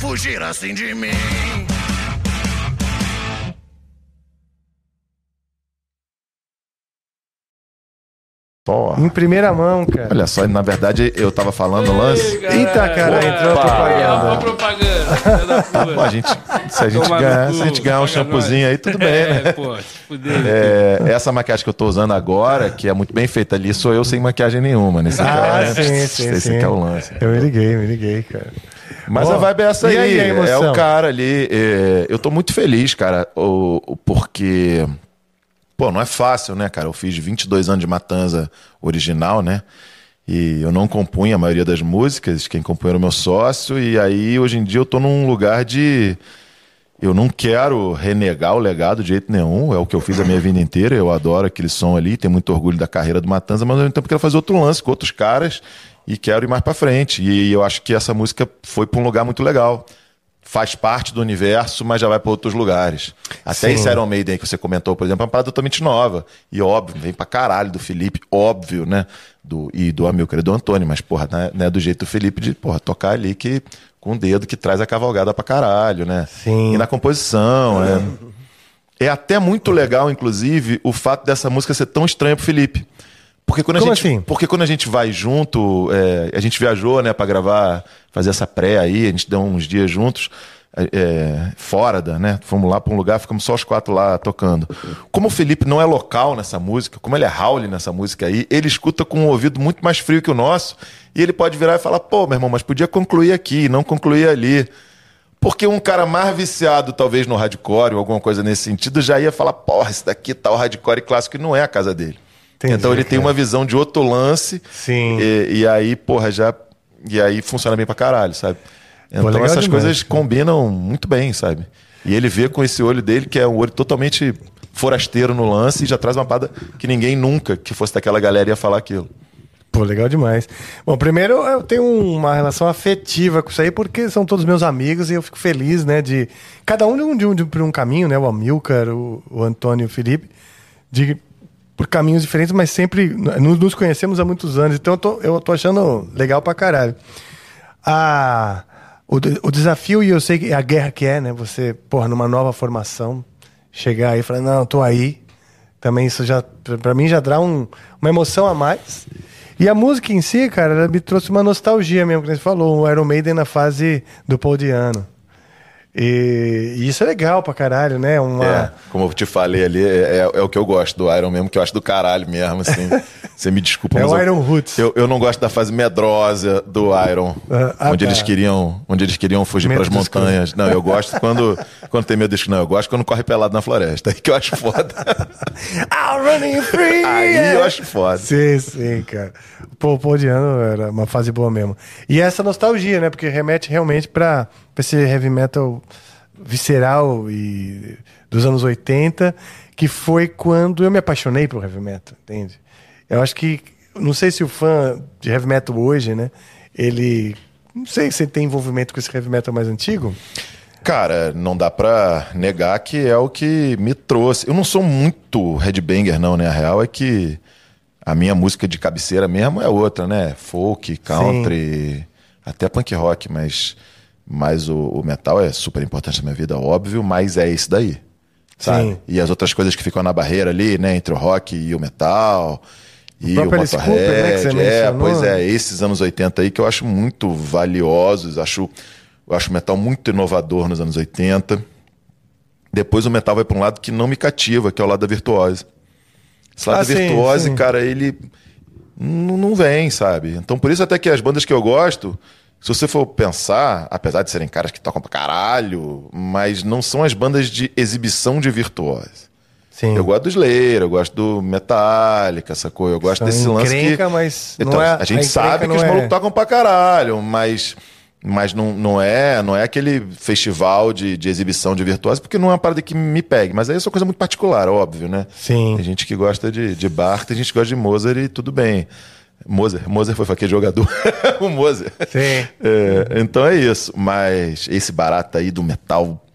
[SPEAKER 4] fugir assim de mim.
[SPEAKER 3] Porra.
[SPEAKER 1] Em primeira mão, cara.
[SPEAKER 3] Olha só, na verdade eu tava falando o lance.
[SPEAKER 1] Eita, cara, entrou a
[SPEAKER 2] Uma
[SPEAKER 1] propaganda.
[SPEAKER 2] propaganda.
[SPEAKER 3] Pô, se a gente ganhar um shampoozinho aí, tudo bem, né?
[SPEAKER 2] Pô, se fuder.
[SPEAKER 3] Essa maquiagem que eu tô usando agora, que é muito bem feita ali, sou eu sem maquiagem nenhuma. Nesse esse que é o lance.
[SPEAKER 1] Eu me liguei, cara.
[SPEAKER 3] Mas a vibe é essa
[SPEAKER 1] e
[SPEAKER 3] aí,
[SPEAKER 1] aí, a emoção?
[SPEAKER 3] é o cara ali. Eu tô muito feliz, cara, porque... Pô, não é fácil, né, cara? Eu fiz 22 anos de Matanza original, né? E eu não compunha a maioria das músicas, quem compunha era o meu sócio, e aí hoje em dia eu tô num lugar de... Eu não quero renegar o legado de jeito nenhum, é o que eu fiz a minha vida inteira, eu adoro aquele som ali, tenho muito orgulho da carreira do Matanza, mas ao mesmo tempo quero fazer outro lance com outros caras e quero ir mais pra frente. E eu acho que essa música foi pra um lugar muito legal. Faz parte do universo, mas já vai para outros lugares. Até esse Iron Maiden que você comentou, por exemplo, é uma parada totalmente nova. E óbvio, vem pra caralho do Felipe, óbvio, né? E do Amilcar e do Antônio, mas, porra, não é do jeito do Felipe de, porra, tocar ali com o dedo que traz a cavalgada pra caralho, né?
[SPEAKER 1] Sim.
[SPEAKER 3] E na composição, é até muito legal, inclusive, o fato dessa música ser tão estranha pro Felipe. Porque quando a gente vai junto, a gente viajou, né, pra gravar, fazer essa pré aí, a gente deu uns dias juntos, fora né? Fomos lá pra um lugar, ficamos só os 4 lá tocando. Como o Felipe não é local nessa música, como ele é Howley nessa música aí, ele escuta com um ouvido muito mais frio que o nosso, e ele pode virar e falar, pô, meu irmão, mas podia concluir aqui, não concluir ali. Porque um cara mais viciado, talvez, no hardcore ou alguma coisa nesse sentido, já ia falar, porra, esse daqui tá o hardcore clássico, que não é a casa dele. Entendi, então ele tem uma visão de outro lance.
[SPEAKER 1] Sim.
[SPEAKER 3] E aí, porra, e aí funciona bem pra caralho, sabe? Então
[SPEAKER 1] legal
[SPEAKER 3] essas
[SPEAKER 1] demais,
[SPEAKER 3] coisas combinam muito bem, sabe? E ele vê com esse olho dele, que é um olho totalmente forasteiro no lance, e já traz uma parada que ninguém nunca, que fosse daquela galera, ia falar aquilo.
[SPEAKER 1] Pô, legal demais. Bom, primeiro eu tenho uma relação afetiva com isso aí, porque são todos meus amigos e eu fico feliz, né, de... Cada um de um caminho, né, o Amilcar, o Antônio e o Felipe, por caminhos diferentes, mas sempre nos conhecemos há muitos anos, então eu tô achando legal pra caralho. O desafio, e eu sei que é a guerra que é, né? Você, porra, numa nova formação, chegar aí e falar, não, tô aí. Também isso já, pra mim, já dá uma emoção a mais. E a música em si, cara, ela me trouxe uma nostalgia mesmo, como você falou, o Iron Maiden na fase do Paul Di'Anno. E isso é legal pra caralho, né?
[SPEAKER 3] Como eu te falei ali, é o que eu gosto do Iron mesmo, que eu acho do caralho mesmo, assim. Você me desculpa, mas
[SPEAKER 1] o Iron Roots.
[SPEAKER 3] Eu não gosto da fase medrosa do Iron, onde eles queriam fugir para as montanhas. Não, eu gosto quando tem medo disso. Não, eu gosto quando corre pelado na floresta. Aí que eu acho foda.
[SPEAKER 1] I'm running free!
[SPEAKER 3] Aí eu acho foda.
[SPEAKER 1] Sim, cara. Pô, o Paul Di'Anno era uma fase boa mesmo. E essa nostalgia, né? Porque remete realmente pra esse heavy metal visceral e dos anos 80, que foi quando eu me apaixonei por heavy metal, entende? Eu acho que, não sei se o fã de heavy metal hoje, né, não sei se ele tem envolvimento com esse heavy metal mais antigo.
[SPEAKER 3] Cara, não dá pra negar que é o que me trouxe. Eu não sou muito headbanger, não, né? A real é que a minha música de cabeceira mesmo é outra, né? Folk, country, sim, até punk rock, mas o metal é super importante na minha vida, óbvio, mas é esse daí, sabe? Sim. E as outras coisas que ficam na barreira ali, né? Entre o rock e o metal, e o Motorhead, né, pois é, esses anos 80 aí que eu acho muito valiosos, eu acho o metal muito inovador nos anos 80. Depois o metal vai para um lado que não me cativa, que é o lado da virtuose. Esse lado da virtuose, sim, cara, ele não vem, sabe? Então por isso até que as bandas que eu gosto, se você for pensar, apesar de serem caras que tocam pra caralho, mas não são as bandas de exibição de virtuose. Sim. Eu gosto do Slayer, eu gosto do Metallica, sacou? Eu gosto desse lance que...
[SPEAKER 1] Mas
[SPEAKER 3] então, a gente sabe que os malucos tocam pra caralho, mas não é aquele festival de exibição de virtuose, porque não é uma parada que me pegue. Mas aí é uma coisa muito particular, óbvio, né?
[SPEAKER 1] Sim.
[SPEAKER 3] Tem gente que gosta de Bach, tem gente que gosta de Mozart e tudo bem. Mozart foi aquele jogador. O Mozart.
[SPEAKER 1] Sim.
[SPEAKER 3] Então é isso. Mas esse barato aí do metal,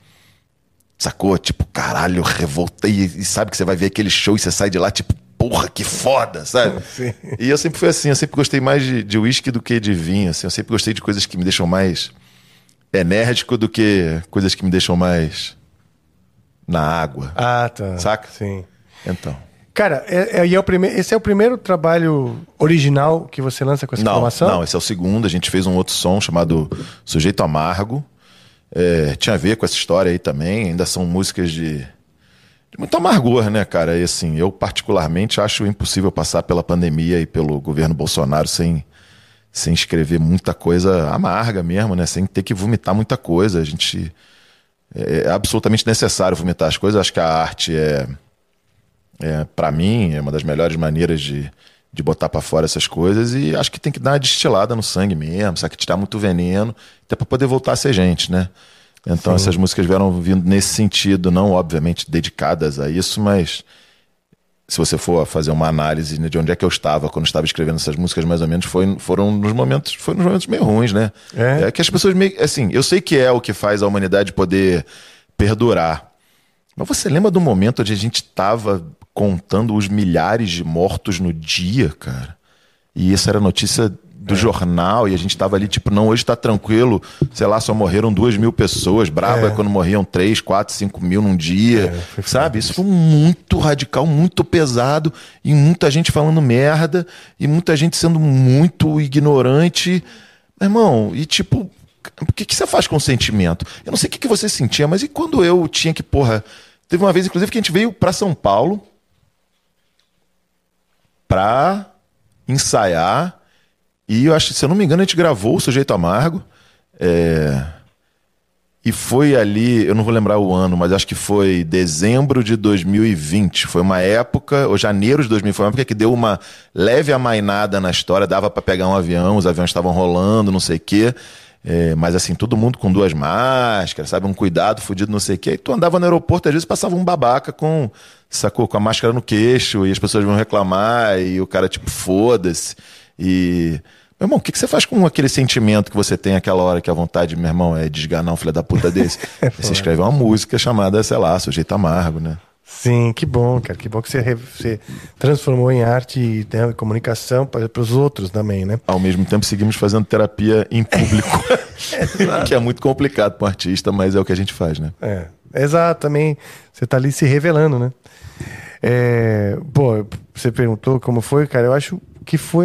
[SPEAKER 3] sacou? Tipo, caralho, revoltei. E sabe que você vai ver aquele show e você sai de lá, tipo, porra, que foda, sabe?
[SPEAKER 1] Sim.
[SPEAKER 3] E eu sempre fui assim, eu sempre gostei mais de uísque do que de vinho, assim. Eu sempre gostei de coisas que me deixam mais enérgico do que coisas que me deixam mais na água.
[SPEAKER 1] Ah, tá.
[SPEAKER 3] Saca?
[SPEAKER 1] Sim.
[SPEAKER 3] Então.
[SPEAKER 1] Cara, esse é o primeiro trabalho original que você lança com essa formação?
[SPEAKER 3] Não, esse é o segundo. A gente fez um outro som chamado Sujeito Amargo. Tinha a ver com essa história aí também. Ainda são músicas de muito amargor, né, cara? E assim, eu particularmente acho impossível passar pela pandemia e pelo governo Bolsonaro sem escrever muita coisa amarga mesmo, né? Sem ter que vomitar muita coisa. É absolutamente necessário vomitar as coisas. Acho que a arte para mim, é uma das melhores maneiras de botar pra fora essas coisas, e acho que tem que dar uma destilada no sangue mesmo, sabe? Tirar muito veneno, até pra poder voltar a ser gente, né? Então essas músicas vieram vindo nesse sentido, não obviamente dedicadas a isso, mas se você for fazer uma análise de onde é que eu estava quando estava escrevendo essas músicas, mais ou menos, foram nos momentos meio ruins, né? É que as pessoas meio, assim, eu sei que é o que faz a humanidade poder perdurar, mas você lembra do momento onde a gente estava contando os milhares de mortos no dia, cara? E essa era a notícia do jornal, e a gente tava ali, tipo, não, hoje tá tranquilo, sei lá, só morreram 2.000 pessoas, braba quando morriam 3, 4, 5 mil num dia, sabe? Isso foi muito radical, muito pesado, e muita gente falando merda, e muita gente sendo muito ignorante. Meu irmão, e tipo, o que você faz com o sentimento? Eu não sei o que você sentia, mas e quando eu tinha que, teve uma vez, inclusive, que a gente veio pra São Paulo pra ensaiar, e eu acho, se eu não me engano, a gente gravou o Sujeito Amargo, e foi ali, eu não vou lembrar o ano, mas acho que foi dezembro de 2020, foi uma época, ou janeiro de 2020, foi uma época que deu uma leve amainada na história, dava pra pegar um avião, os aviões estavam rolando, não sei o quê, mas assim, todo mundo com 2 máscaras, sabe, um cuidado fudido, não sei o quê, e tu andava no aeroporto, às vezes passava um babaca sacou, com a máscara no queixo, e as pessoas vão reclamar, e o cara tipo, foda-se, e... Meu irmão, o que você faz com aquele sentimento que você tem aquela hora que a vontade, meu irmão, é desganar um filho da puta desse? Você escreve uma música chamada, sei lá, Sujeito Amargo, né?
[SPEAKER 1] Sim, que bom, cara. Que bom que você transformou em arte e comunicação para os outros também, né?
[SPEAKER 3] Ao mesmo tempo, seguimos fazendo terapia em público, que é muito complicado para um artista, mas é o que a gente faz, né?
[SPEAKER 1] Exato, também. Você tá ali se revelando, né? Você perguntou como foi, cara. Eu acho que foi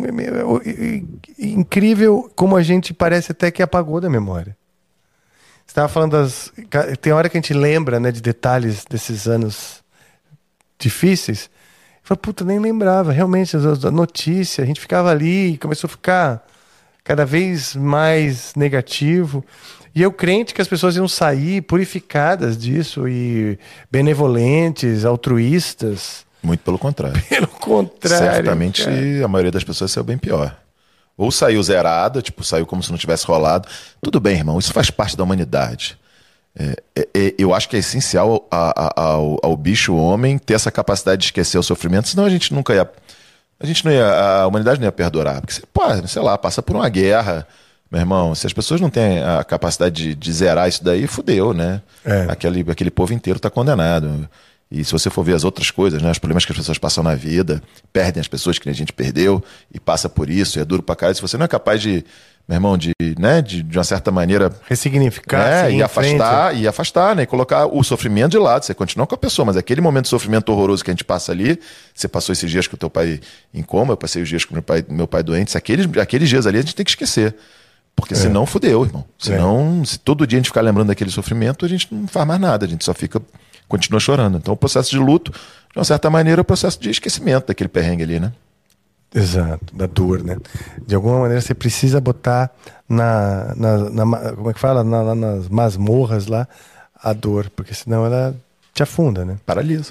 [SPEAKER 1] incrível como a gente parece até que apagou da memória. Você estava falando tem hora que a gente lembra, né, de detalhes desses anos difíceis. Eu falei, puta, nem lembrava. Realmente, a notícia, a gente ficava ali e começou a ficar cada vez mais negativo. E eu crente que as pessoas iam sair purificadas disso e benevolentes, altruístas.
[SPEAKER 3] Muito pelo contrário.
[SPEAKER 1] Pelo contrário.
[SPEAKER 3] Certamente a maioria das pessoas saiu bem pior. Ou saiu zerada, tipo, saiu como se não tivesse rolado. Tudo bem, irmão, isso faz parte da humanidade. Eu acho que é essencial ao bicho homem ter essa capacidade de esquecer o sofrimento, senão a gente nunca ia... A humanidade não ia perdurar. Porque você, sei lá, passa por uma guerra, meu irmão, se as pessoas não têm a capacidade de zerar isso daí, fudeu, né? Aquele povo inteiro tá condenado. E se você for ver as outras coisas, né, os problemas que as pessoas passam na vida, perdem as pessoas que a gente perdeu e passa por isso, e é duro pra caralho. Se você não é capaz de, meu irmão, de uma certa maneira...
[SPEAKER 1] ressignificar,
[SPEAKER 3] e afastar, né, e colocar o sofrimento de lado. Você continua com a pessoa, mas aquele momento de sofrimento horroroso que a gente passa ali, você passou esses dias com o teu pai em coma, eu passei os dias com meu pai doente, aqueles dias ali a gente tem que esquecer. Porque senão fudeu, irmão. Senão, se todo dia a gente ficar lembrando daquele sofrimento, a gente não faz mais nada, a gente só continua chorando. Então o processo de luto, de uma certa maneira, é o processo de esquecimento daquele perrengue ali, né?
[SPEAKER 1] Exato, da dor, né? De alguma maneira você precisa botar como é que fala? Nas masmorras lá, a dor, porque senão ela te afunda, né?
[SPEAKER 3] Paralisa.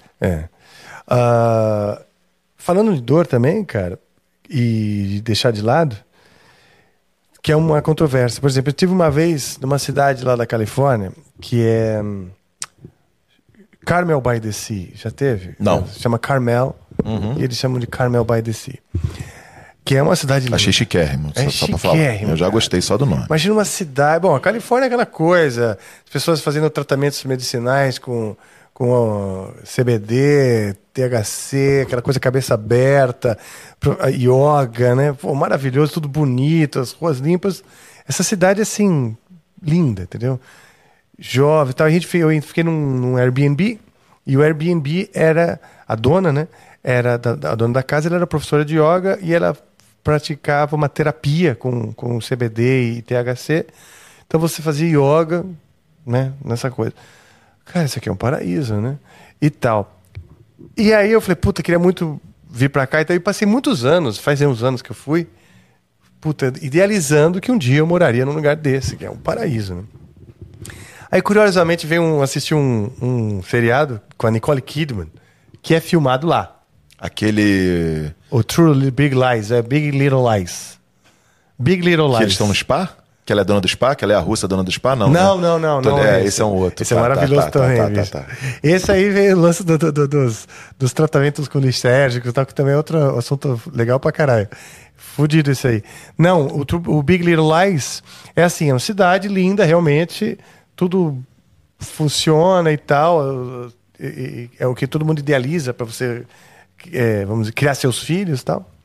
[SPEAKER 1] Falando de dor também, cara, e de deixar de lado, que é uma controvérsia. Por exemplo, eu tive uma vez numa cidade lá da Califórnia, que é Carmel by the Sea. Já teve?
[SPEAKER 3] Não.
[SPEAKER 1] Se chama Carmel, e eles chamam de Carmel by the Sea. Que é uma cidade linda.
[SPEAKER 3] Achei chiquérrimo.
[SPEAKER 1] Só
[SPEAKER 3] pra falar. Eu já gostei só do nome.
[SPEAKER 1] Imagina uma cidade... Bom, a Califórnia é aquela coisa. As pessoas fazendo tratamentos medicinais com CBD, THC, aquela coisa cabeça aberta, yoga, né? Pô, maravilhoso, tudo bonito, as ruas limpas. Essa cidade, assim, linda, entendeu? Jovem e tal. Eu fiquei num Airbnb, e o Airbnb era a dona, né? Era a dona da casa, ela era professora de yoga e ela praticava uma terapia com CBD e THC. Então você fazia yoga, né? Nessa coisa. Cara, isso aqui é um paraíso, né? E tal. E aí eu falei, puta, queria muito vir pra cá. Então eu passei muitos anos, faz uns anos que eu fui, puta, idealizando que um dia eu moraria num lugar desse, que é um paraíso, né? Aí, curiosamente, assistir um seriado com a Nicole Kidman, que é filmado lá.
[SPEAKER 3] Aquele...
[SPEAKER 1] O True Big Lies, Big Little Lies. Big Little Lies.
[SPEAKER 3] Que eles estão no spa? Que ela é dona do spa? Que ela é a russa dona do spa? Não,
[SPEAKER 1] Não,
[SPEAKER 3] né?
[SPEAKER 1] não.
[SPEAKER 3] Esse é um outro.
[SPEAKER 1] Esse é maravilhoso também.
[SPEAKER 3] Tá.
[SPEAKER 1] Esse aí veio o lance dos tratamentos com lisérgicos, tal, que também é outro assunto legal pra caralho. Fudido esse aí. Não, o Big Little Lies é assim, é uma cidade linda, realmente, tudo funciona e tal, é o que todo mundo idealiza pra você, vamos dizer, criar seus filhos e tal.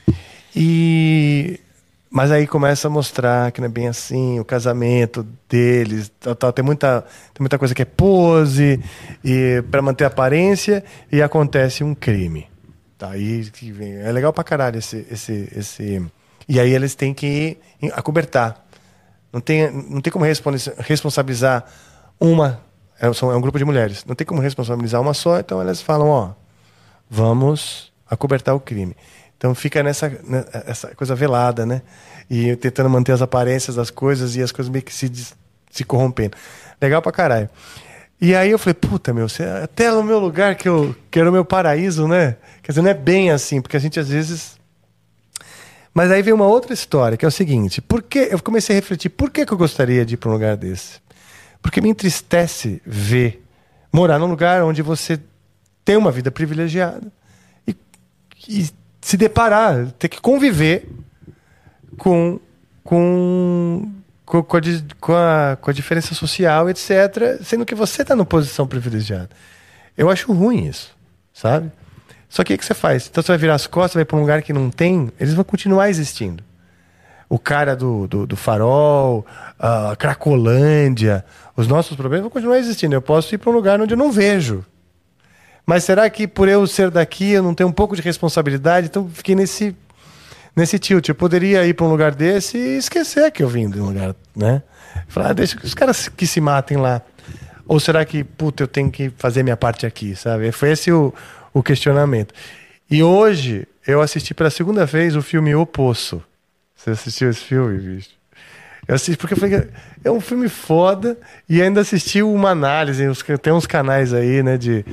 [SPEAKER 1] Mas aí começa a mostrar que não é bem assim, o casamento deles, tal. Tem muita coisa que é pose e para manter a aparência, e acontece um crime. Tá, aí é legal pra caralho esse. E aí eles têm que acobertar. Não tem como responsabilizar uma. É um grupo de mulheres. Não tem como responsabilizar uma só, então elas falam, ó, vamos acobertar o crime. Então fica essa coisa velada, né? E tentando manter as aparências das coisas e as coisas meio que se corrompendo. Legal pra caralho. E aí eu falei, puta, você até no meu lugar que era o meu paraíso, né? Quer dizer, não é bem assim, porque a gente às vezes... Mas aí veio uma outra história, que é o seguinte, eu comecei a refletir, por que eu gostaria de ir pra um lugar desse? Porque me entristece morar num lugar onde você tem uma vida privilegiada e se deparar, ter que conviver com a diferença social, etc., sendo que você está numa posição privilegiada. Eu acho ruim isso, sabe? Só que o que você faz? Então você vai virar as costas, vai para um lugar que não tem, eles vão continuar existindo. O cara do Farol, a Cracolândia, os nossos problemas vão continuar existindo. Eu posso ir para um lugar onde eu não vejo. Mas será que por eu ser daqui eu não tenho um pouco de responsabilidade? Então fiquei nesse tilt. Eu poderia ir para um lugar desse e esquecer que eu vim de um lugar, né? Falar, deixa os caras que se matem lá. Ou será que, puta, eu tenho que fazer minha parte aqui, sabe? Foi esse o questionamento. E hoje eu assisti pela segunda vez o filme O Poço. Você assistiu esse filme, bicho? Eu assisti porque eu falei, é um filme foda, e ainda assisti uma análise, tem uns canais aí, né, de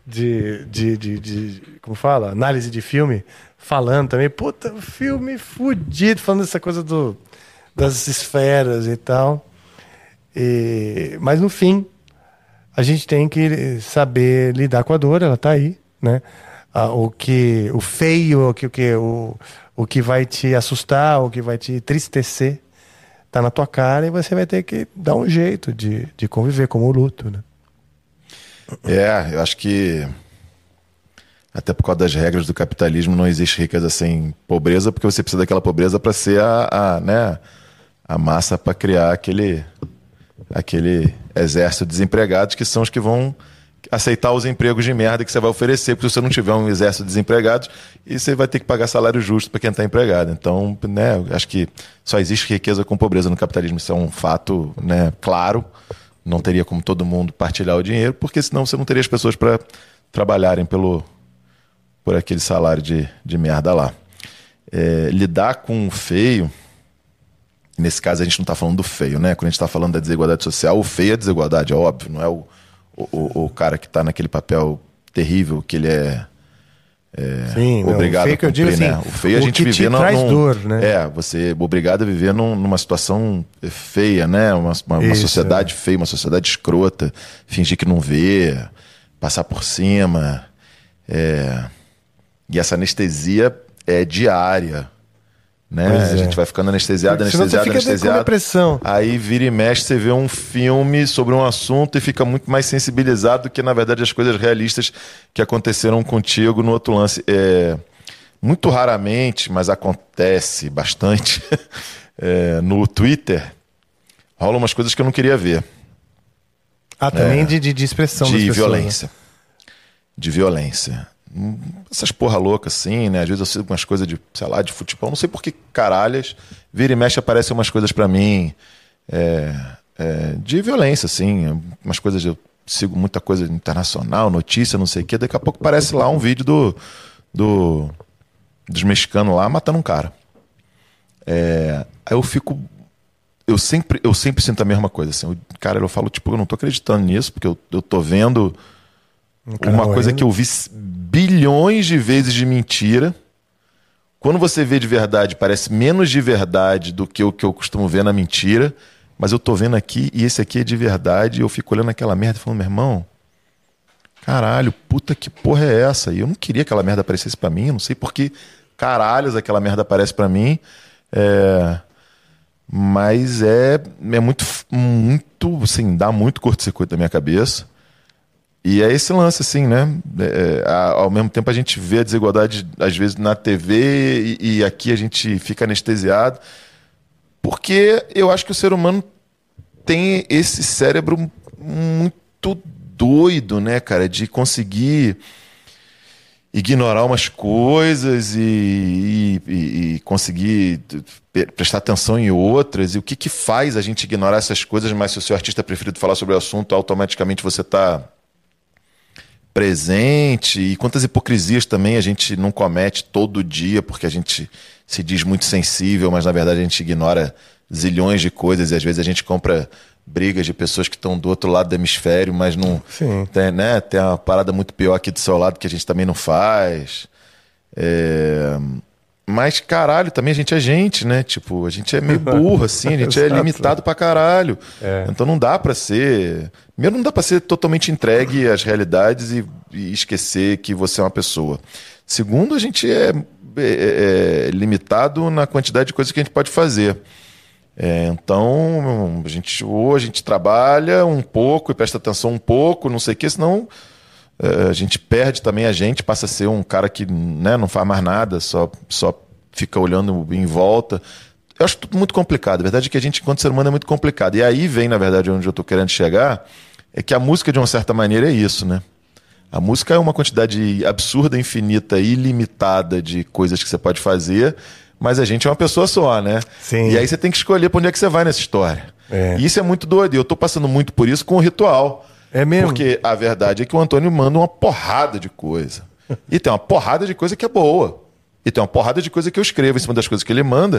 [SPEAKER 1] como fala? Análise de filme, falando também, puta, filme fudido, falando dessa coisa das esferas e tal. Mas no fim, a gente tem que saber lidar com a dor, ela tá aí, né? O feio, o que vai te assustar, o que vai te entristecer, tá na tua cara, e você vai ter que dar um jeito de conviver como o luto, né?
[SPEAKER 3] Eu acho que até por causa das regras do capitalismo não existe riqueza sem pobreza, porque você precisa daquela pobreza para ser a massa para criar aquele exército de desempregados, que são os que vão aceitar os empregos de merda que você vai oferecer, porque se você não tiver um exército de desempregados, e você vai ter que pagar salário justo para quem está empregado. Então, né, acho que só existe riqueza com pobreza no capitalismo. Isso é um fato, né, claro. Não teria como todo mundo partilhar o dinheiro, porque senão você não teria as pessoas para trabalharem por aquele salário de merda lá. Lidar com o feio, nesse caso a gente não está falando do feio, né? Quando a gente está falando da desigualdade social, o feio é desigualdade, é óbvio, não é o cara que está naquele papel terrível que ele
[SPEAKER 1] Sim,
[SPEAKER 3] obrigado
[SPEAKER 1] a cumprir,
[SPEAKER 3] assim, né? O feio a gente viver
[SPEAKER 1] traz dor, né?
[SPEAKER 3] Você é obrigado a viver numa situação feia, né? Uma sociedade feia, uma sociedade escrota, fingir que não vê, passar por cima. E essa anestesia é diária, né? A gente vai ficando anestesiado.
[SPEAKER 1] Com depressão.
[SPEAKER 3] Aí vira e mexe, você vê um filme sobre um assunto e fica muito mais sensibilizado do que, na verdade, as coisas realistas que aconteceram contigo no outro lance. Muito raramente, mas acontece bastante, no Twitter, rolam umas coisas que eu não queria ver.
[SPEAKER 1] Também de expressão das
[SPEAKER 3] De
[SPEAKER 1] pessoas,
[SPEAKER 3] violência. De violência. Essas porra louca assim, né? Às vezes eu sei umas coisas de, sei lá, de futebol. Não sei por que caralhas. Vira e mexe aparecem umas coisas pra mim. De violência, assim. Umas coisas, eu sigo muita coisa internacional, notícia, não sei o quê. Daqui a pouco aparece lá um vídeo dos mexicanos lá matando um cara. Aí eu fico... Eu sempre sinto a mesma coisa, assim. Cara, eu falo, tipo, eu não tô acreditando nisso, porque eu tô vendo uma coisa que eu vi bilhões de vezes de mentira. Quando você vê de verdade, parece menos de verdade do que o que eu costumo ver na mentira. Mas eu tô vendo aqui, e esse aqui é de verdade, e eu fico olhando aquela merda e falando, meu irmão, caralho, puta que porra é essa? E eu não queria que aquela merda aparecesse pra mim, eu não sei por que caralhos aquela merda aparece pra mim. Mas é muito, assim, dá muito curto-circuito na minha cabeça. E é esse lance, assim, né? Ao mesmo tempo a gente vê a desigualdade, às vezes, na TV e aqui a gente fica anestesiado. Porque eu acho que o ser humano tem esse cérebro muito doido, né, cara? De conseguir ignorar umas coisas e conseguir prestar atenção em outras. E o que faz a gente ignorar essas coisas, mas se o seu artista preferido falar sobre o assunto, automaticamente você está presente. E quantas hipocrisias também a gente não comete todo dia, porque a gente se diz muito sensível, mas na verdade a gente ignora zilhões de coisas e às vezes a gente compra brigas de pessoas que estão do outro lado do hemisfério, mas não tem, né? Tem uma parada muito pior aqui do seu lado que a gente também não faz. Mas caralho, também a gente é gente, né? Tipo, a gente é meio burro, assim, a gente é limitado pra caralho. Então não dá pra ser... Primeiro, não dá pra ser totalmente entregue às realidades e esquecer que você é uma pessoa. Segundo, a gente é limitado na quantidade de coisas que a gente pode fazer. Então, a gente trabalha um pouco e presta atenção um pouco, não sei o que, senão a gente perde também passa a ser um cara que, né, não faz mais nada, só fica olhando em volta. Eu acho tudo muito complicado. A verdade é que a gente, enquanto ser humano, é muito complicado. E aí vem, na verdade, onde eu estou querendo chegar, é que a música, de uma certa maneira, é isso, né? A música é uma quantidade absurda, infinita, ilimitada de coisas que você pode fazer, mas a gente é uma pessoa só, né?
[SPEAKER 1] Sim.
[SPEAKER 3] E aí você tem que escolher pra onde é que você vai nessa história. E isso é muito doido. E eu tô passando muito por isso com o Ritual.
[SPEAKER 1] É mesmo?
[SPEAKER 3] Porque a verdade é que o Antônio manda uma porrada de coisa. E tem uma porrada de coisa que é boa. E tem uma porrada de coisa que eu escrevo em cima das coisas que ele manda,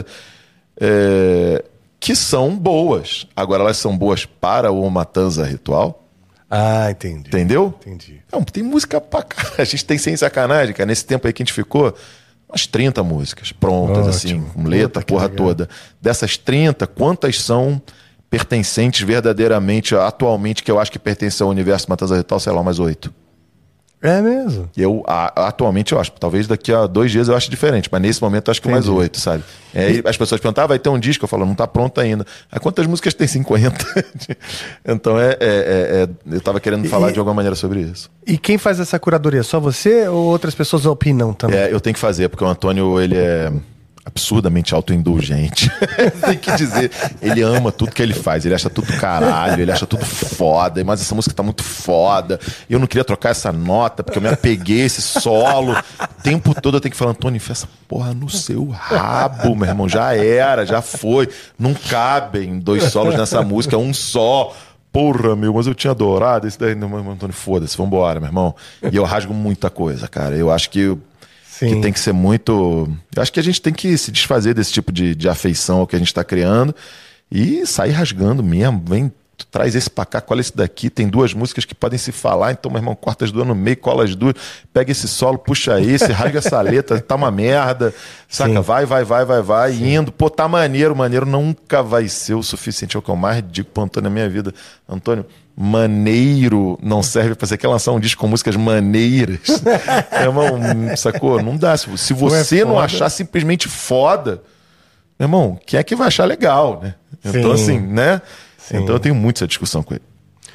[SPEAKER 3] que são boas. Agora, elas são boas para o Matanza Ritual.
[SPEAKER 1] Ah, entendi.
[SPEAKER 3] Entendeu?
[SPEAKER 1] Entendi.
[SPEAKER 3] Não, tem música pra caralho. A gente tem, sem sacanagem, cara. Nesse tempo aí que a gente ficou, umas 30 músicas prontas, assim, com letra, porra toda. Dessas 30, quantas são pertencentes verdadeiramente, atualmente, que eu acho que pertencem ao universo Matanza Ritual, sei lá, umas 8.
[SPEAKER 1] É mesmo?
[SPEAKER 3] Atualmente eu acho, talvez daqui a 2 dias eu acho diferente, mas nesse momento eu acho que mais 8, sabe? Aí as pessoas perguntam, vai ter um disco? Eu falo, não tá pronto ainda. Aí quantas músicas tem? 50? Então eu tava querendo falar de alguma maneira sobre isso.
[SPEAKER 1] E quem faz essa curadoria? Só você ou outras pessoas opinam também?
[SPEAKER 3] Eu tenho que fazer, porque o Antônio, ele é absurdamente autoindulgente. Tem que dizer, ele ama tudo que ele faz, ele acha tudo caralho, ele acha tudo foda, mas essa música tá muito foda, eu não queria trocar essa nota, porque eu me apeguei a esse solo, o tempo todo eu tenho que falar, Antônio, enfia essa porra no seu rabo, meu irmão, já era, já foi, não cabem 2 solos nessa música, é um só. Porra, meu, mas eu tinha adorado esse daí. Não, Antônio, foda-se, vambora, meu irmão. E eu rasgo muita coisa, cara, eu acho que tem que ser muito... Eu acho que a gente tem que se desfazer desse tipo de afeição ao que a gente tá criando e sair rasgando mesmo. Vem, traz esse pra cá, cola esse daqui. Tem 2 músicas que podem se falar, então, meu irmão, corta as 2 no meio, cola as 2, pega esse solo, puxa esse, rasga essa letra, tá uma merda, saca? Sim. Vai, indo. Pô, tá maneiro nunca vai ser o suficiente. É o que eu mais digo pro Antônio na minha vida. Antônio, maneiro não serve pra você quer lançar um disco com músicas maneiras. Meu irmão, sacou? Não dá. Se você não achar simplesmente foda, meu irmão, quem é que vai achar legal, né? Então, assim, né? Sim. Então eu tenho muito essa discussão com ele.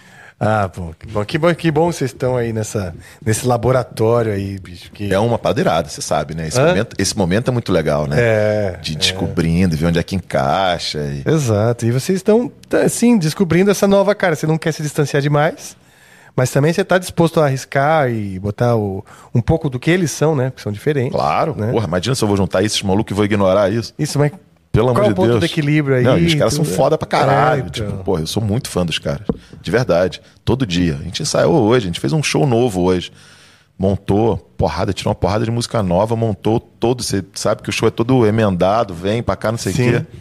[SPEAKER 1] Ah, pô, que bom vocês estão aí nesse laboratório aí, bicho.
[SPEAKER 3] É uma padeirada, você sabe, né? Esse momento é muito legal, né? De descobrindo, ver onde é que encaixa.
[SPEAKER 1] Exato. E vocês estão, assim, descobrindo essa nova cara. Você não quer se distanciar demais, mas também você está disposto a arriscar e botar um pouco do que eles são, né? Porque são diferentes.
[SPEAKER 3] Claro.
[SPEAKER 1] Né?
[SPEAKER 3] Porra, imagina se eu vou juntar esses malucos e vou ignorar isso.
[SPEAKER 1] Isso, mas
[SPEAKER 3] pelo amor
[SPEAKER 1] qual é
[SPEAKER 3] de
[SPEAKER 1] o ponto
[SPEAKER 3] Deus.
[SPEAKER 1] do equilíbrio aí?
[SPEAKER 3] Não, e os caras são
[SPEAKER 1] Tudo-
[SPEAKER 3] foda pra caralho.
[SPEAKER 1] então.
[SPEAKER 3] Tipo, porra, eu sou muito fã dos caras. De verdade. Todo dia. A gente ensaiou hoje, a gente fez um show novo hoje. Montou tirou uma porrada de música nova, montou todo. Você sabe que o show é todo emendado, vem pra cá, não sei o
[SPEAKER 1] Sim.
[SPEAKER 3] quê.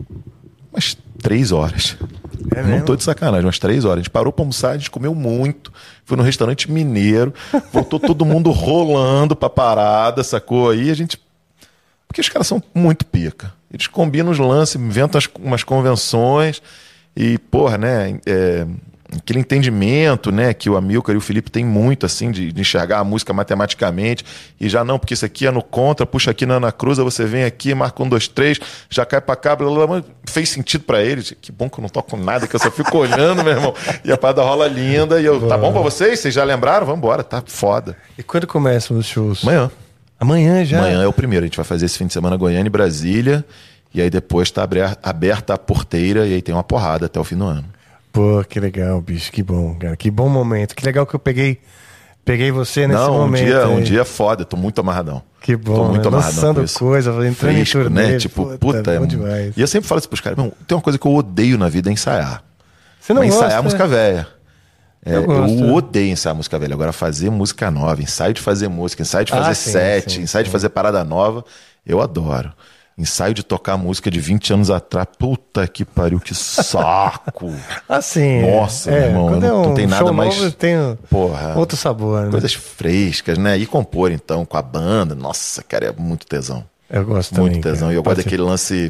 [SPEAKER 3] Umas 3 horas.
[SPEAKER 1] É
[SPEAKER 3] Não
[SPEAKER 1] mesmo?
[SPEAKER 3] tô de sacanagem, umas 3 horas. A gente parou pra almoçar, a gente comeu muito. Foi num restaurante mineiro. Voltou todo mundo rolando pra parada, sacou? Aí a gente. Porque os caras são muito pica. Eles combinam os lances, inventam umas convenções e, porra, né? Aquele entendimento, né? Que o Amilcar e o Felipe têm muito, assim, de enxergar a música matematicamente. E já não, porque isso aqui é no contra, puxa aqui na Ana Cruz, aí você vem aqui, marca 1, 2, 3, já cai pra cá, blá, blá, blá. Fez sentido pra eles. Que bom que eu não toco nada, que eu só fico olhando, meu irmão. E a parada rola linda. E eu, tá bom pra vocês? Vocês já lembraram? Vambora, tá foda.
[SPEAKER 1] E quando começam os shows?
[SPEAKER 3] Amanhã.
[SPEAKER 1] Amanhã já?
[SPEAKER 3] Amanhã é o primeiro. A gente vai fazer esse fim de semana Goiânia e Brasília. E aí depois tá aberta a porteira e aí tem uma porrada até o fim do ano.
[SPEAKER 1] Pô, que legal, bicho. Que bom, cara. Que bom momento. Que legal que eu peguei você nesse momento.
[SPEAKER 3] Um
[SPEAKER 1] aí.
[SPEAKER 3] dia foda. Tô muito amarradão.
[SPEAKER 1] Que bom,
[SPEAKER 3] Tô muito
[SPEAKER 1] né?
[SPEAKER 3] amarradão
[SPEAKER 1] Lançando
[SPEAKER 3] com isso.
[SPEAKER 1] coisa, entrando
[SPEAKER 3] Fresco,
[SPEAKER 1] em turnê.
[SPEAKER 3] né? Tipo, puta.
[SPEAKER 1] é bom demais.
[SPEAKER 3] E eu sempre falo isso pros caras. Tem uma coisa que eu odeio na vida, é ensaiar.
[SPEAKER 1] Você não
[SPEAKER 3] Mas
[SPEAKER 1] gosta?
[SPEAKER 3] ensaiar música velha.
[SPEAKER 1] Eu gosto.
[SPEAKER 3] Eu odeio ensaiar música velha. Agora, fazer música nova, ensaio de fazer música, ensaio de fazer
[SPEAKER 1] sim,
[SPEAKER 3] set,
[SPEAKER 1] sim,
[SPEAKER 3] ensaio de fazer parada nova, eu adoro. Ensaio de tocar música de 20 anos atrás. Puta que pariu, que saco.
[SPEAKER 1] Assim.
[SPEAKER 3] Nossa, meu irmão,
[SPEAKER 1] quando
[SPEAKER 3] não tem nada
[SPEAKER 1] show
[SPEAKER 3] mais-
[SPEAKER 1] novo, tem
[SPEAKER 3] Porra.
[SPEAKER 1] outro sabor, né?
[SPEAKER 3] Coisas frescas, né? E compor, então, com a banda. Nossa, cara, é muito tesão.
[SPEAKER 1] Eu gosto também.
[SPEAKER 3] Muito tesão.
[SPEAKER 1] cara.
[SPEAKER 3] E eu
[SPEAKER 1] Pode
[SPEAKER 3] gosto daquele lance.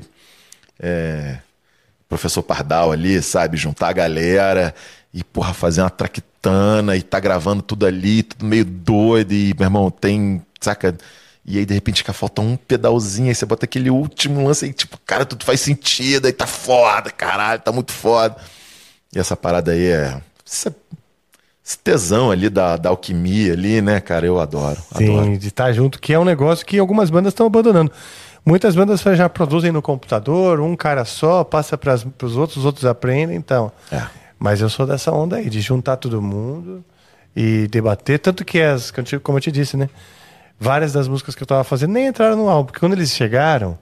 [SPEAKER 3] Professor Pardal ali, sabe? Juntar a galera e, porra, fazer uma traquitana e tá gravando tudo ali, tudo meio doido. E, meu irmão, tem. Saca? E aí, de repente, fica falta um pedalzinho, aí você bota aquele último lance aí, tipo, cara, tudo faz sentido, aí tá foda, caralho, tá muito foda. E essa parada aí esse tesão ali da alquimia ali, né, cara, eu adoro.
[SPEAKER 1] Sim,
[SPEAKER 3] Adoro.
[SPEAKER 1] de estar junto, que é um negócio que algumas bandas estão abandonando. Muitas bandas já produzem no computador, um cara só, passa para os outros aprendem, então.
[SPEAKER 3] É.
[SPEAKER 1] Mas eu sou dessa onda aí, de juntar todo mundo e debater, tanto que como eu te disse, né? Várias das músicas que eu tava fazendo nem entraram no álbum, porque quando eles chegaram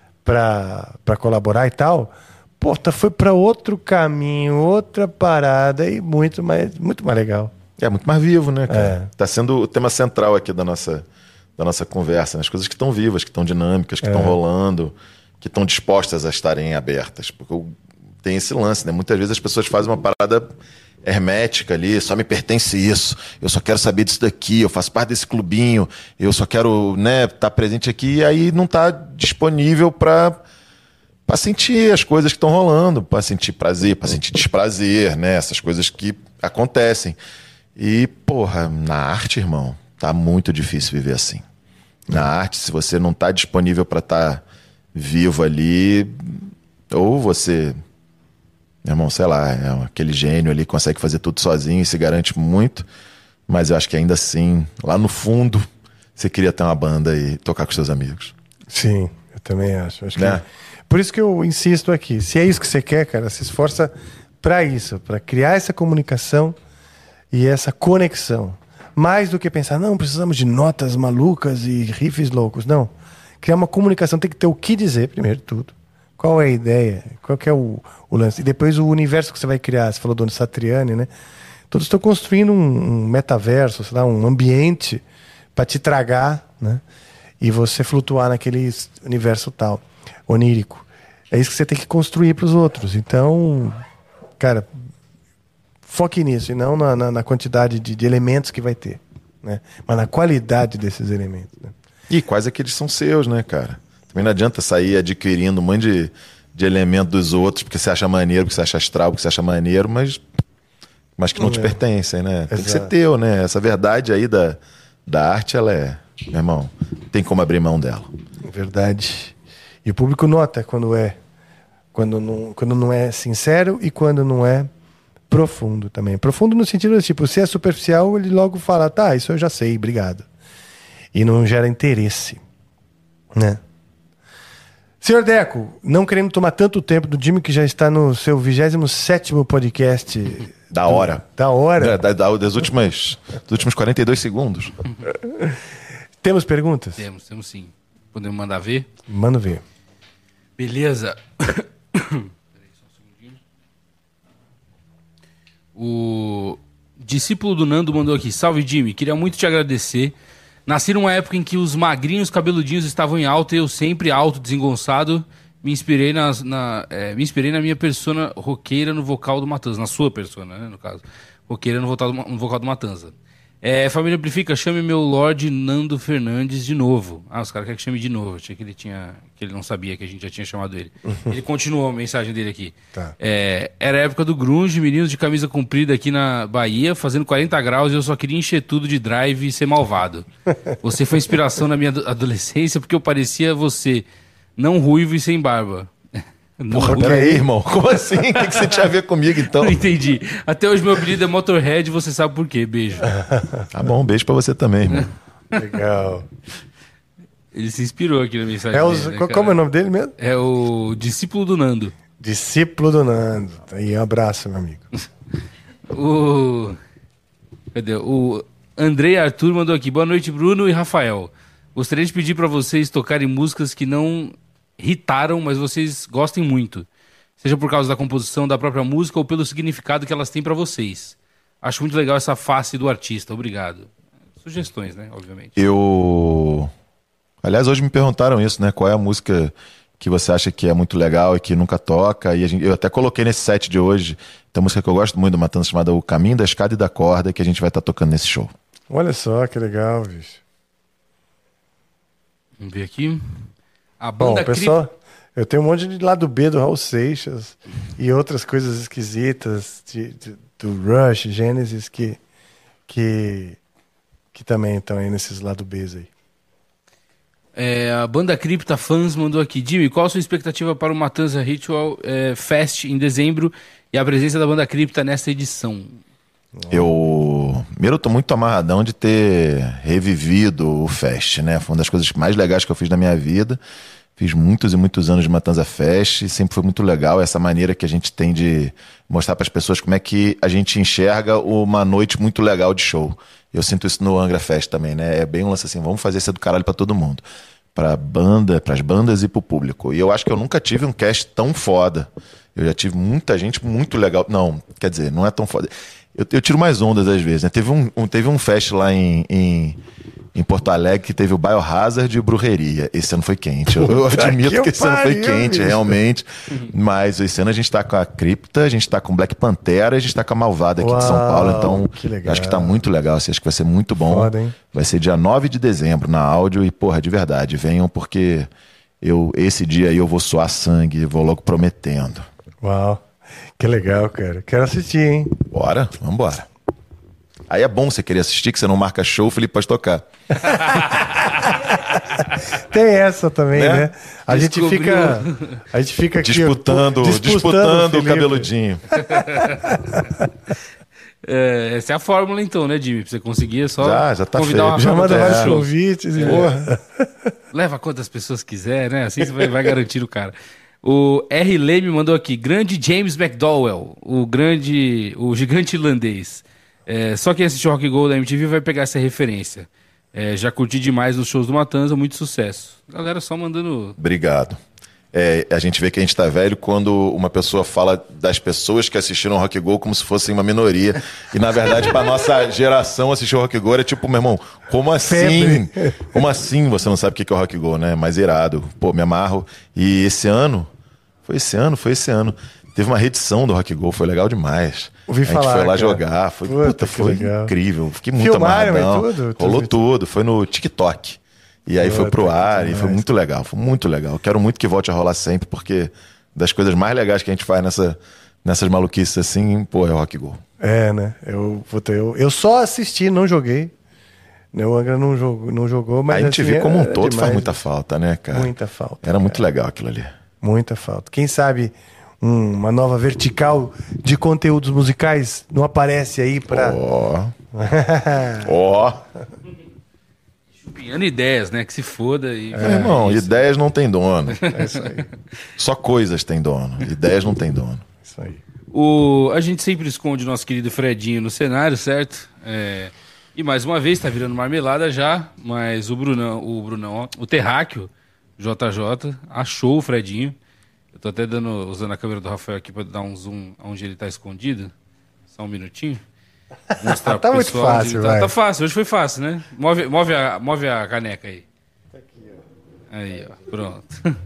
[SPEAKER 1] pra colaborar e tal, foi pra outro caminho, outra parada e muito mais legal.
[SPEAKER 3] É muito mais vivo, né, cara?
[SPEAKER 1] É.
[SPEAKER 3] Tá sendo o tema central aqui da nossa conversa, né? As coisas que estão vivas, que estão dinâmicas, que estão rolando, que estão dispostas a estarem abertas. Porque tem esse lance, né? Muitas vezes as pessoas fazem uma parada hermética ali, só me pertence isso, eu só quero saber disso daqui, eu faço parte desse clubinho, eu só quero, né, estar presente aqui, e aí não tá disponível para sentir as coisas que estão rolando, para sentir prazer, para sentir desprazer, né? Essas coisas que acontecem. E, porra, na arte, irmão, tá muito difícil viver assim. Na arte, se você não tá disponível para estar vivo ali, ou você, meu irmão, sei lá, é aquele gênio ali que consegue fazer tudo sozinho e se garante muito, mas eu acho que ainda assim, lá no fundo, você queria ter uma banda e tocar com seus amigos.
[SPEAKER 1] Sim, eu também acho.
[SPEAKER 3] Né?
[SPEAKER 1] Por isso que eu insisto aqui. Se é isso que você quer, cara, se esforça para isso, para criar essa comunicação e essa conexão. Mais do que pensar, não, precisamos de notas malucas e riffs loucos. Não. Criar uma comunicação, tem que ter o que dizer, primeiro de tudo. Qual é a ideia? Qual que é o lance? E depois o universo que você vai criar. Você falou do Satriani, né? Todos estão construindo um metaverso, sei lá, um ambiente para te tragar, né? E você flutuar naquele universo tal, onírico. É isso que você tem que construir para os outros. Então, cara, foque nisso e não na quantidade de elementos que vai ter, né? Mas na qualidade desses elementos, né?
[SPEAKER 3] E quais é que eles são seus, né, cara? Também não adianta sair adquirindo um monte de elemento dos outros porque você acha maneiro, porque você acha astral, porque você acha maneiro, mas que não te pertencem, né? Tem que ser teu, né? Essa verdade aí da arte, ela é, meu irmão, tem como abrir mão dela.
[SPEAKER 1] Verdade. E o público nota quando não é sincero e quando não é profundo também. Profundo no sentido de, tipo, se é superficial, ele logo fala, tá, isso eu já sei, obrigado. E não gera interesse, né? Senhor Deco, não querendo tomar tanto tempo do Jimmy, que já está no seu 27º podcast.
[SPEAKER 3] Da hora.
[SPEAKER 1] Da hora.
[SPEAKER 3] Dos últimos 42 segundos.
[SPEAKER 1] Temos perguntas?
[SPEAKER 2] Temos sim. Podemos mandar ver?
[SPEAKER 1] Manda ver.
[SPEAKER 2] Beleza. Peraí, só um segundinho. O discípulo do Nando mandou aqui. Salve, Jimmy. Queria muito te agradecer. Nasci numa época em que os magrinhos cabeludinhos estavam em alta e eu sempre alto, desengonçado. Me inspirei na minha persona roqueira no vocal do Matanza. Na sua persona, né, no caso. Roqueira no vocal do Matanza. Família Amplifica, chame meu Lorde Nando Fernandes de novo. Os caras querem que chame de novo. Achei que ele não sabia que a gente já tinha chamado ele. Ele continuou a mensagem dele aqui.
[SPEAKER 1] Tá.
[SPEAKER 2] Era a época do grunge, meninos de camisa comprida aqui na Bahia, fazendo 40 graus e eu só queria encher tudo de drive e ser malvado. Você foi inspiração na minha adolescência porque eu parecia você, não ruivo e sem barba.
[SPEAKER 3] Porra, peraí, irmão. Como assim? O que você tinha a ver comigo, então?
[SPEAKER 2] Não entendi. Até hoje meu apelido é Motorhead, você sabe por quê. Beijo.
[SPEAKER 3] Tá bom, beijo pra você também, irmão.
[SPEAKER 1] Legal.
[SPEAKER 2] Ele se inspirou aqui na mensagem dele, né,
[SPEAKER 1] como é o nome dele mesmo?
[SPEAKER 2] É o discípulo do Nando.
[SPEAKER 1] Discípulo do Nando. Aí, um abraço, meu amigo.
[SPEAKER 2] Cadê? O Andrei Arthur mandou aqui. Boa noite, Bruno e Rafael. Gostaria de pedir pra vocês tocarem músicas que não irritaram, mas vocês gostem muito. Seja por causa da composição da própria música ou pelo significado que elas têm pra vocês. Acho muito legal essa face do artista. Obrigado. Sugestões, né? Obviamente.
[SPEAKER 3] Aliás, hoje me perguntaram isso, né? Qual é a música que você acha que é muito legal e que nunca toca? E eu até coloquei nesse set de hoje, tem uma música que eu gosto muito do Matanza chamada O Caminho da Escada e da Corda, que a gente vai estar tocando nesse show.
[SPEAKER 1] Olha só, que legal, bicho.
[SPEAKER 2] Vamos ver aqui. A
[SPEAKER 1] Bom,
[SPEAKER 2] banda
[SPEAKER 1] pessoal, eu tenho um monte de lado B do Raul Seixas e outras coisas esquisitas do Rush, Genesis, que também estão aí nesses lado Bs aí.
[SPEAKER 2] A banda Cripta Fans mandou aqui. Jimmy, qual a sua expectativa para o Matanza Ritual Fest em dezembro e a presença da banda Cripta nesta edição?
[SPEAKER 3] Primeiro, eu tô muito amarradão de ter revivido o Fest, né? Foi uma das coisas mais legais que eu fiz na minha vida. Fiz muitos e muitos anos de Matanza Fest e sempre foi muito legal essa maneira que a gente tem de mostrar para as pessoas como é que a gente enxerga uma noite muito legal de show. Eu sinto isso no Angra Fest também, né? É bem um lance assim, vamos fazer isso do caralho pra todo mundo. Pras bandas e pro público. E eu acho que eu nunca tive um cast tão foda. Eu já tive muita gente muito legal. Não, quer dizer, não é tão foda. Eu tiro mais ondas às vezes, né? Teve um fest lá em Porto Alegre que teve o Biohazard e o Brujeria. Esse ano foi quente. Eu admito que esse ano foi quente, realmente. Mas esse ano a gente tá com a Cripta, a gente tá com Black Pantera, a gente tá com a Malvada aqui de São Paulo. Então, acho que tá muito legal. Assim, acho que vai ser muito bom.
[SPEAKER 1] Foda, hein? Vai
[SPEAKER 3] ser dia 9 de dezembro na áudio. E, porra, de verdade, venham porque esse dia aí eu vou suar sangue, vou logo prometendo.
[SPEAKER 1] Uau, que legal, cara. Quero assistir, hein?
[SPEAKER 3] Bora, vambora. Aí é bom você querer assistir, que você não marca show, o Felipe pode tocar.
[SPEAKER 1] Tem essa também, né? A gente fica aqui
[SPEAKER 3] disputando o cabeludinho.
[SPEAKER 2] Essa é a fórmula então, né, Jimmy? Pra você conseguir só
[SPEAKER 3] já tá
[SPEAKER 2] convidar
[SPEAKER 3] feito.
[SPEAKER 1] Já manda vários convites e porra.
[SPEAKER 2] Leva quantas pessoas quiser, né? Assim você vai garantir o cara. O R. Leme mandou aqui. Grande James McDowell, o gigante irlandês. Só quem assistiu Rock Go da MTV vai pegar essa referência. Já curti demais nos shows do Matanza, muito sucesso. Galera só mandando...
[SPEAKER 3] Obrigado. A gente vê que a gente tá velho quando uma pessoa fala das pessoas que assistiram Rock Go como se fossem uma minoria. E na verdade, pra nossa geração, assistir o Rock Go era tipo, meu irmão, como assim? Como assim você não sabe o que é o Rock Go, né? Mas irado. Pô, me amarro. E esse ano, foi esse ano. Teve uma reedição do Rock Go, foi legal demais.
[SPEAKER 1] Ouvi falar,
[SPEAKER 3] a gente foi lá
[SPEAKER 1] cara.
[SPEAKER 3] jogar, foi incrível. Fiquei muito
[SPEAKER 1] Filmaram
[SPEAKER 3] amarradão.
[SPEAKER 1] e tudo?
[SPEAKER 3] Rolou tudo, foi no TikTok. E aí foi pro ar e foi muito legal, Quero muito que volte a rolar sempre, porque das coisas mais legais que a gente faz nessas maluquices assim, pô, é o Rock Go.
[SPEAKER 1] Né? Eu só assisti, não joguei. O Angra não jogou, mas
[SPEAKER 3] a gente
[SPEAKER 1] assim,
[SPEAKER 3] vê como um todo
[SPEAKER 1] demais.
[SPEAKER 3] faz muita falta, né, cara?
[SPEAKER 1] Muita falta.
[SPEAKER 3] Era muito legal aquilo ali.
[SPEAKER 1] Muita falta. Quem sabe uma nova vertical de conteúdos musicais não aparece aí pra...
[SPEAKER 3] Ó.
[SPEAKER 2] Chupinhando ideias, né? Que se foda. E...
[SPEAKER 3] Meu irmão, ideias não tem dono. É isso aí. Só coisas têm dono. Ideias não tem dono.
[SPEAKER 1] Isso aí.
[SPEAKER 2] A gente sempre esconde o nosso querido Fredinho no cenário, certo? E mais uma vez, tá virando marmelada já, mas o Terráqueo, JJ, achou o Fredinho. Eu tô até usando a câmera do Rafael aqui pra dar um zoom onde ele tá escondido. Só um minutinho. Mostrar
[SPEAKER 1] tá
[SPEAKER 2] pro
[SPEAKER 1] muito
[SPEAKER 2] pessoal
[SPEAKER 1] fácil, vai.
[SPEAKER 2] Tá fácil, hoje foi fácil, né? Move a caneca aí.
[SPEAKER 1] Aqui, ó.
[SPEAKER 2] Aí, ó, pronto.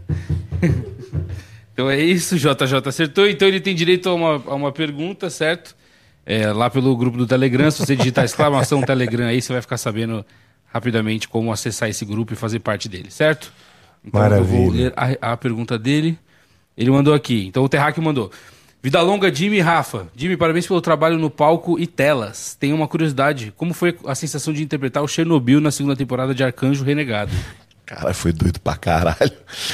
[SPEAKER 2] Então é isso, JJ acertou. Então ele tem direito a uma pergunta, certo? Lá pelo grupo do Telegram, se você digitar exclamação Telegram aí, você vai ficar sabendo rapidamente como acessar esse grupo e fazer parte dele, certo? Então
[SPEAKER 1] Maravilha.
[SPEAKER 2] eu vou ler a pergunta dele. Ele mandou aqui. Então o Terráqueo mandou. Vida longa, Jimmy e Rafa. Jimmy, parabéns pelo trabalho no palco e telas. Tenho uma curiosidade. Como foi a sensação de interpretar o Chernobyl na segunda temporada de Arcanjo Renegado?
[SPEAKER 3] Cara, foi doido pra caralho.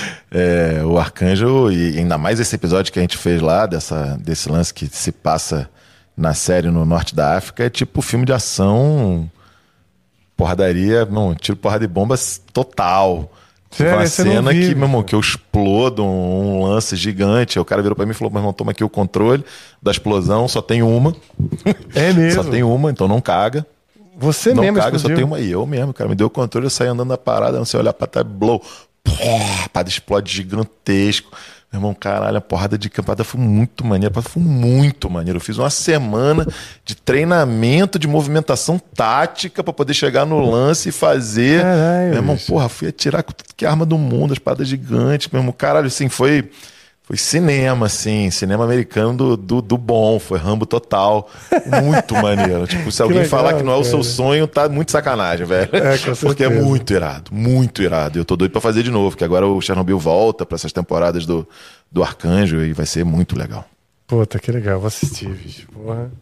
[SPEAKER 3] O Arcanjo, e ainda mais esse episódio que a gente fez lá, desse lance que se passa na série no norte da África, é tipo filme de ação, porradaria, não, tiro porrada de bombas total.
[SPEAKER 1] Sério,
[SPEAKER 3] uma
[SPEAKER 1] esse eu não
[SPEAKER 3] cena
[SPEAKER 1] vi,
[SPEAKER 3] que, meu irmão,
[SPEAKER 1] cara.
[SPEAKER 3] que eu explodo um lance gigante. O cara virou pra mim e falou: meu irmão, toma aqui o controle da explosão, só tem uma.
[SPEAKER 1] É mesmo?
[SPEAKER 3] Só tem uma, então não caga.
[SPEAKER 1] Você
[SPEAKER 3] Não
[SPEAKER 1] mesmo
[SPEAKER 3] caga, só
[SPEAKER 1] explodiu?
[SPEAKER 3] tem uma aí. Eu mesmo, cara. Me deu o controle, eu saí andando na parada, não sei olhar pra trás, blow. A parada explode gigantesco. Meu irmão, caralho, a porrada de campada foi muito maneira. Foi muito maneiro. Eu fiz uma semana de treinamento de movimentação tática pra poder chegar no lance e fazer.
[SPEAKER 1] Caralho,
[SPEAKER 3] meu irmão,
[SPEAKER 1] bicho.
[SPEAKER 3] porra, fui atirar com tudo que é arma do mundo, as paradas gigantes. Meu irmão, caralho, assim, foi cinema, assim, cinema americano do bom, foi Rambo total, muito maneiro. Tipo, se alguém
[SPEAKER 1] legal,
[SPEAKER 3] falar que não é o seu
[SPEAKER 1] cara.
[SPEAKER 3] sonho, tá muito sacanagem, velho.
[SPEAKER 1] Com
[SPEAKER 3] Porque é
[SPEAKER 1] certeza.
[SPEAKER 3] muito irado, muito irado. E eu tô doido pra fazer de novo, que agora o Chernobyl volta pra essas temporadas do Arcanjo e vai ser muito legal.
[SPEAKER 1] Puta, que legal, vou assistir, bicho. Porra.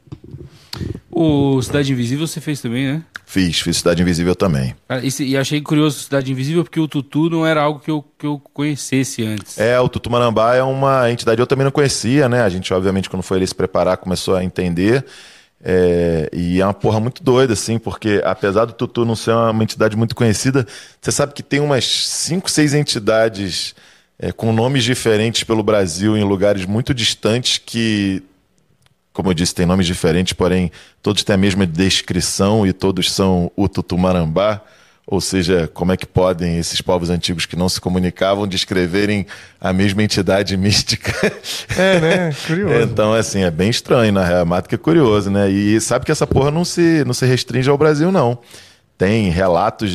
[SPEAKER 2] O Cidade Invisível você fez também, né?
[SPEAKER 3] Fiz Cidade Invisível também.
[SPEAKER 2] Cara, e achei curioso Cidade Invisível porque o Tutu não era algo que eu conhecesse antes.
[SPEAKER 3] O Tutumarambá é uma entidade que eu também não conhecia, né? A gente, obviamente, quando foi ali se preparar, começou a entender. E é uma porra muito doida, assim, porque apesar do Tutu não ser uma entidade muito conhecida, você sabe que tem umas 5, 6 entidades com nomes diferentes pelo Brasil, em lugares muito distantes que, como eu disse, tem nomes diferentes, porém todos têm a mesma descrição e todos são o Tutumarambá. Ou seja, como é que podem esses povos antigos que não se comunicavam descreverem a mesma entidade mística?
[SPEAKER 1] Né? Curioso.
[SPEAKER 3] Então, assim, é bem estranho, na real, mato que é curioso, né? E sabe que essa porra não se restringe ao Brasil, não. Tem relatos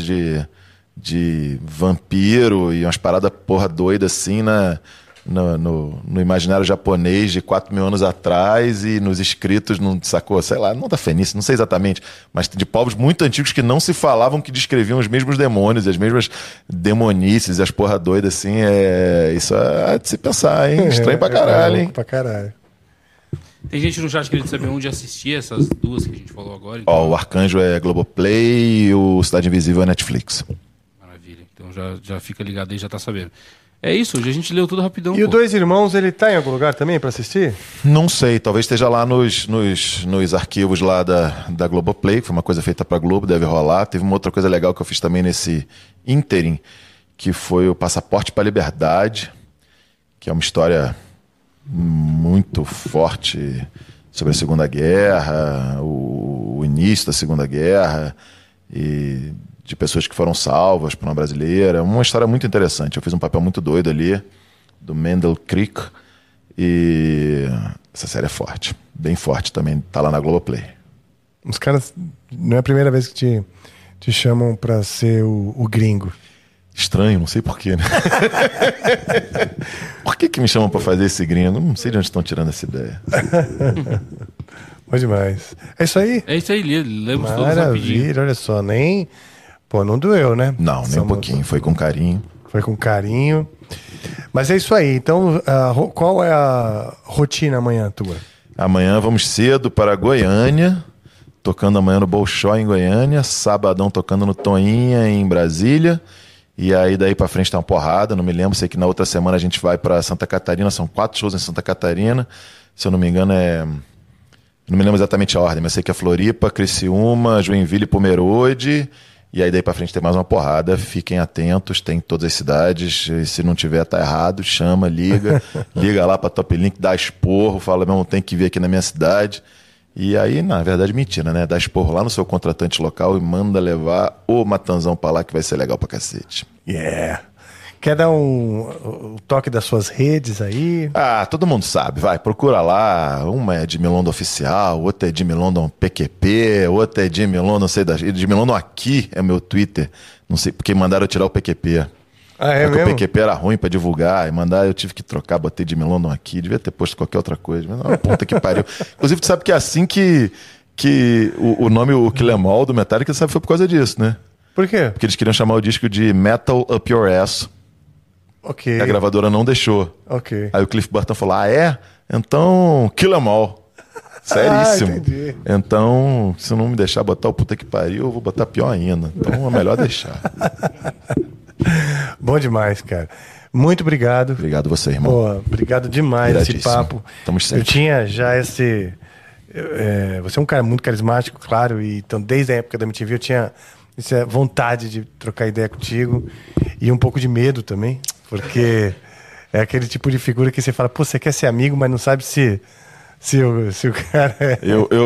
[SPEAKER 3] de vampiro e umas paradas porra doida assim no imaginário japonês de 4.000 anos atrás e nos escritos, não sacou, sei lá, não da Fenícia, não sei exatamente, mas de povos muito antigos que não se falavam, que descreviam os mesmos demônios, as mesmas demonices, as porra doidas, assim, isso é de se pensar, hein? Estranho pra caralho, hein?
[SPEAKER 1] Louco pra caralho.
[SPEAKER 2] Tem gente no chat querendo saber onde assistir essas duas que a gente falou agora. Então...
[SPEAKER 3] Ó, o Arcanjo é Globoplay e o Cidade Invisível é Netflix.
[SPEAKER 2] Maravilha. Então já fica ligado aí, já tá sabendo. É isso, hoje a gente leu tudo rapidão.
[SPEAKER 1] E o Dois Irmãos, ele tá em algum lugar também pra assistir?
[SPEAKER 3] Não sei, talvez esteja lá nos arquivos lá da Globoplay, que foi uma coisa feita pra Globo, deve rolar. Teve uma outra coisa legal que eu fiz também nesse ínterim, que foi o Passaporte pra Liberdade, que é uma história muito forte sobre a Segunda Guerra, o início da Segunda Guerra, e de pessoas que foram salvas por uma brasileira. Uma história muito interessante. Eu fiz um papel muito doido ali, do Mendel Creek, e essa série é forte, bem forte também, tá lá na Globoplay.
[SPEAKER 1] Os caras, não é a primeira vez que te chamam pra ser o gringo.
[SPEAKER 3] Estranho, não sei porquê, né? Por que me chamam pra fazer esse gringo? Não sei de onde estão tirando essa ideia.
[SPEAKER 1] Bom demais. É isso aí?
[SPEAKER 2] É isso aí, lemos todos rapidinho.
[SPEAKER 1] Maravilha, olha só, nem... Pô, não doeu, né?
[SPEAKER 3] Não, nem um pouquinho, foi com carinho.
[SPEAKER 1] Foi com carinho. Mas é isso aí, então qual é a rotina amanhã tua?
[SPEAKER 3] Amanhã vamos cedo para Goiânia, tocando amanhã no Bolshoi em Goiânia, sabadão tocando no Toinha em Brasília, E aí daí pra frente tá uma porrada, não me lembro, sei que na outra semana a gente vai pra Santa Catarina, são 4 shows em Santa Catarina, se eu não me engano não me lembro exatamente a ordem, mas sei que é Floripa, Criciúma, Joinville e Pomerode, e aí daí pra frente tem mais uma porrada, fiquem atentos, tem em todas as cidades, e se não tiver tá errado, chama, liga lá pra Top Link, dá esporro, fala, meu, tem que vir aqui na minha cidade. E aí, na verdade, mentira, né? Dá esporro lá no seu contratante local e manda levar o Matanzão pra lá que vai ser legal pra cacete.
[SPEAKER 1] Yeah. Quer dar um toque das suas redes aí?
[SPEAKER 3] Ah, todo mundo sabe, vai, procura lá. Uma é Jimmy London Oficial, outra é Jimmy London PQP, outra é Jimmy London, não sei, Jimmy London aqui é meu Twitter. Não sei, porque mandaram eu tirar o PQP.
[SPEAKER 1] Ah, é
[SPEAKER 3] Porque
[SPEAKER 1] mesmo?
[SPEAKER 3] o PQP era ruim pra divulgar, e mandar, eu tive que trocar, botei Jimmy London aqui, devia ter posto qualquer outra coisa, mas não, puta que pariu. Inclusive, tu sabe que é assim que o nome, o Kill Em All do Metallica, sabe, foi por causa disso, né?
[SPEAKER 1] Por quê?
[SPEAKER 3] Porque eles queriam chamar o disco de Metal Up Your Ass,
[SPEAKER 1] Ok.
[SPEAKER 3] e a gravadora não deixou.
[SPEAKER 1] Ok.
[SPEAKER 3] Aí o Cliff Burton falou, é? Então, Kill Em All. Seríssimo.
[SPEAKER 1] entendi.
[SPEAKER 3] Então, se não me deixar botar o puta que pariu, eu vou botar pior ainda. Então, é melhor deixar.
[SPEAKER 1] Bom demais, cara. Muito obrigado.
[SPEAKER 3] Obrigado você, irmão.
[SPEAKER 1] Pô, obrigado demais esse
[SPEAKER 3] Iradíssimo.
[SPEAKER 1] papo.
[SPEAKER 3] Tamo sempre.
[SPEAKER 1] Eu tinha já você é um cara muito carismático, claro, e então desde a época da MTV eu tinha essa vontade de trocar ideia contigo e um pouco de medo também, porque é aquele tipo de figura que você fala, pô, você quer ser amigo, mas não sabe se o cara é...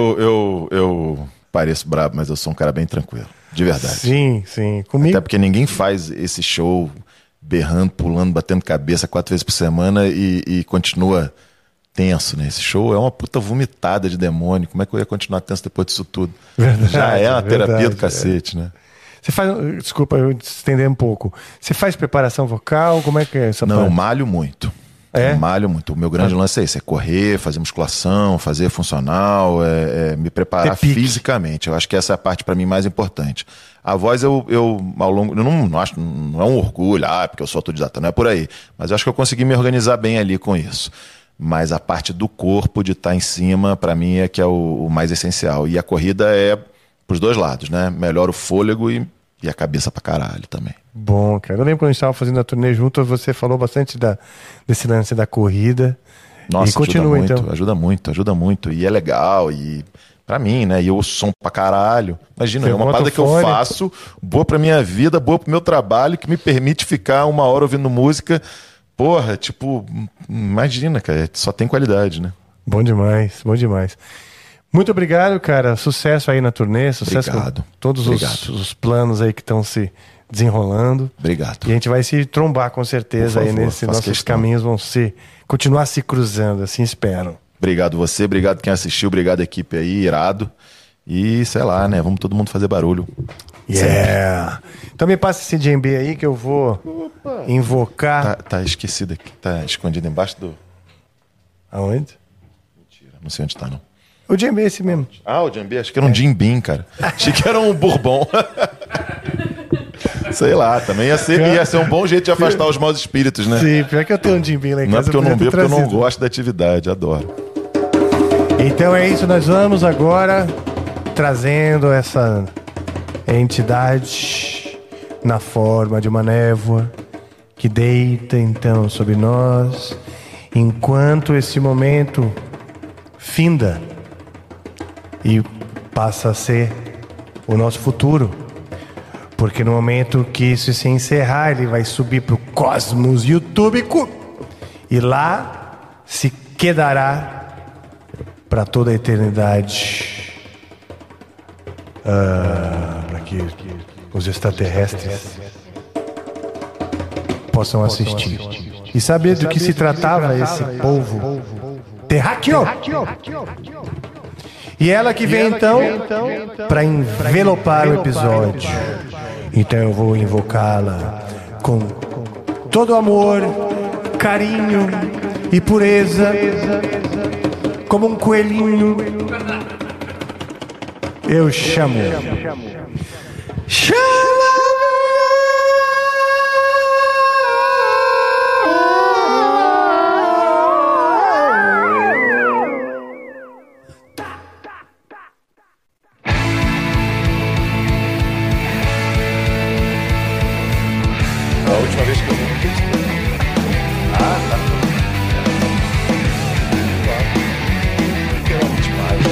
[SPEAKER 3] Eu pareço brabo, mas eu sou um cara bem tranquilo. De verdade.
[SPEAKER 1] Sim, sim. Comigo...
[SPEAKER 3] Até porque ninguém faz esse show berrando, pulando, batendo cabeça 4 vezes por semana e continua tenso, né? Esse show é uma puta vomitada de demônio. Como é que eu ia continuar tenso depois disso tudo?
[SPEAKER 1] Verdade,
[SPEAKER 3] Já é uma terapia
[SPEAKER 1] verdade,
[SPEAKER 3] do cacete, né?
[SPEAKER 1] Você faz... Desculpa, eu estender um pouco. Você faz preparação vocal? Como é que é essa
[SPEAKER 3] Não, eu
[SPEAKER 1] parte?
[SPEAKER 3] malho muito.
[SPEAKER 1] É?
[SPEAKER 3] Eu malho muito. O meu grande lance é esse: é correr, fazer musculação, fazer funcional, me preparar
[SPEAKER 1] Ter pique.
[SPEAKER 3] fisicamente. Eu acho que essa é a parte pra mim mais importante. A voz eu ao longo. Eu não acho, não é um orgulho, porque eu sou autodidata, não é por aí. Mas eu acho que eu consegui me organizar bem ali com isso. Mas a parte do corpo, de estar em cima, pra mim é que é o mais essencial. E a corrida é pros dois lados, né? Melhora o fôlego e a cabeça pra caralho também.
[SPEAKER 1] Bom, cara. Eu lembro quando a gente estava fazendo a turnê junto, você falou bastante desse lance da corrida.
[SPEAKER 3] Nossa,
[SPEAKER 1] E continua,
[SPEAKER 3] ajuda muito,
[SPEAKER 1] então.
[SPEAKER 3] ajuda muito. E é legal, e pra mim, né? E eu ouço som pra caralho. Imagina,
[SPEAKER 1] Você
[SPEAKER 3] é uma
[SPEAKER 1] bota
[SPEAKER 3] parada
[SPEAKER 1] o
[SPEAKER 3] que eu
[SPEAKER 1] fone.
[SPEAKER 3] faço, boa pra minha vida, boa pro meu trabalho, que me permite ficar 1 hora ouvindo música. Porra, tipo, imagina, cara, só tem qualidade, né?
[SPEAKER 1] Bom demais, bom demais. Muito obrigado, cara. Sucesso aí na turnê, sucesso
[SPEAKER 3] Obrigado.
[SPEAKER 1] com todos
[SPEAKER 3] Obrigado.
[SPEAKER 1] os planos aí que estão se desenrolando.
[SPEAKER 3] Obrigado.
[SPEAKER 1] E a gente vai se trombar com certeza
[SPEAKER 3] Por
[SPEAKER 1] aí
[SPEAKER 3] favor,
[SPEAKER 1] nesse
[SPEAKER 3] faço
[SPEAKER 1] nossos
[SPEAKER 3] questão.
[SPEAKER 1] caminhos vão continuar se cruzando, assim espero.
[SPEAKER 3] Obrigado você, obrigado quem assistiu, obrigado equipe aí, irado. E sei lá, né? Vamos todo mundo fazer barulho.
[SPEAKER 1] Yeah. Então me passa esse djembe aí que eu vou invocar.
[SPEAKER 3] Tá esquecido aqui, tá escondido embaixo do.
[SPEAKER 1] Aonde?
[SPEAKER 3] Não sei onde tá, não.
[SPEAKER 1] O djembe é esse mesmo.
[SPEAKER 3] Ah, o Jambê, acho que era um Jim Beam, cara. Achei que era um Bourbon. Sei lá, também ia ser um bom jeito de afastar os maus espíritos, né?
[SPEAKER 1] Sim, pior que eu tenho um djembe lá em
[SPEAKER 3] Não é
[SPEAKER 1] casa.
[SPEAKER 3] porque eu não
[SPEAKER 1] podia
[SPEAKER 3] bebo,
[SPEAKER 1] ter
[SPEAKER 3] porque eu não
[SPEAKER 1] trazido.
[SPEAKER 3] gosto da atividade, adoro.
[SPEAKER 1] Então é isso, nós vamos agora trazendo essa entidade na forma de uma névoa que deita então sobre nós, enquanto esse momento finda e passa a ser o nosso futuro. Porque no momento que isso se encerrar, ele vai subir para o cosmos youtubico e lá se quedará para toda a eternidade. Para que os extraterrestres possam assistir e saber do que se tratava esse povo terráqueo. E ela que vem então para envelopar o episódio. Então eu vou invocá-la com todo amor, carinho e pureza, como um coelhinho. Eu chamo. última vez que eu vi.
[SPEAKER 3] Ah, tá. Literalmente mágico.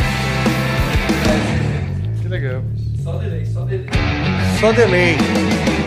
[SPEAKER 1] Que legal. Só delay.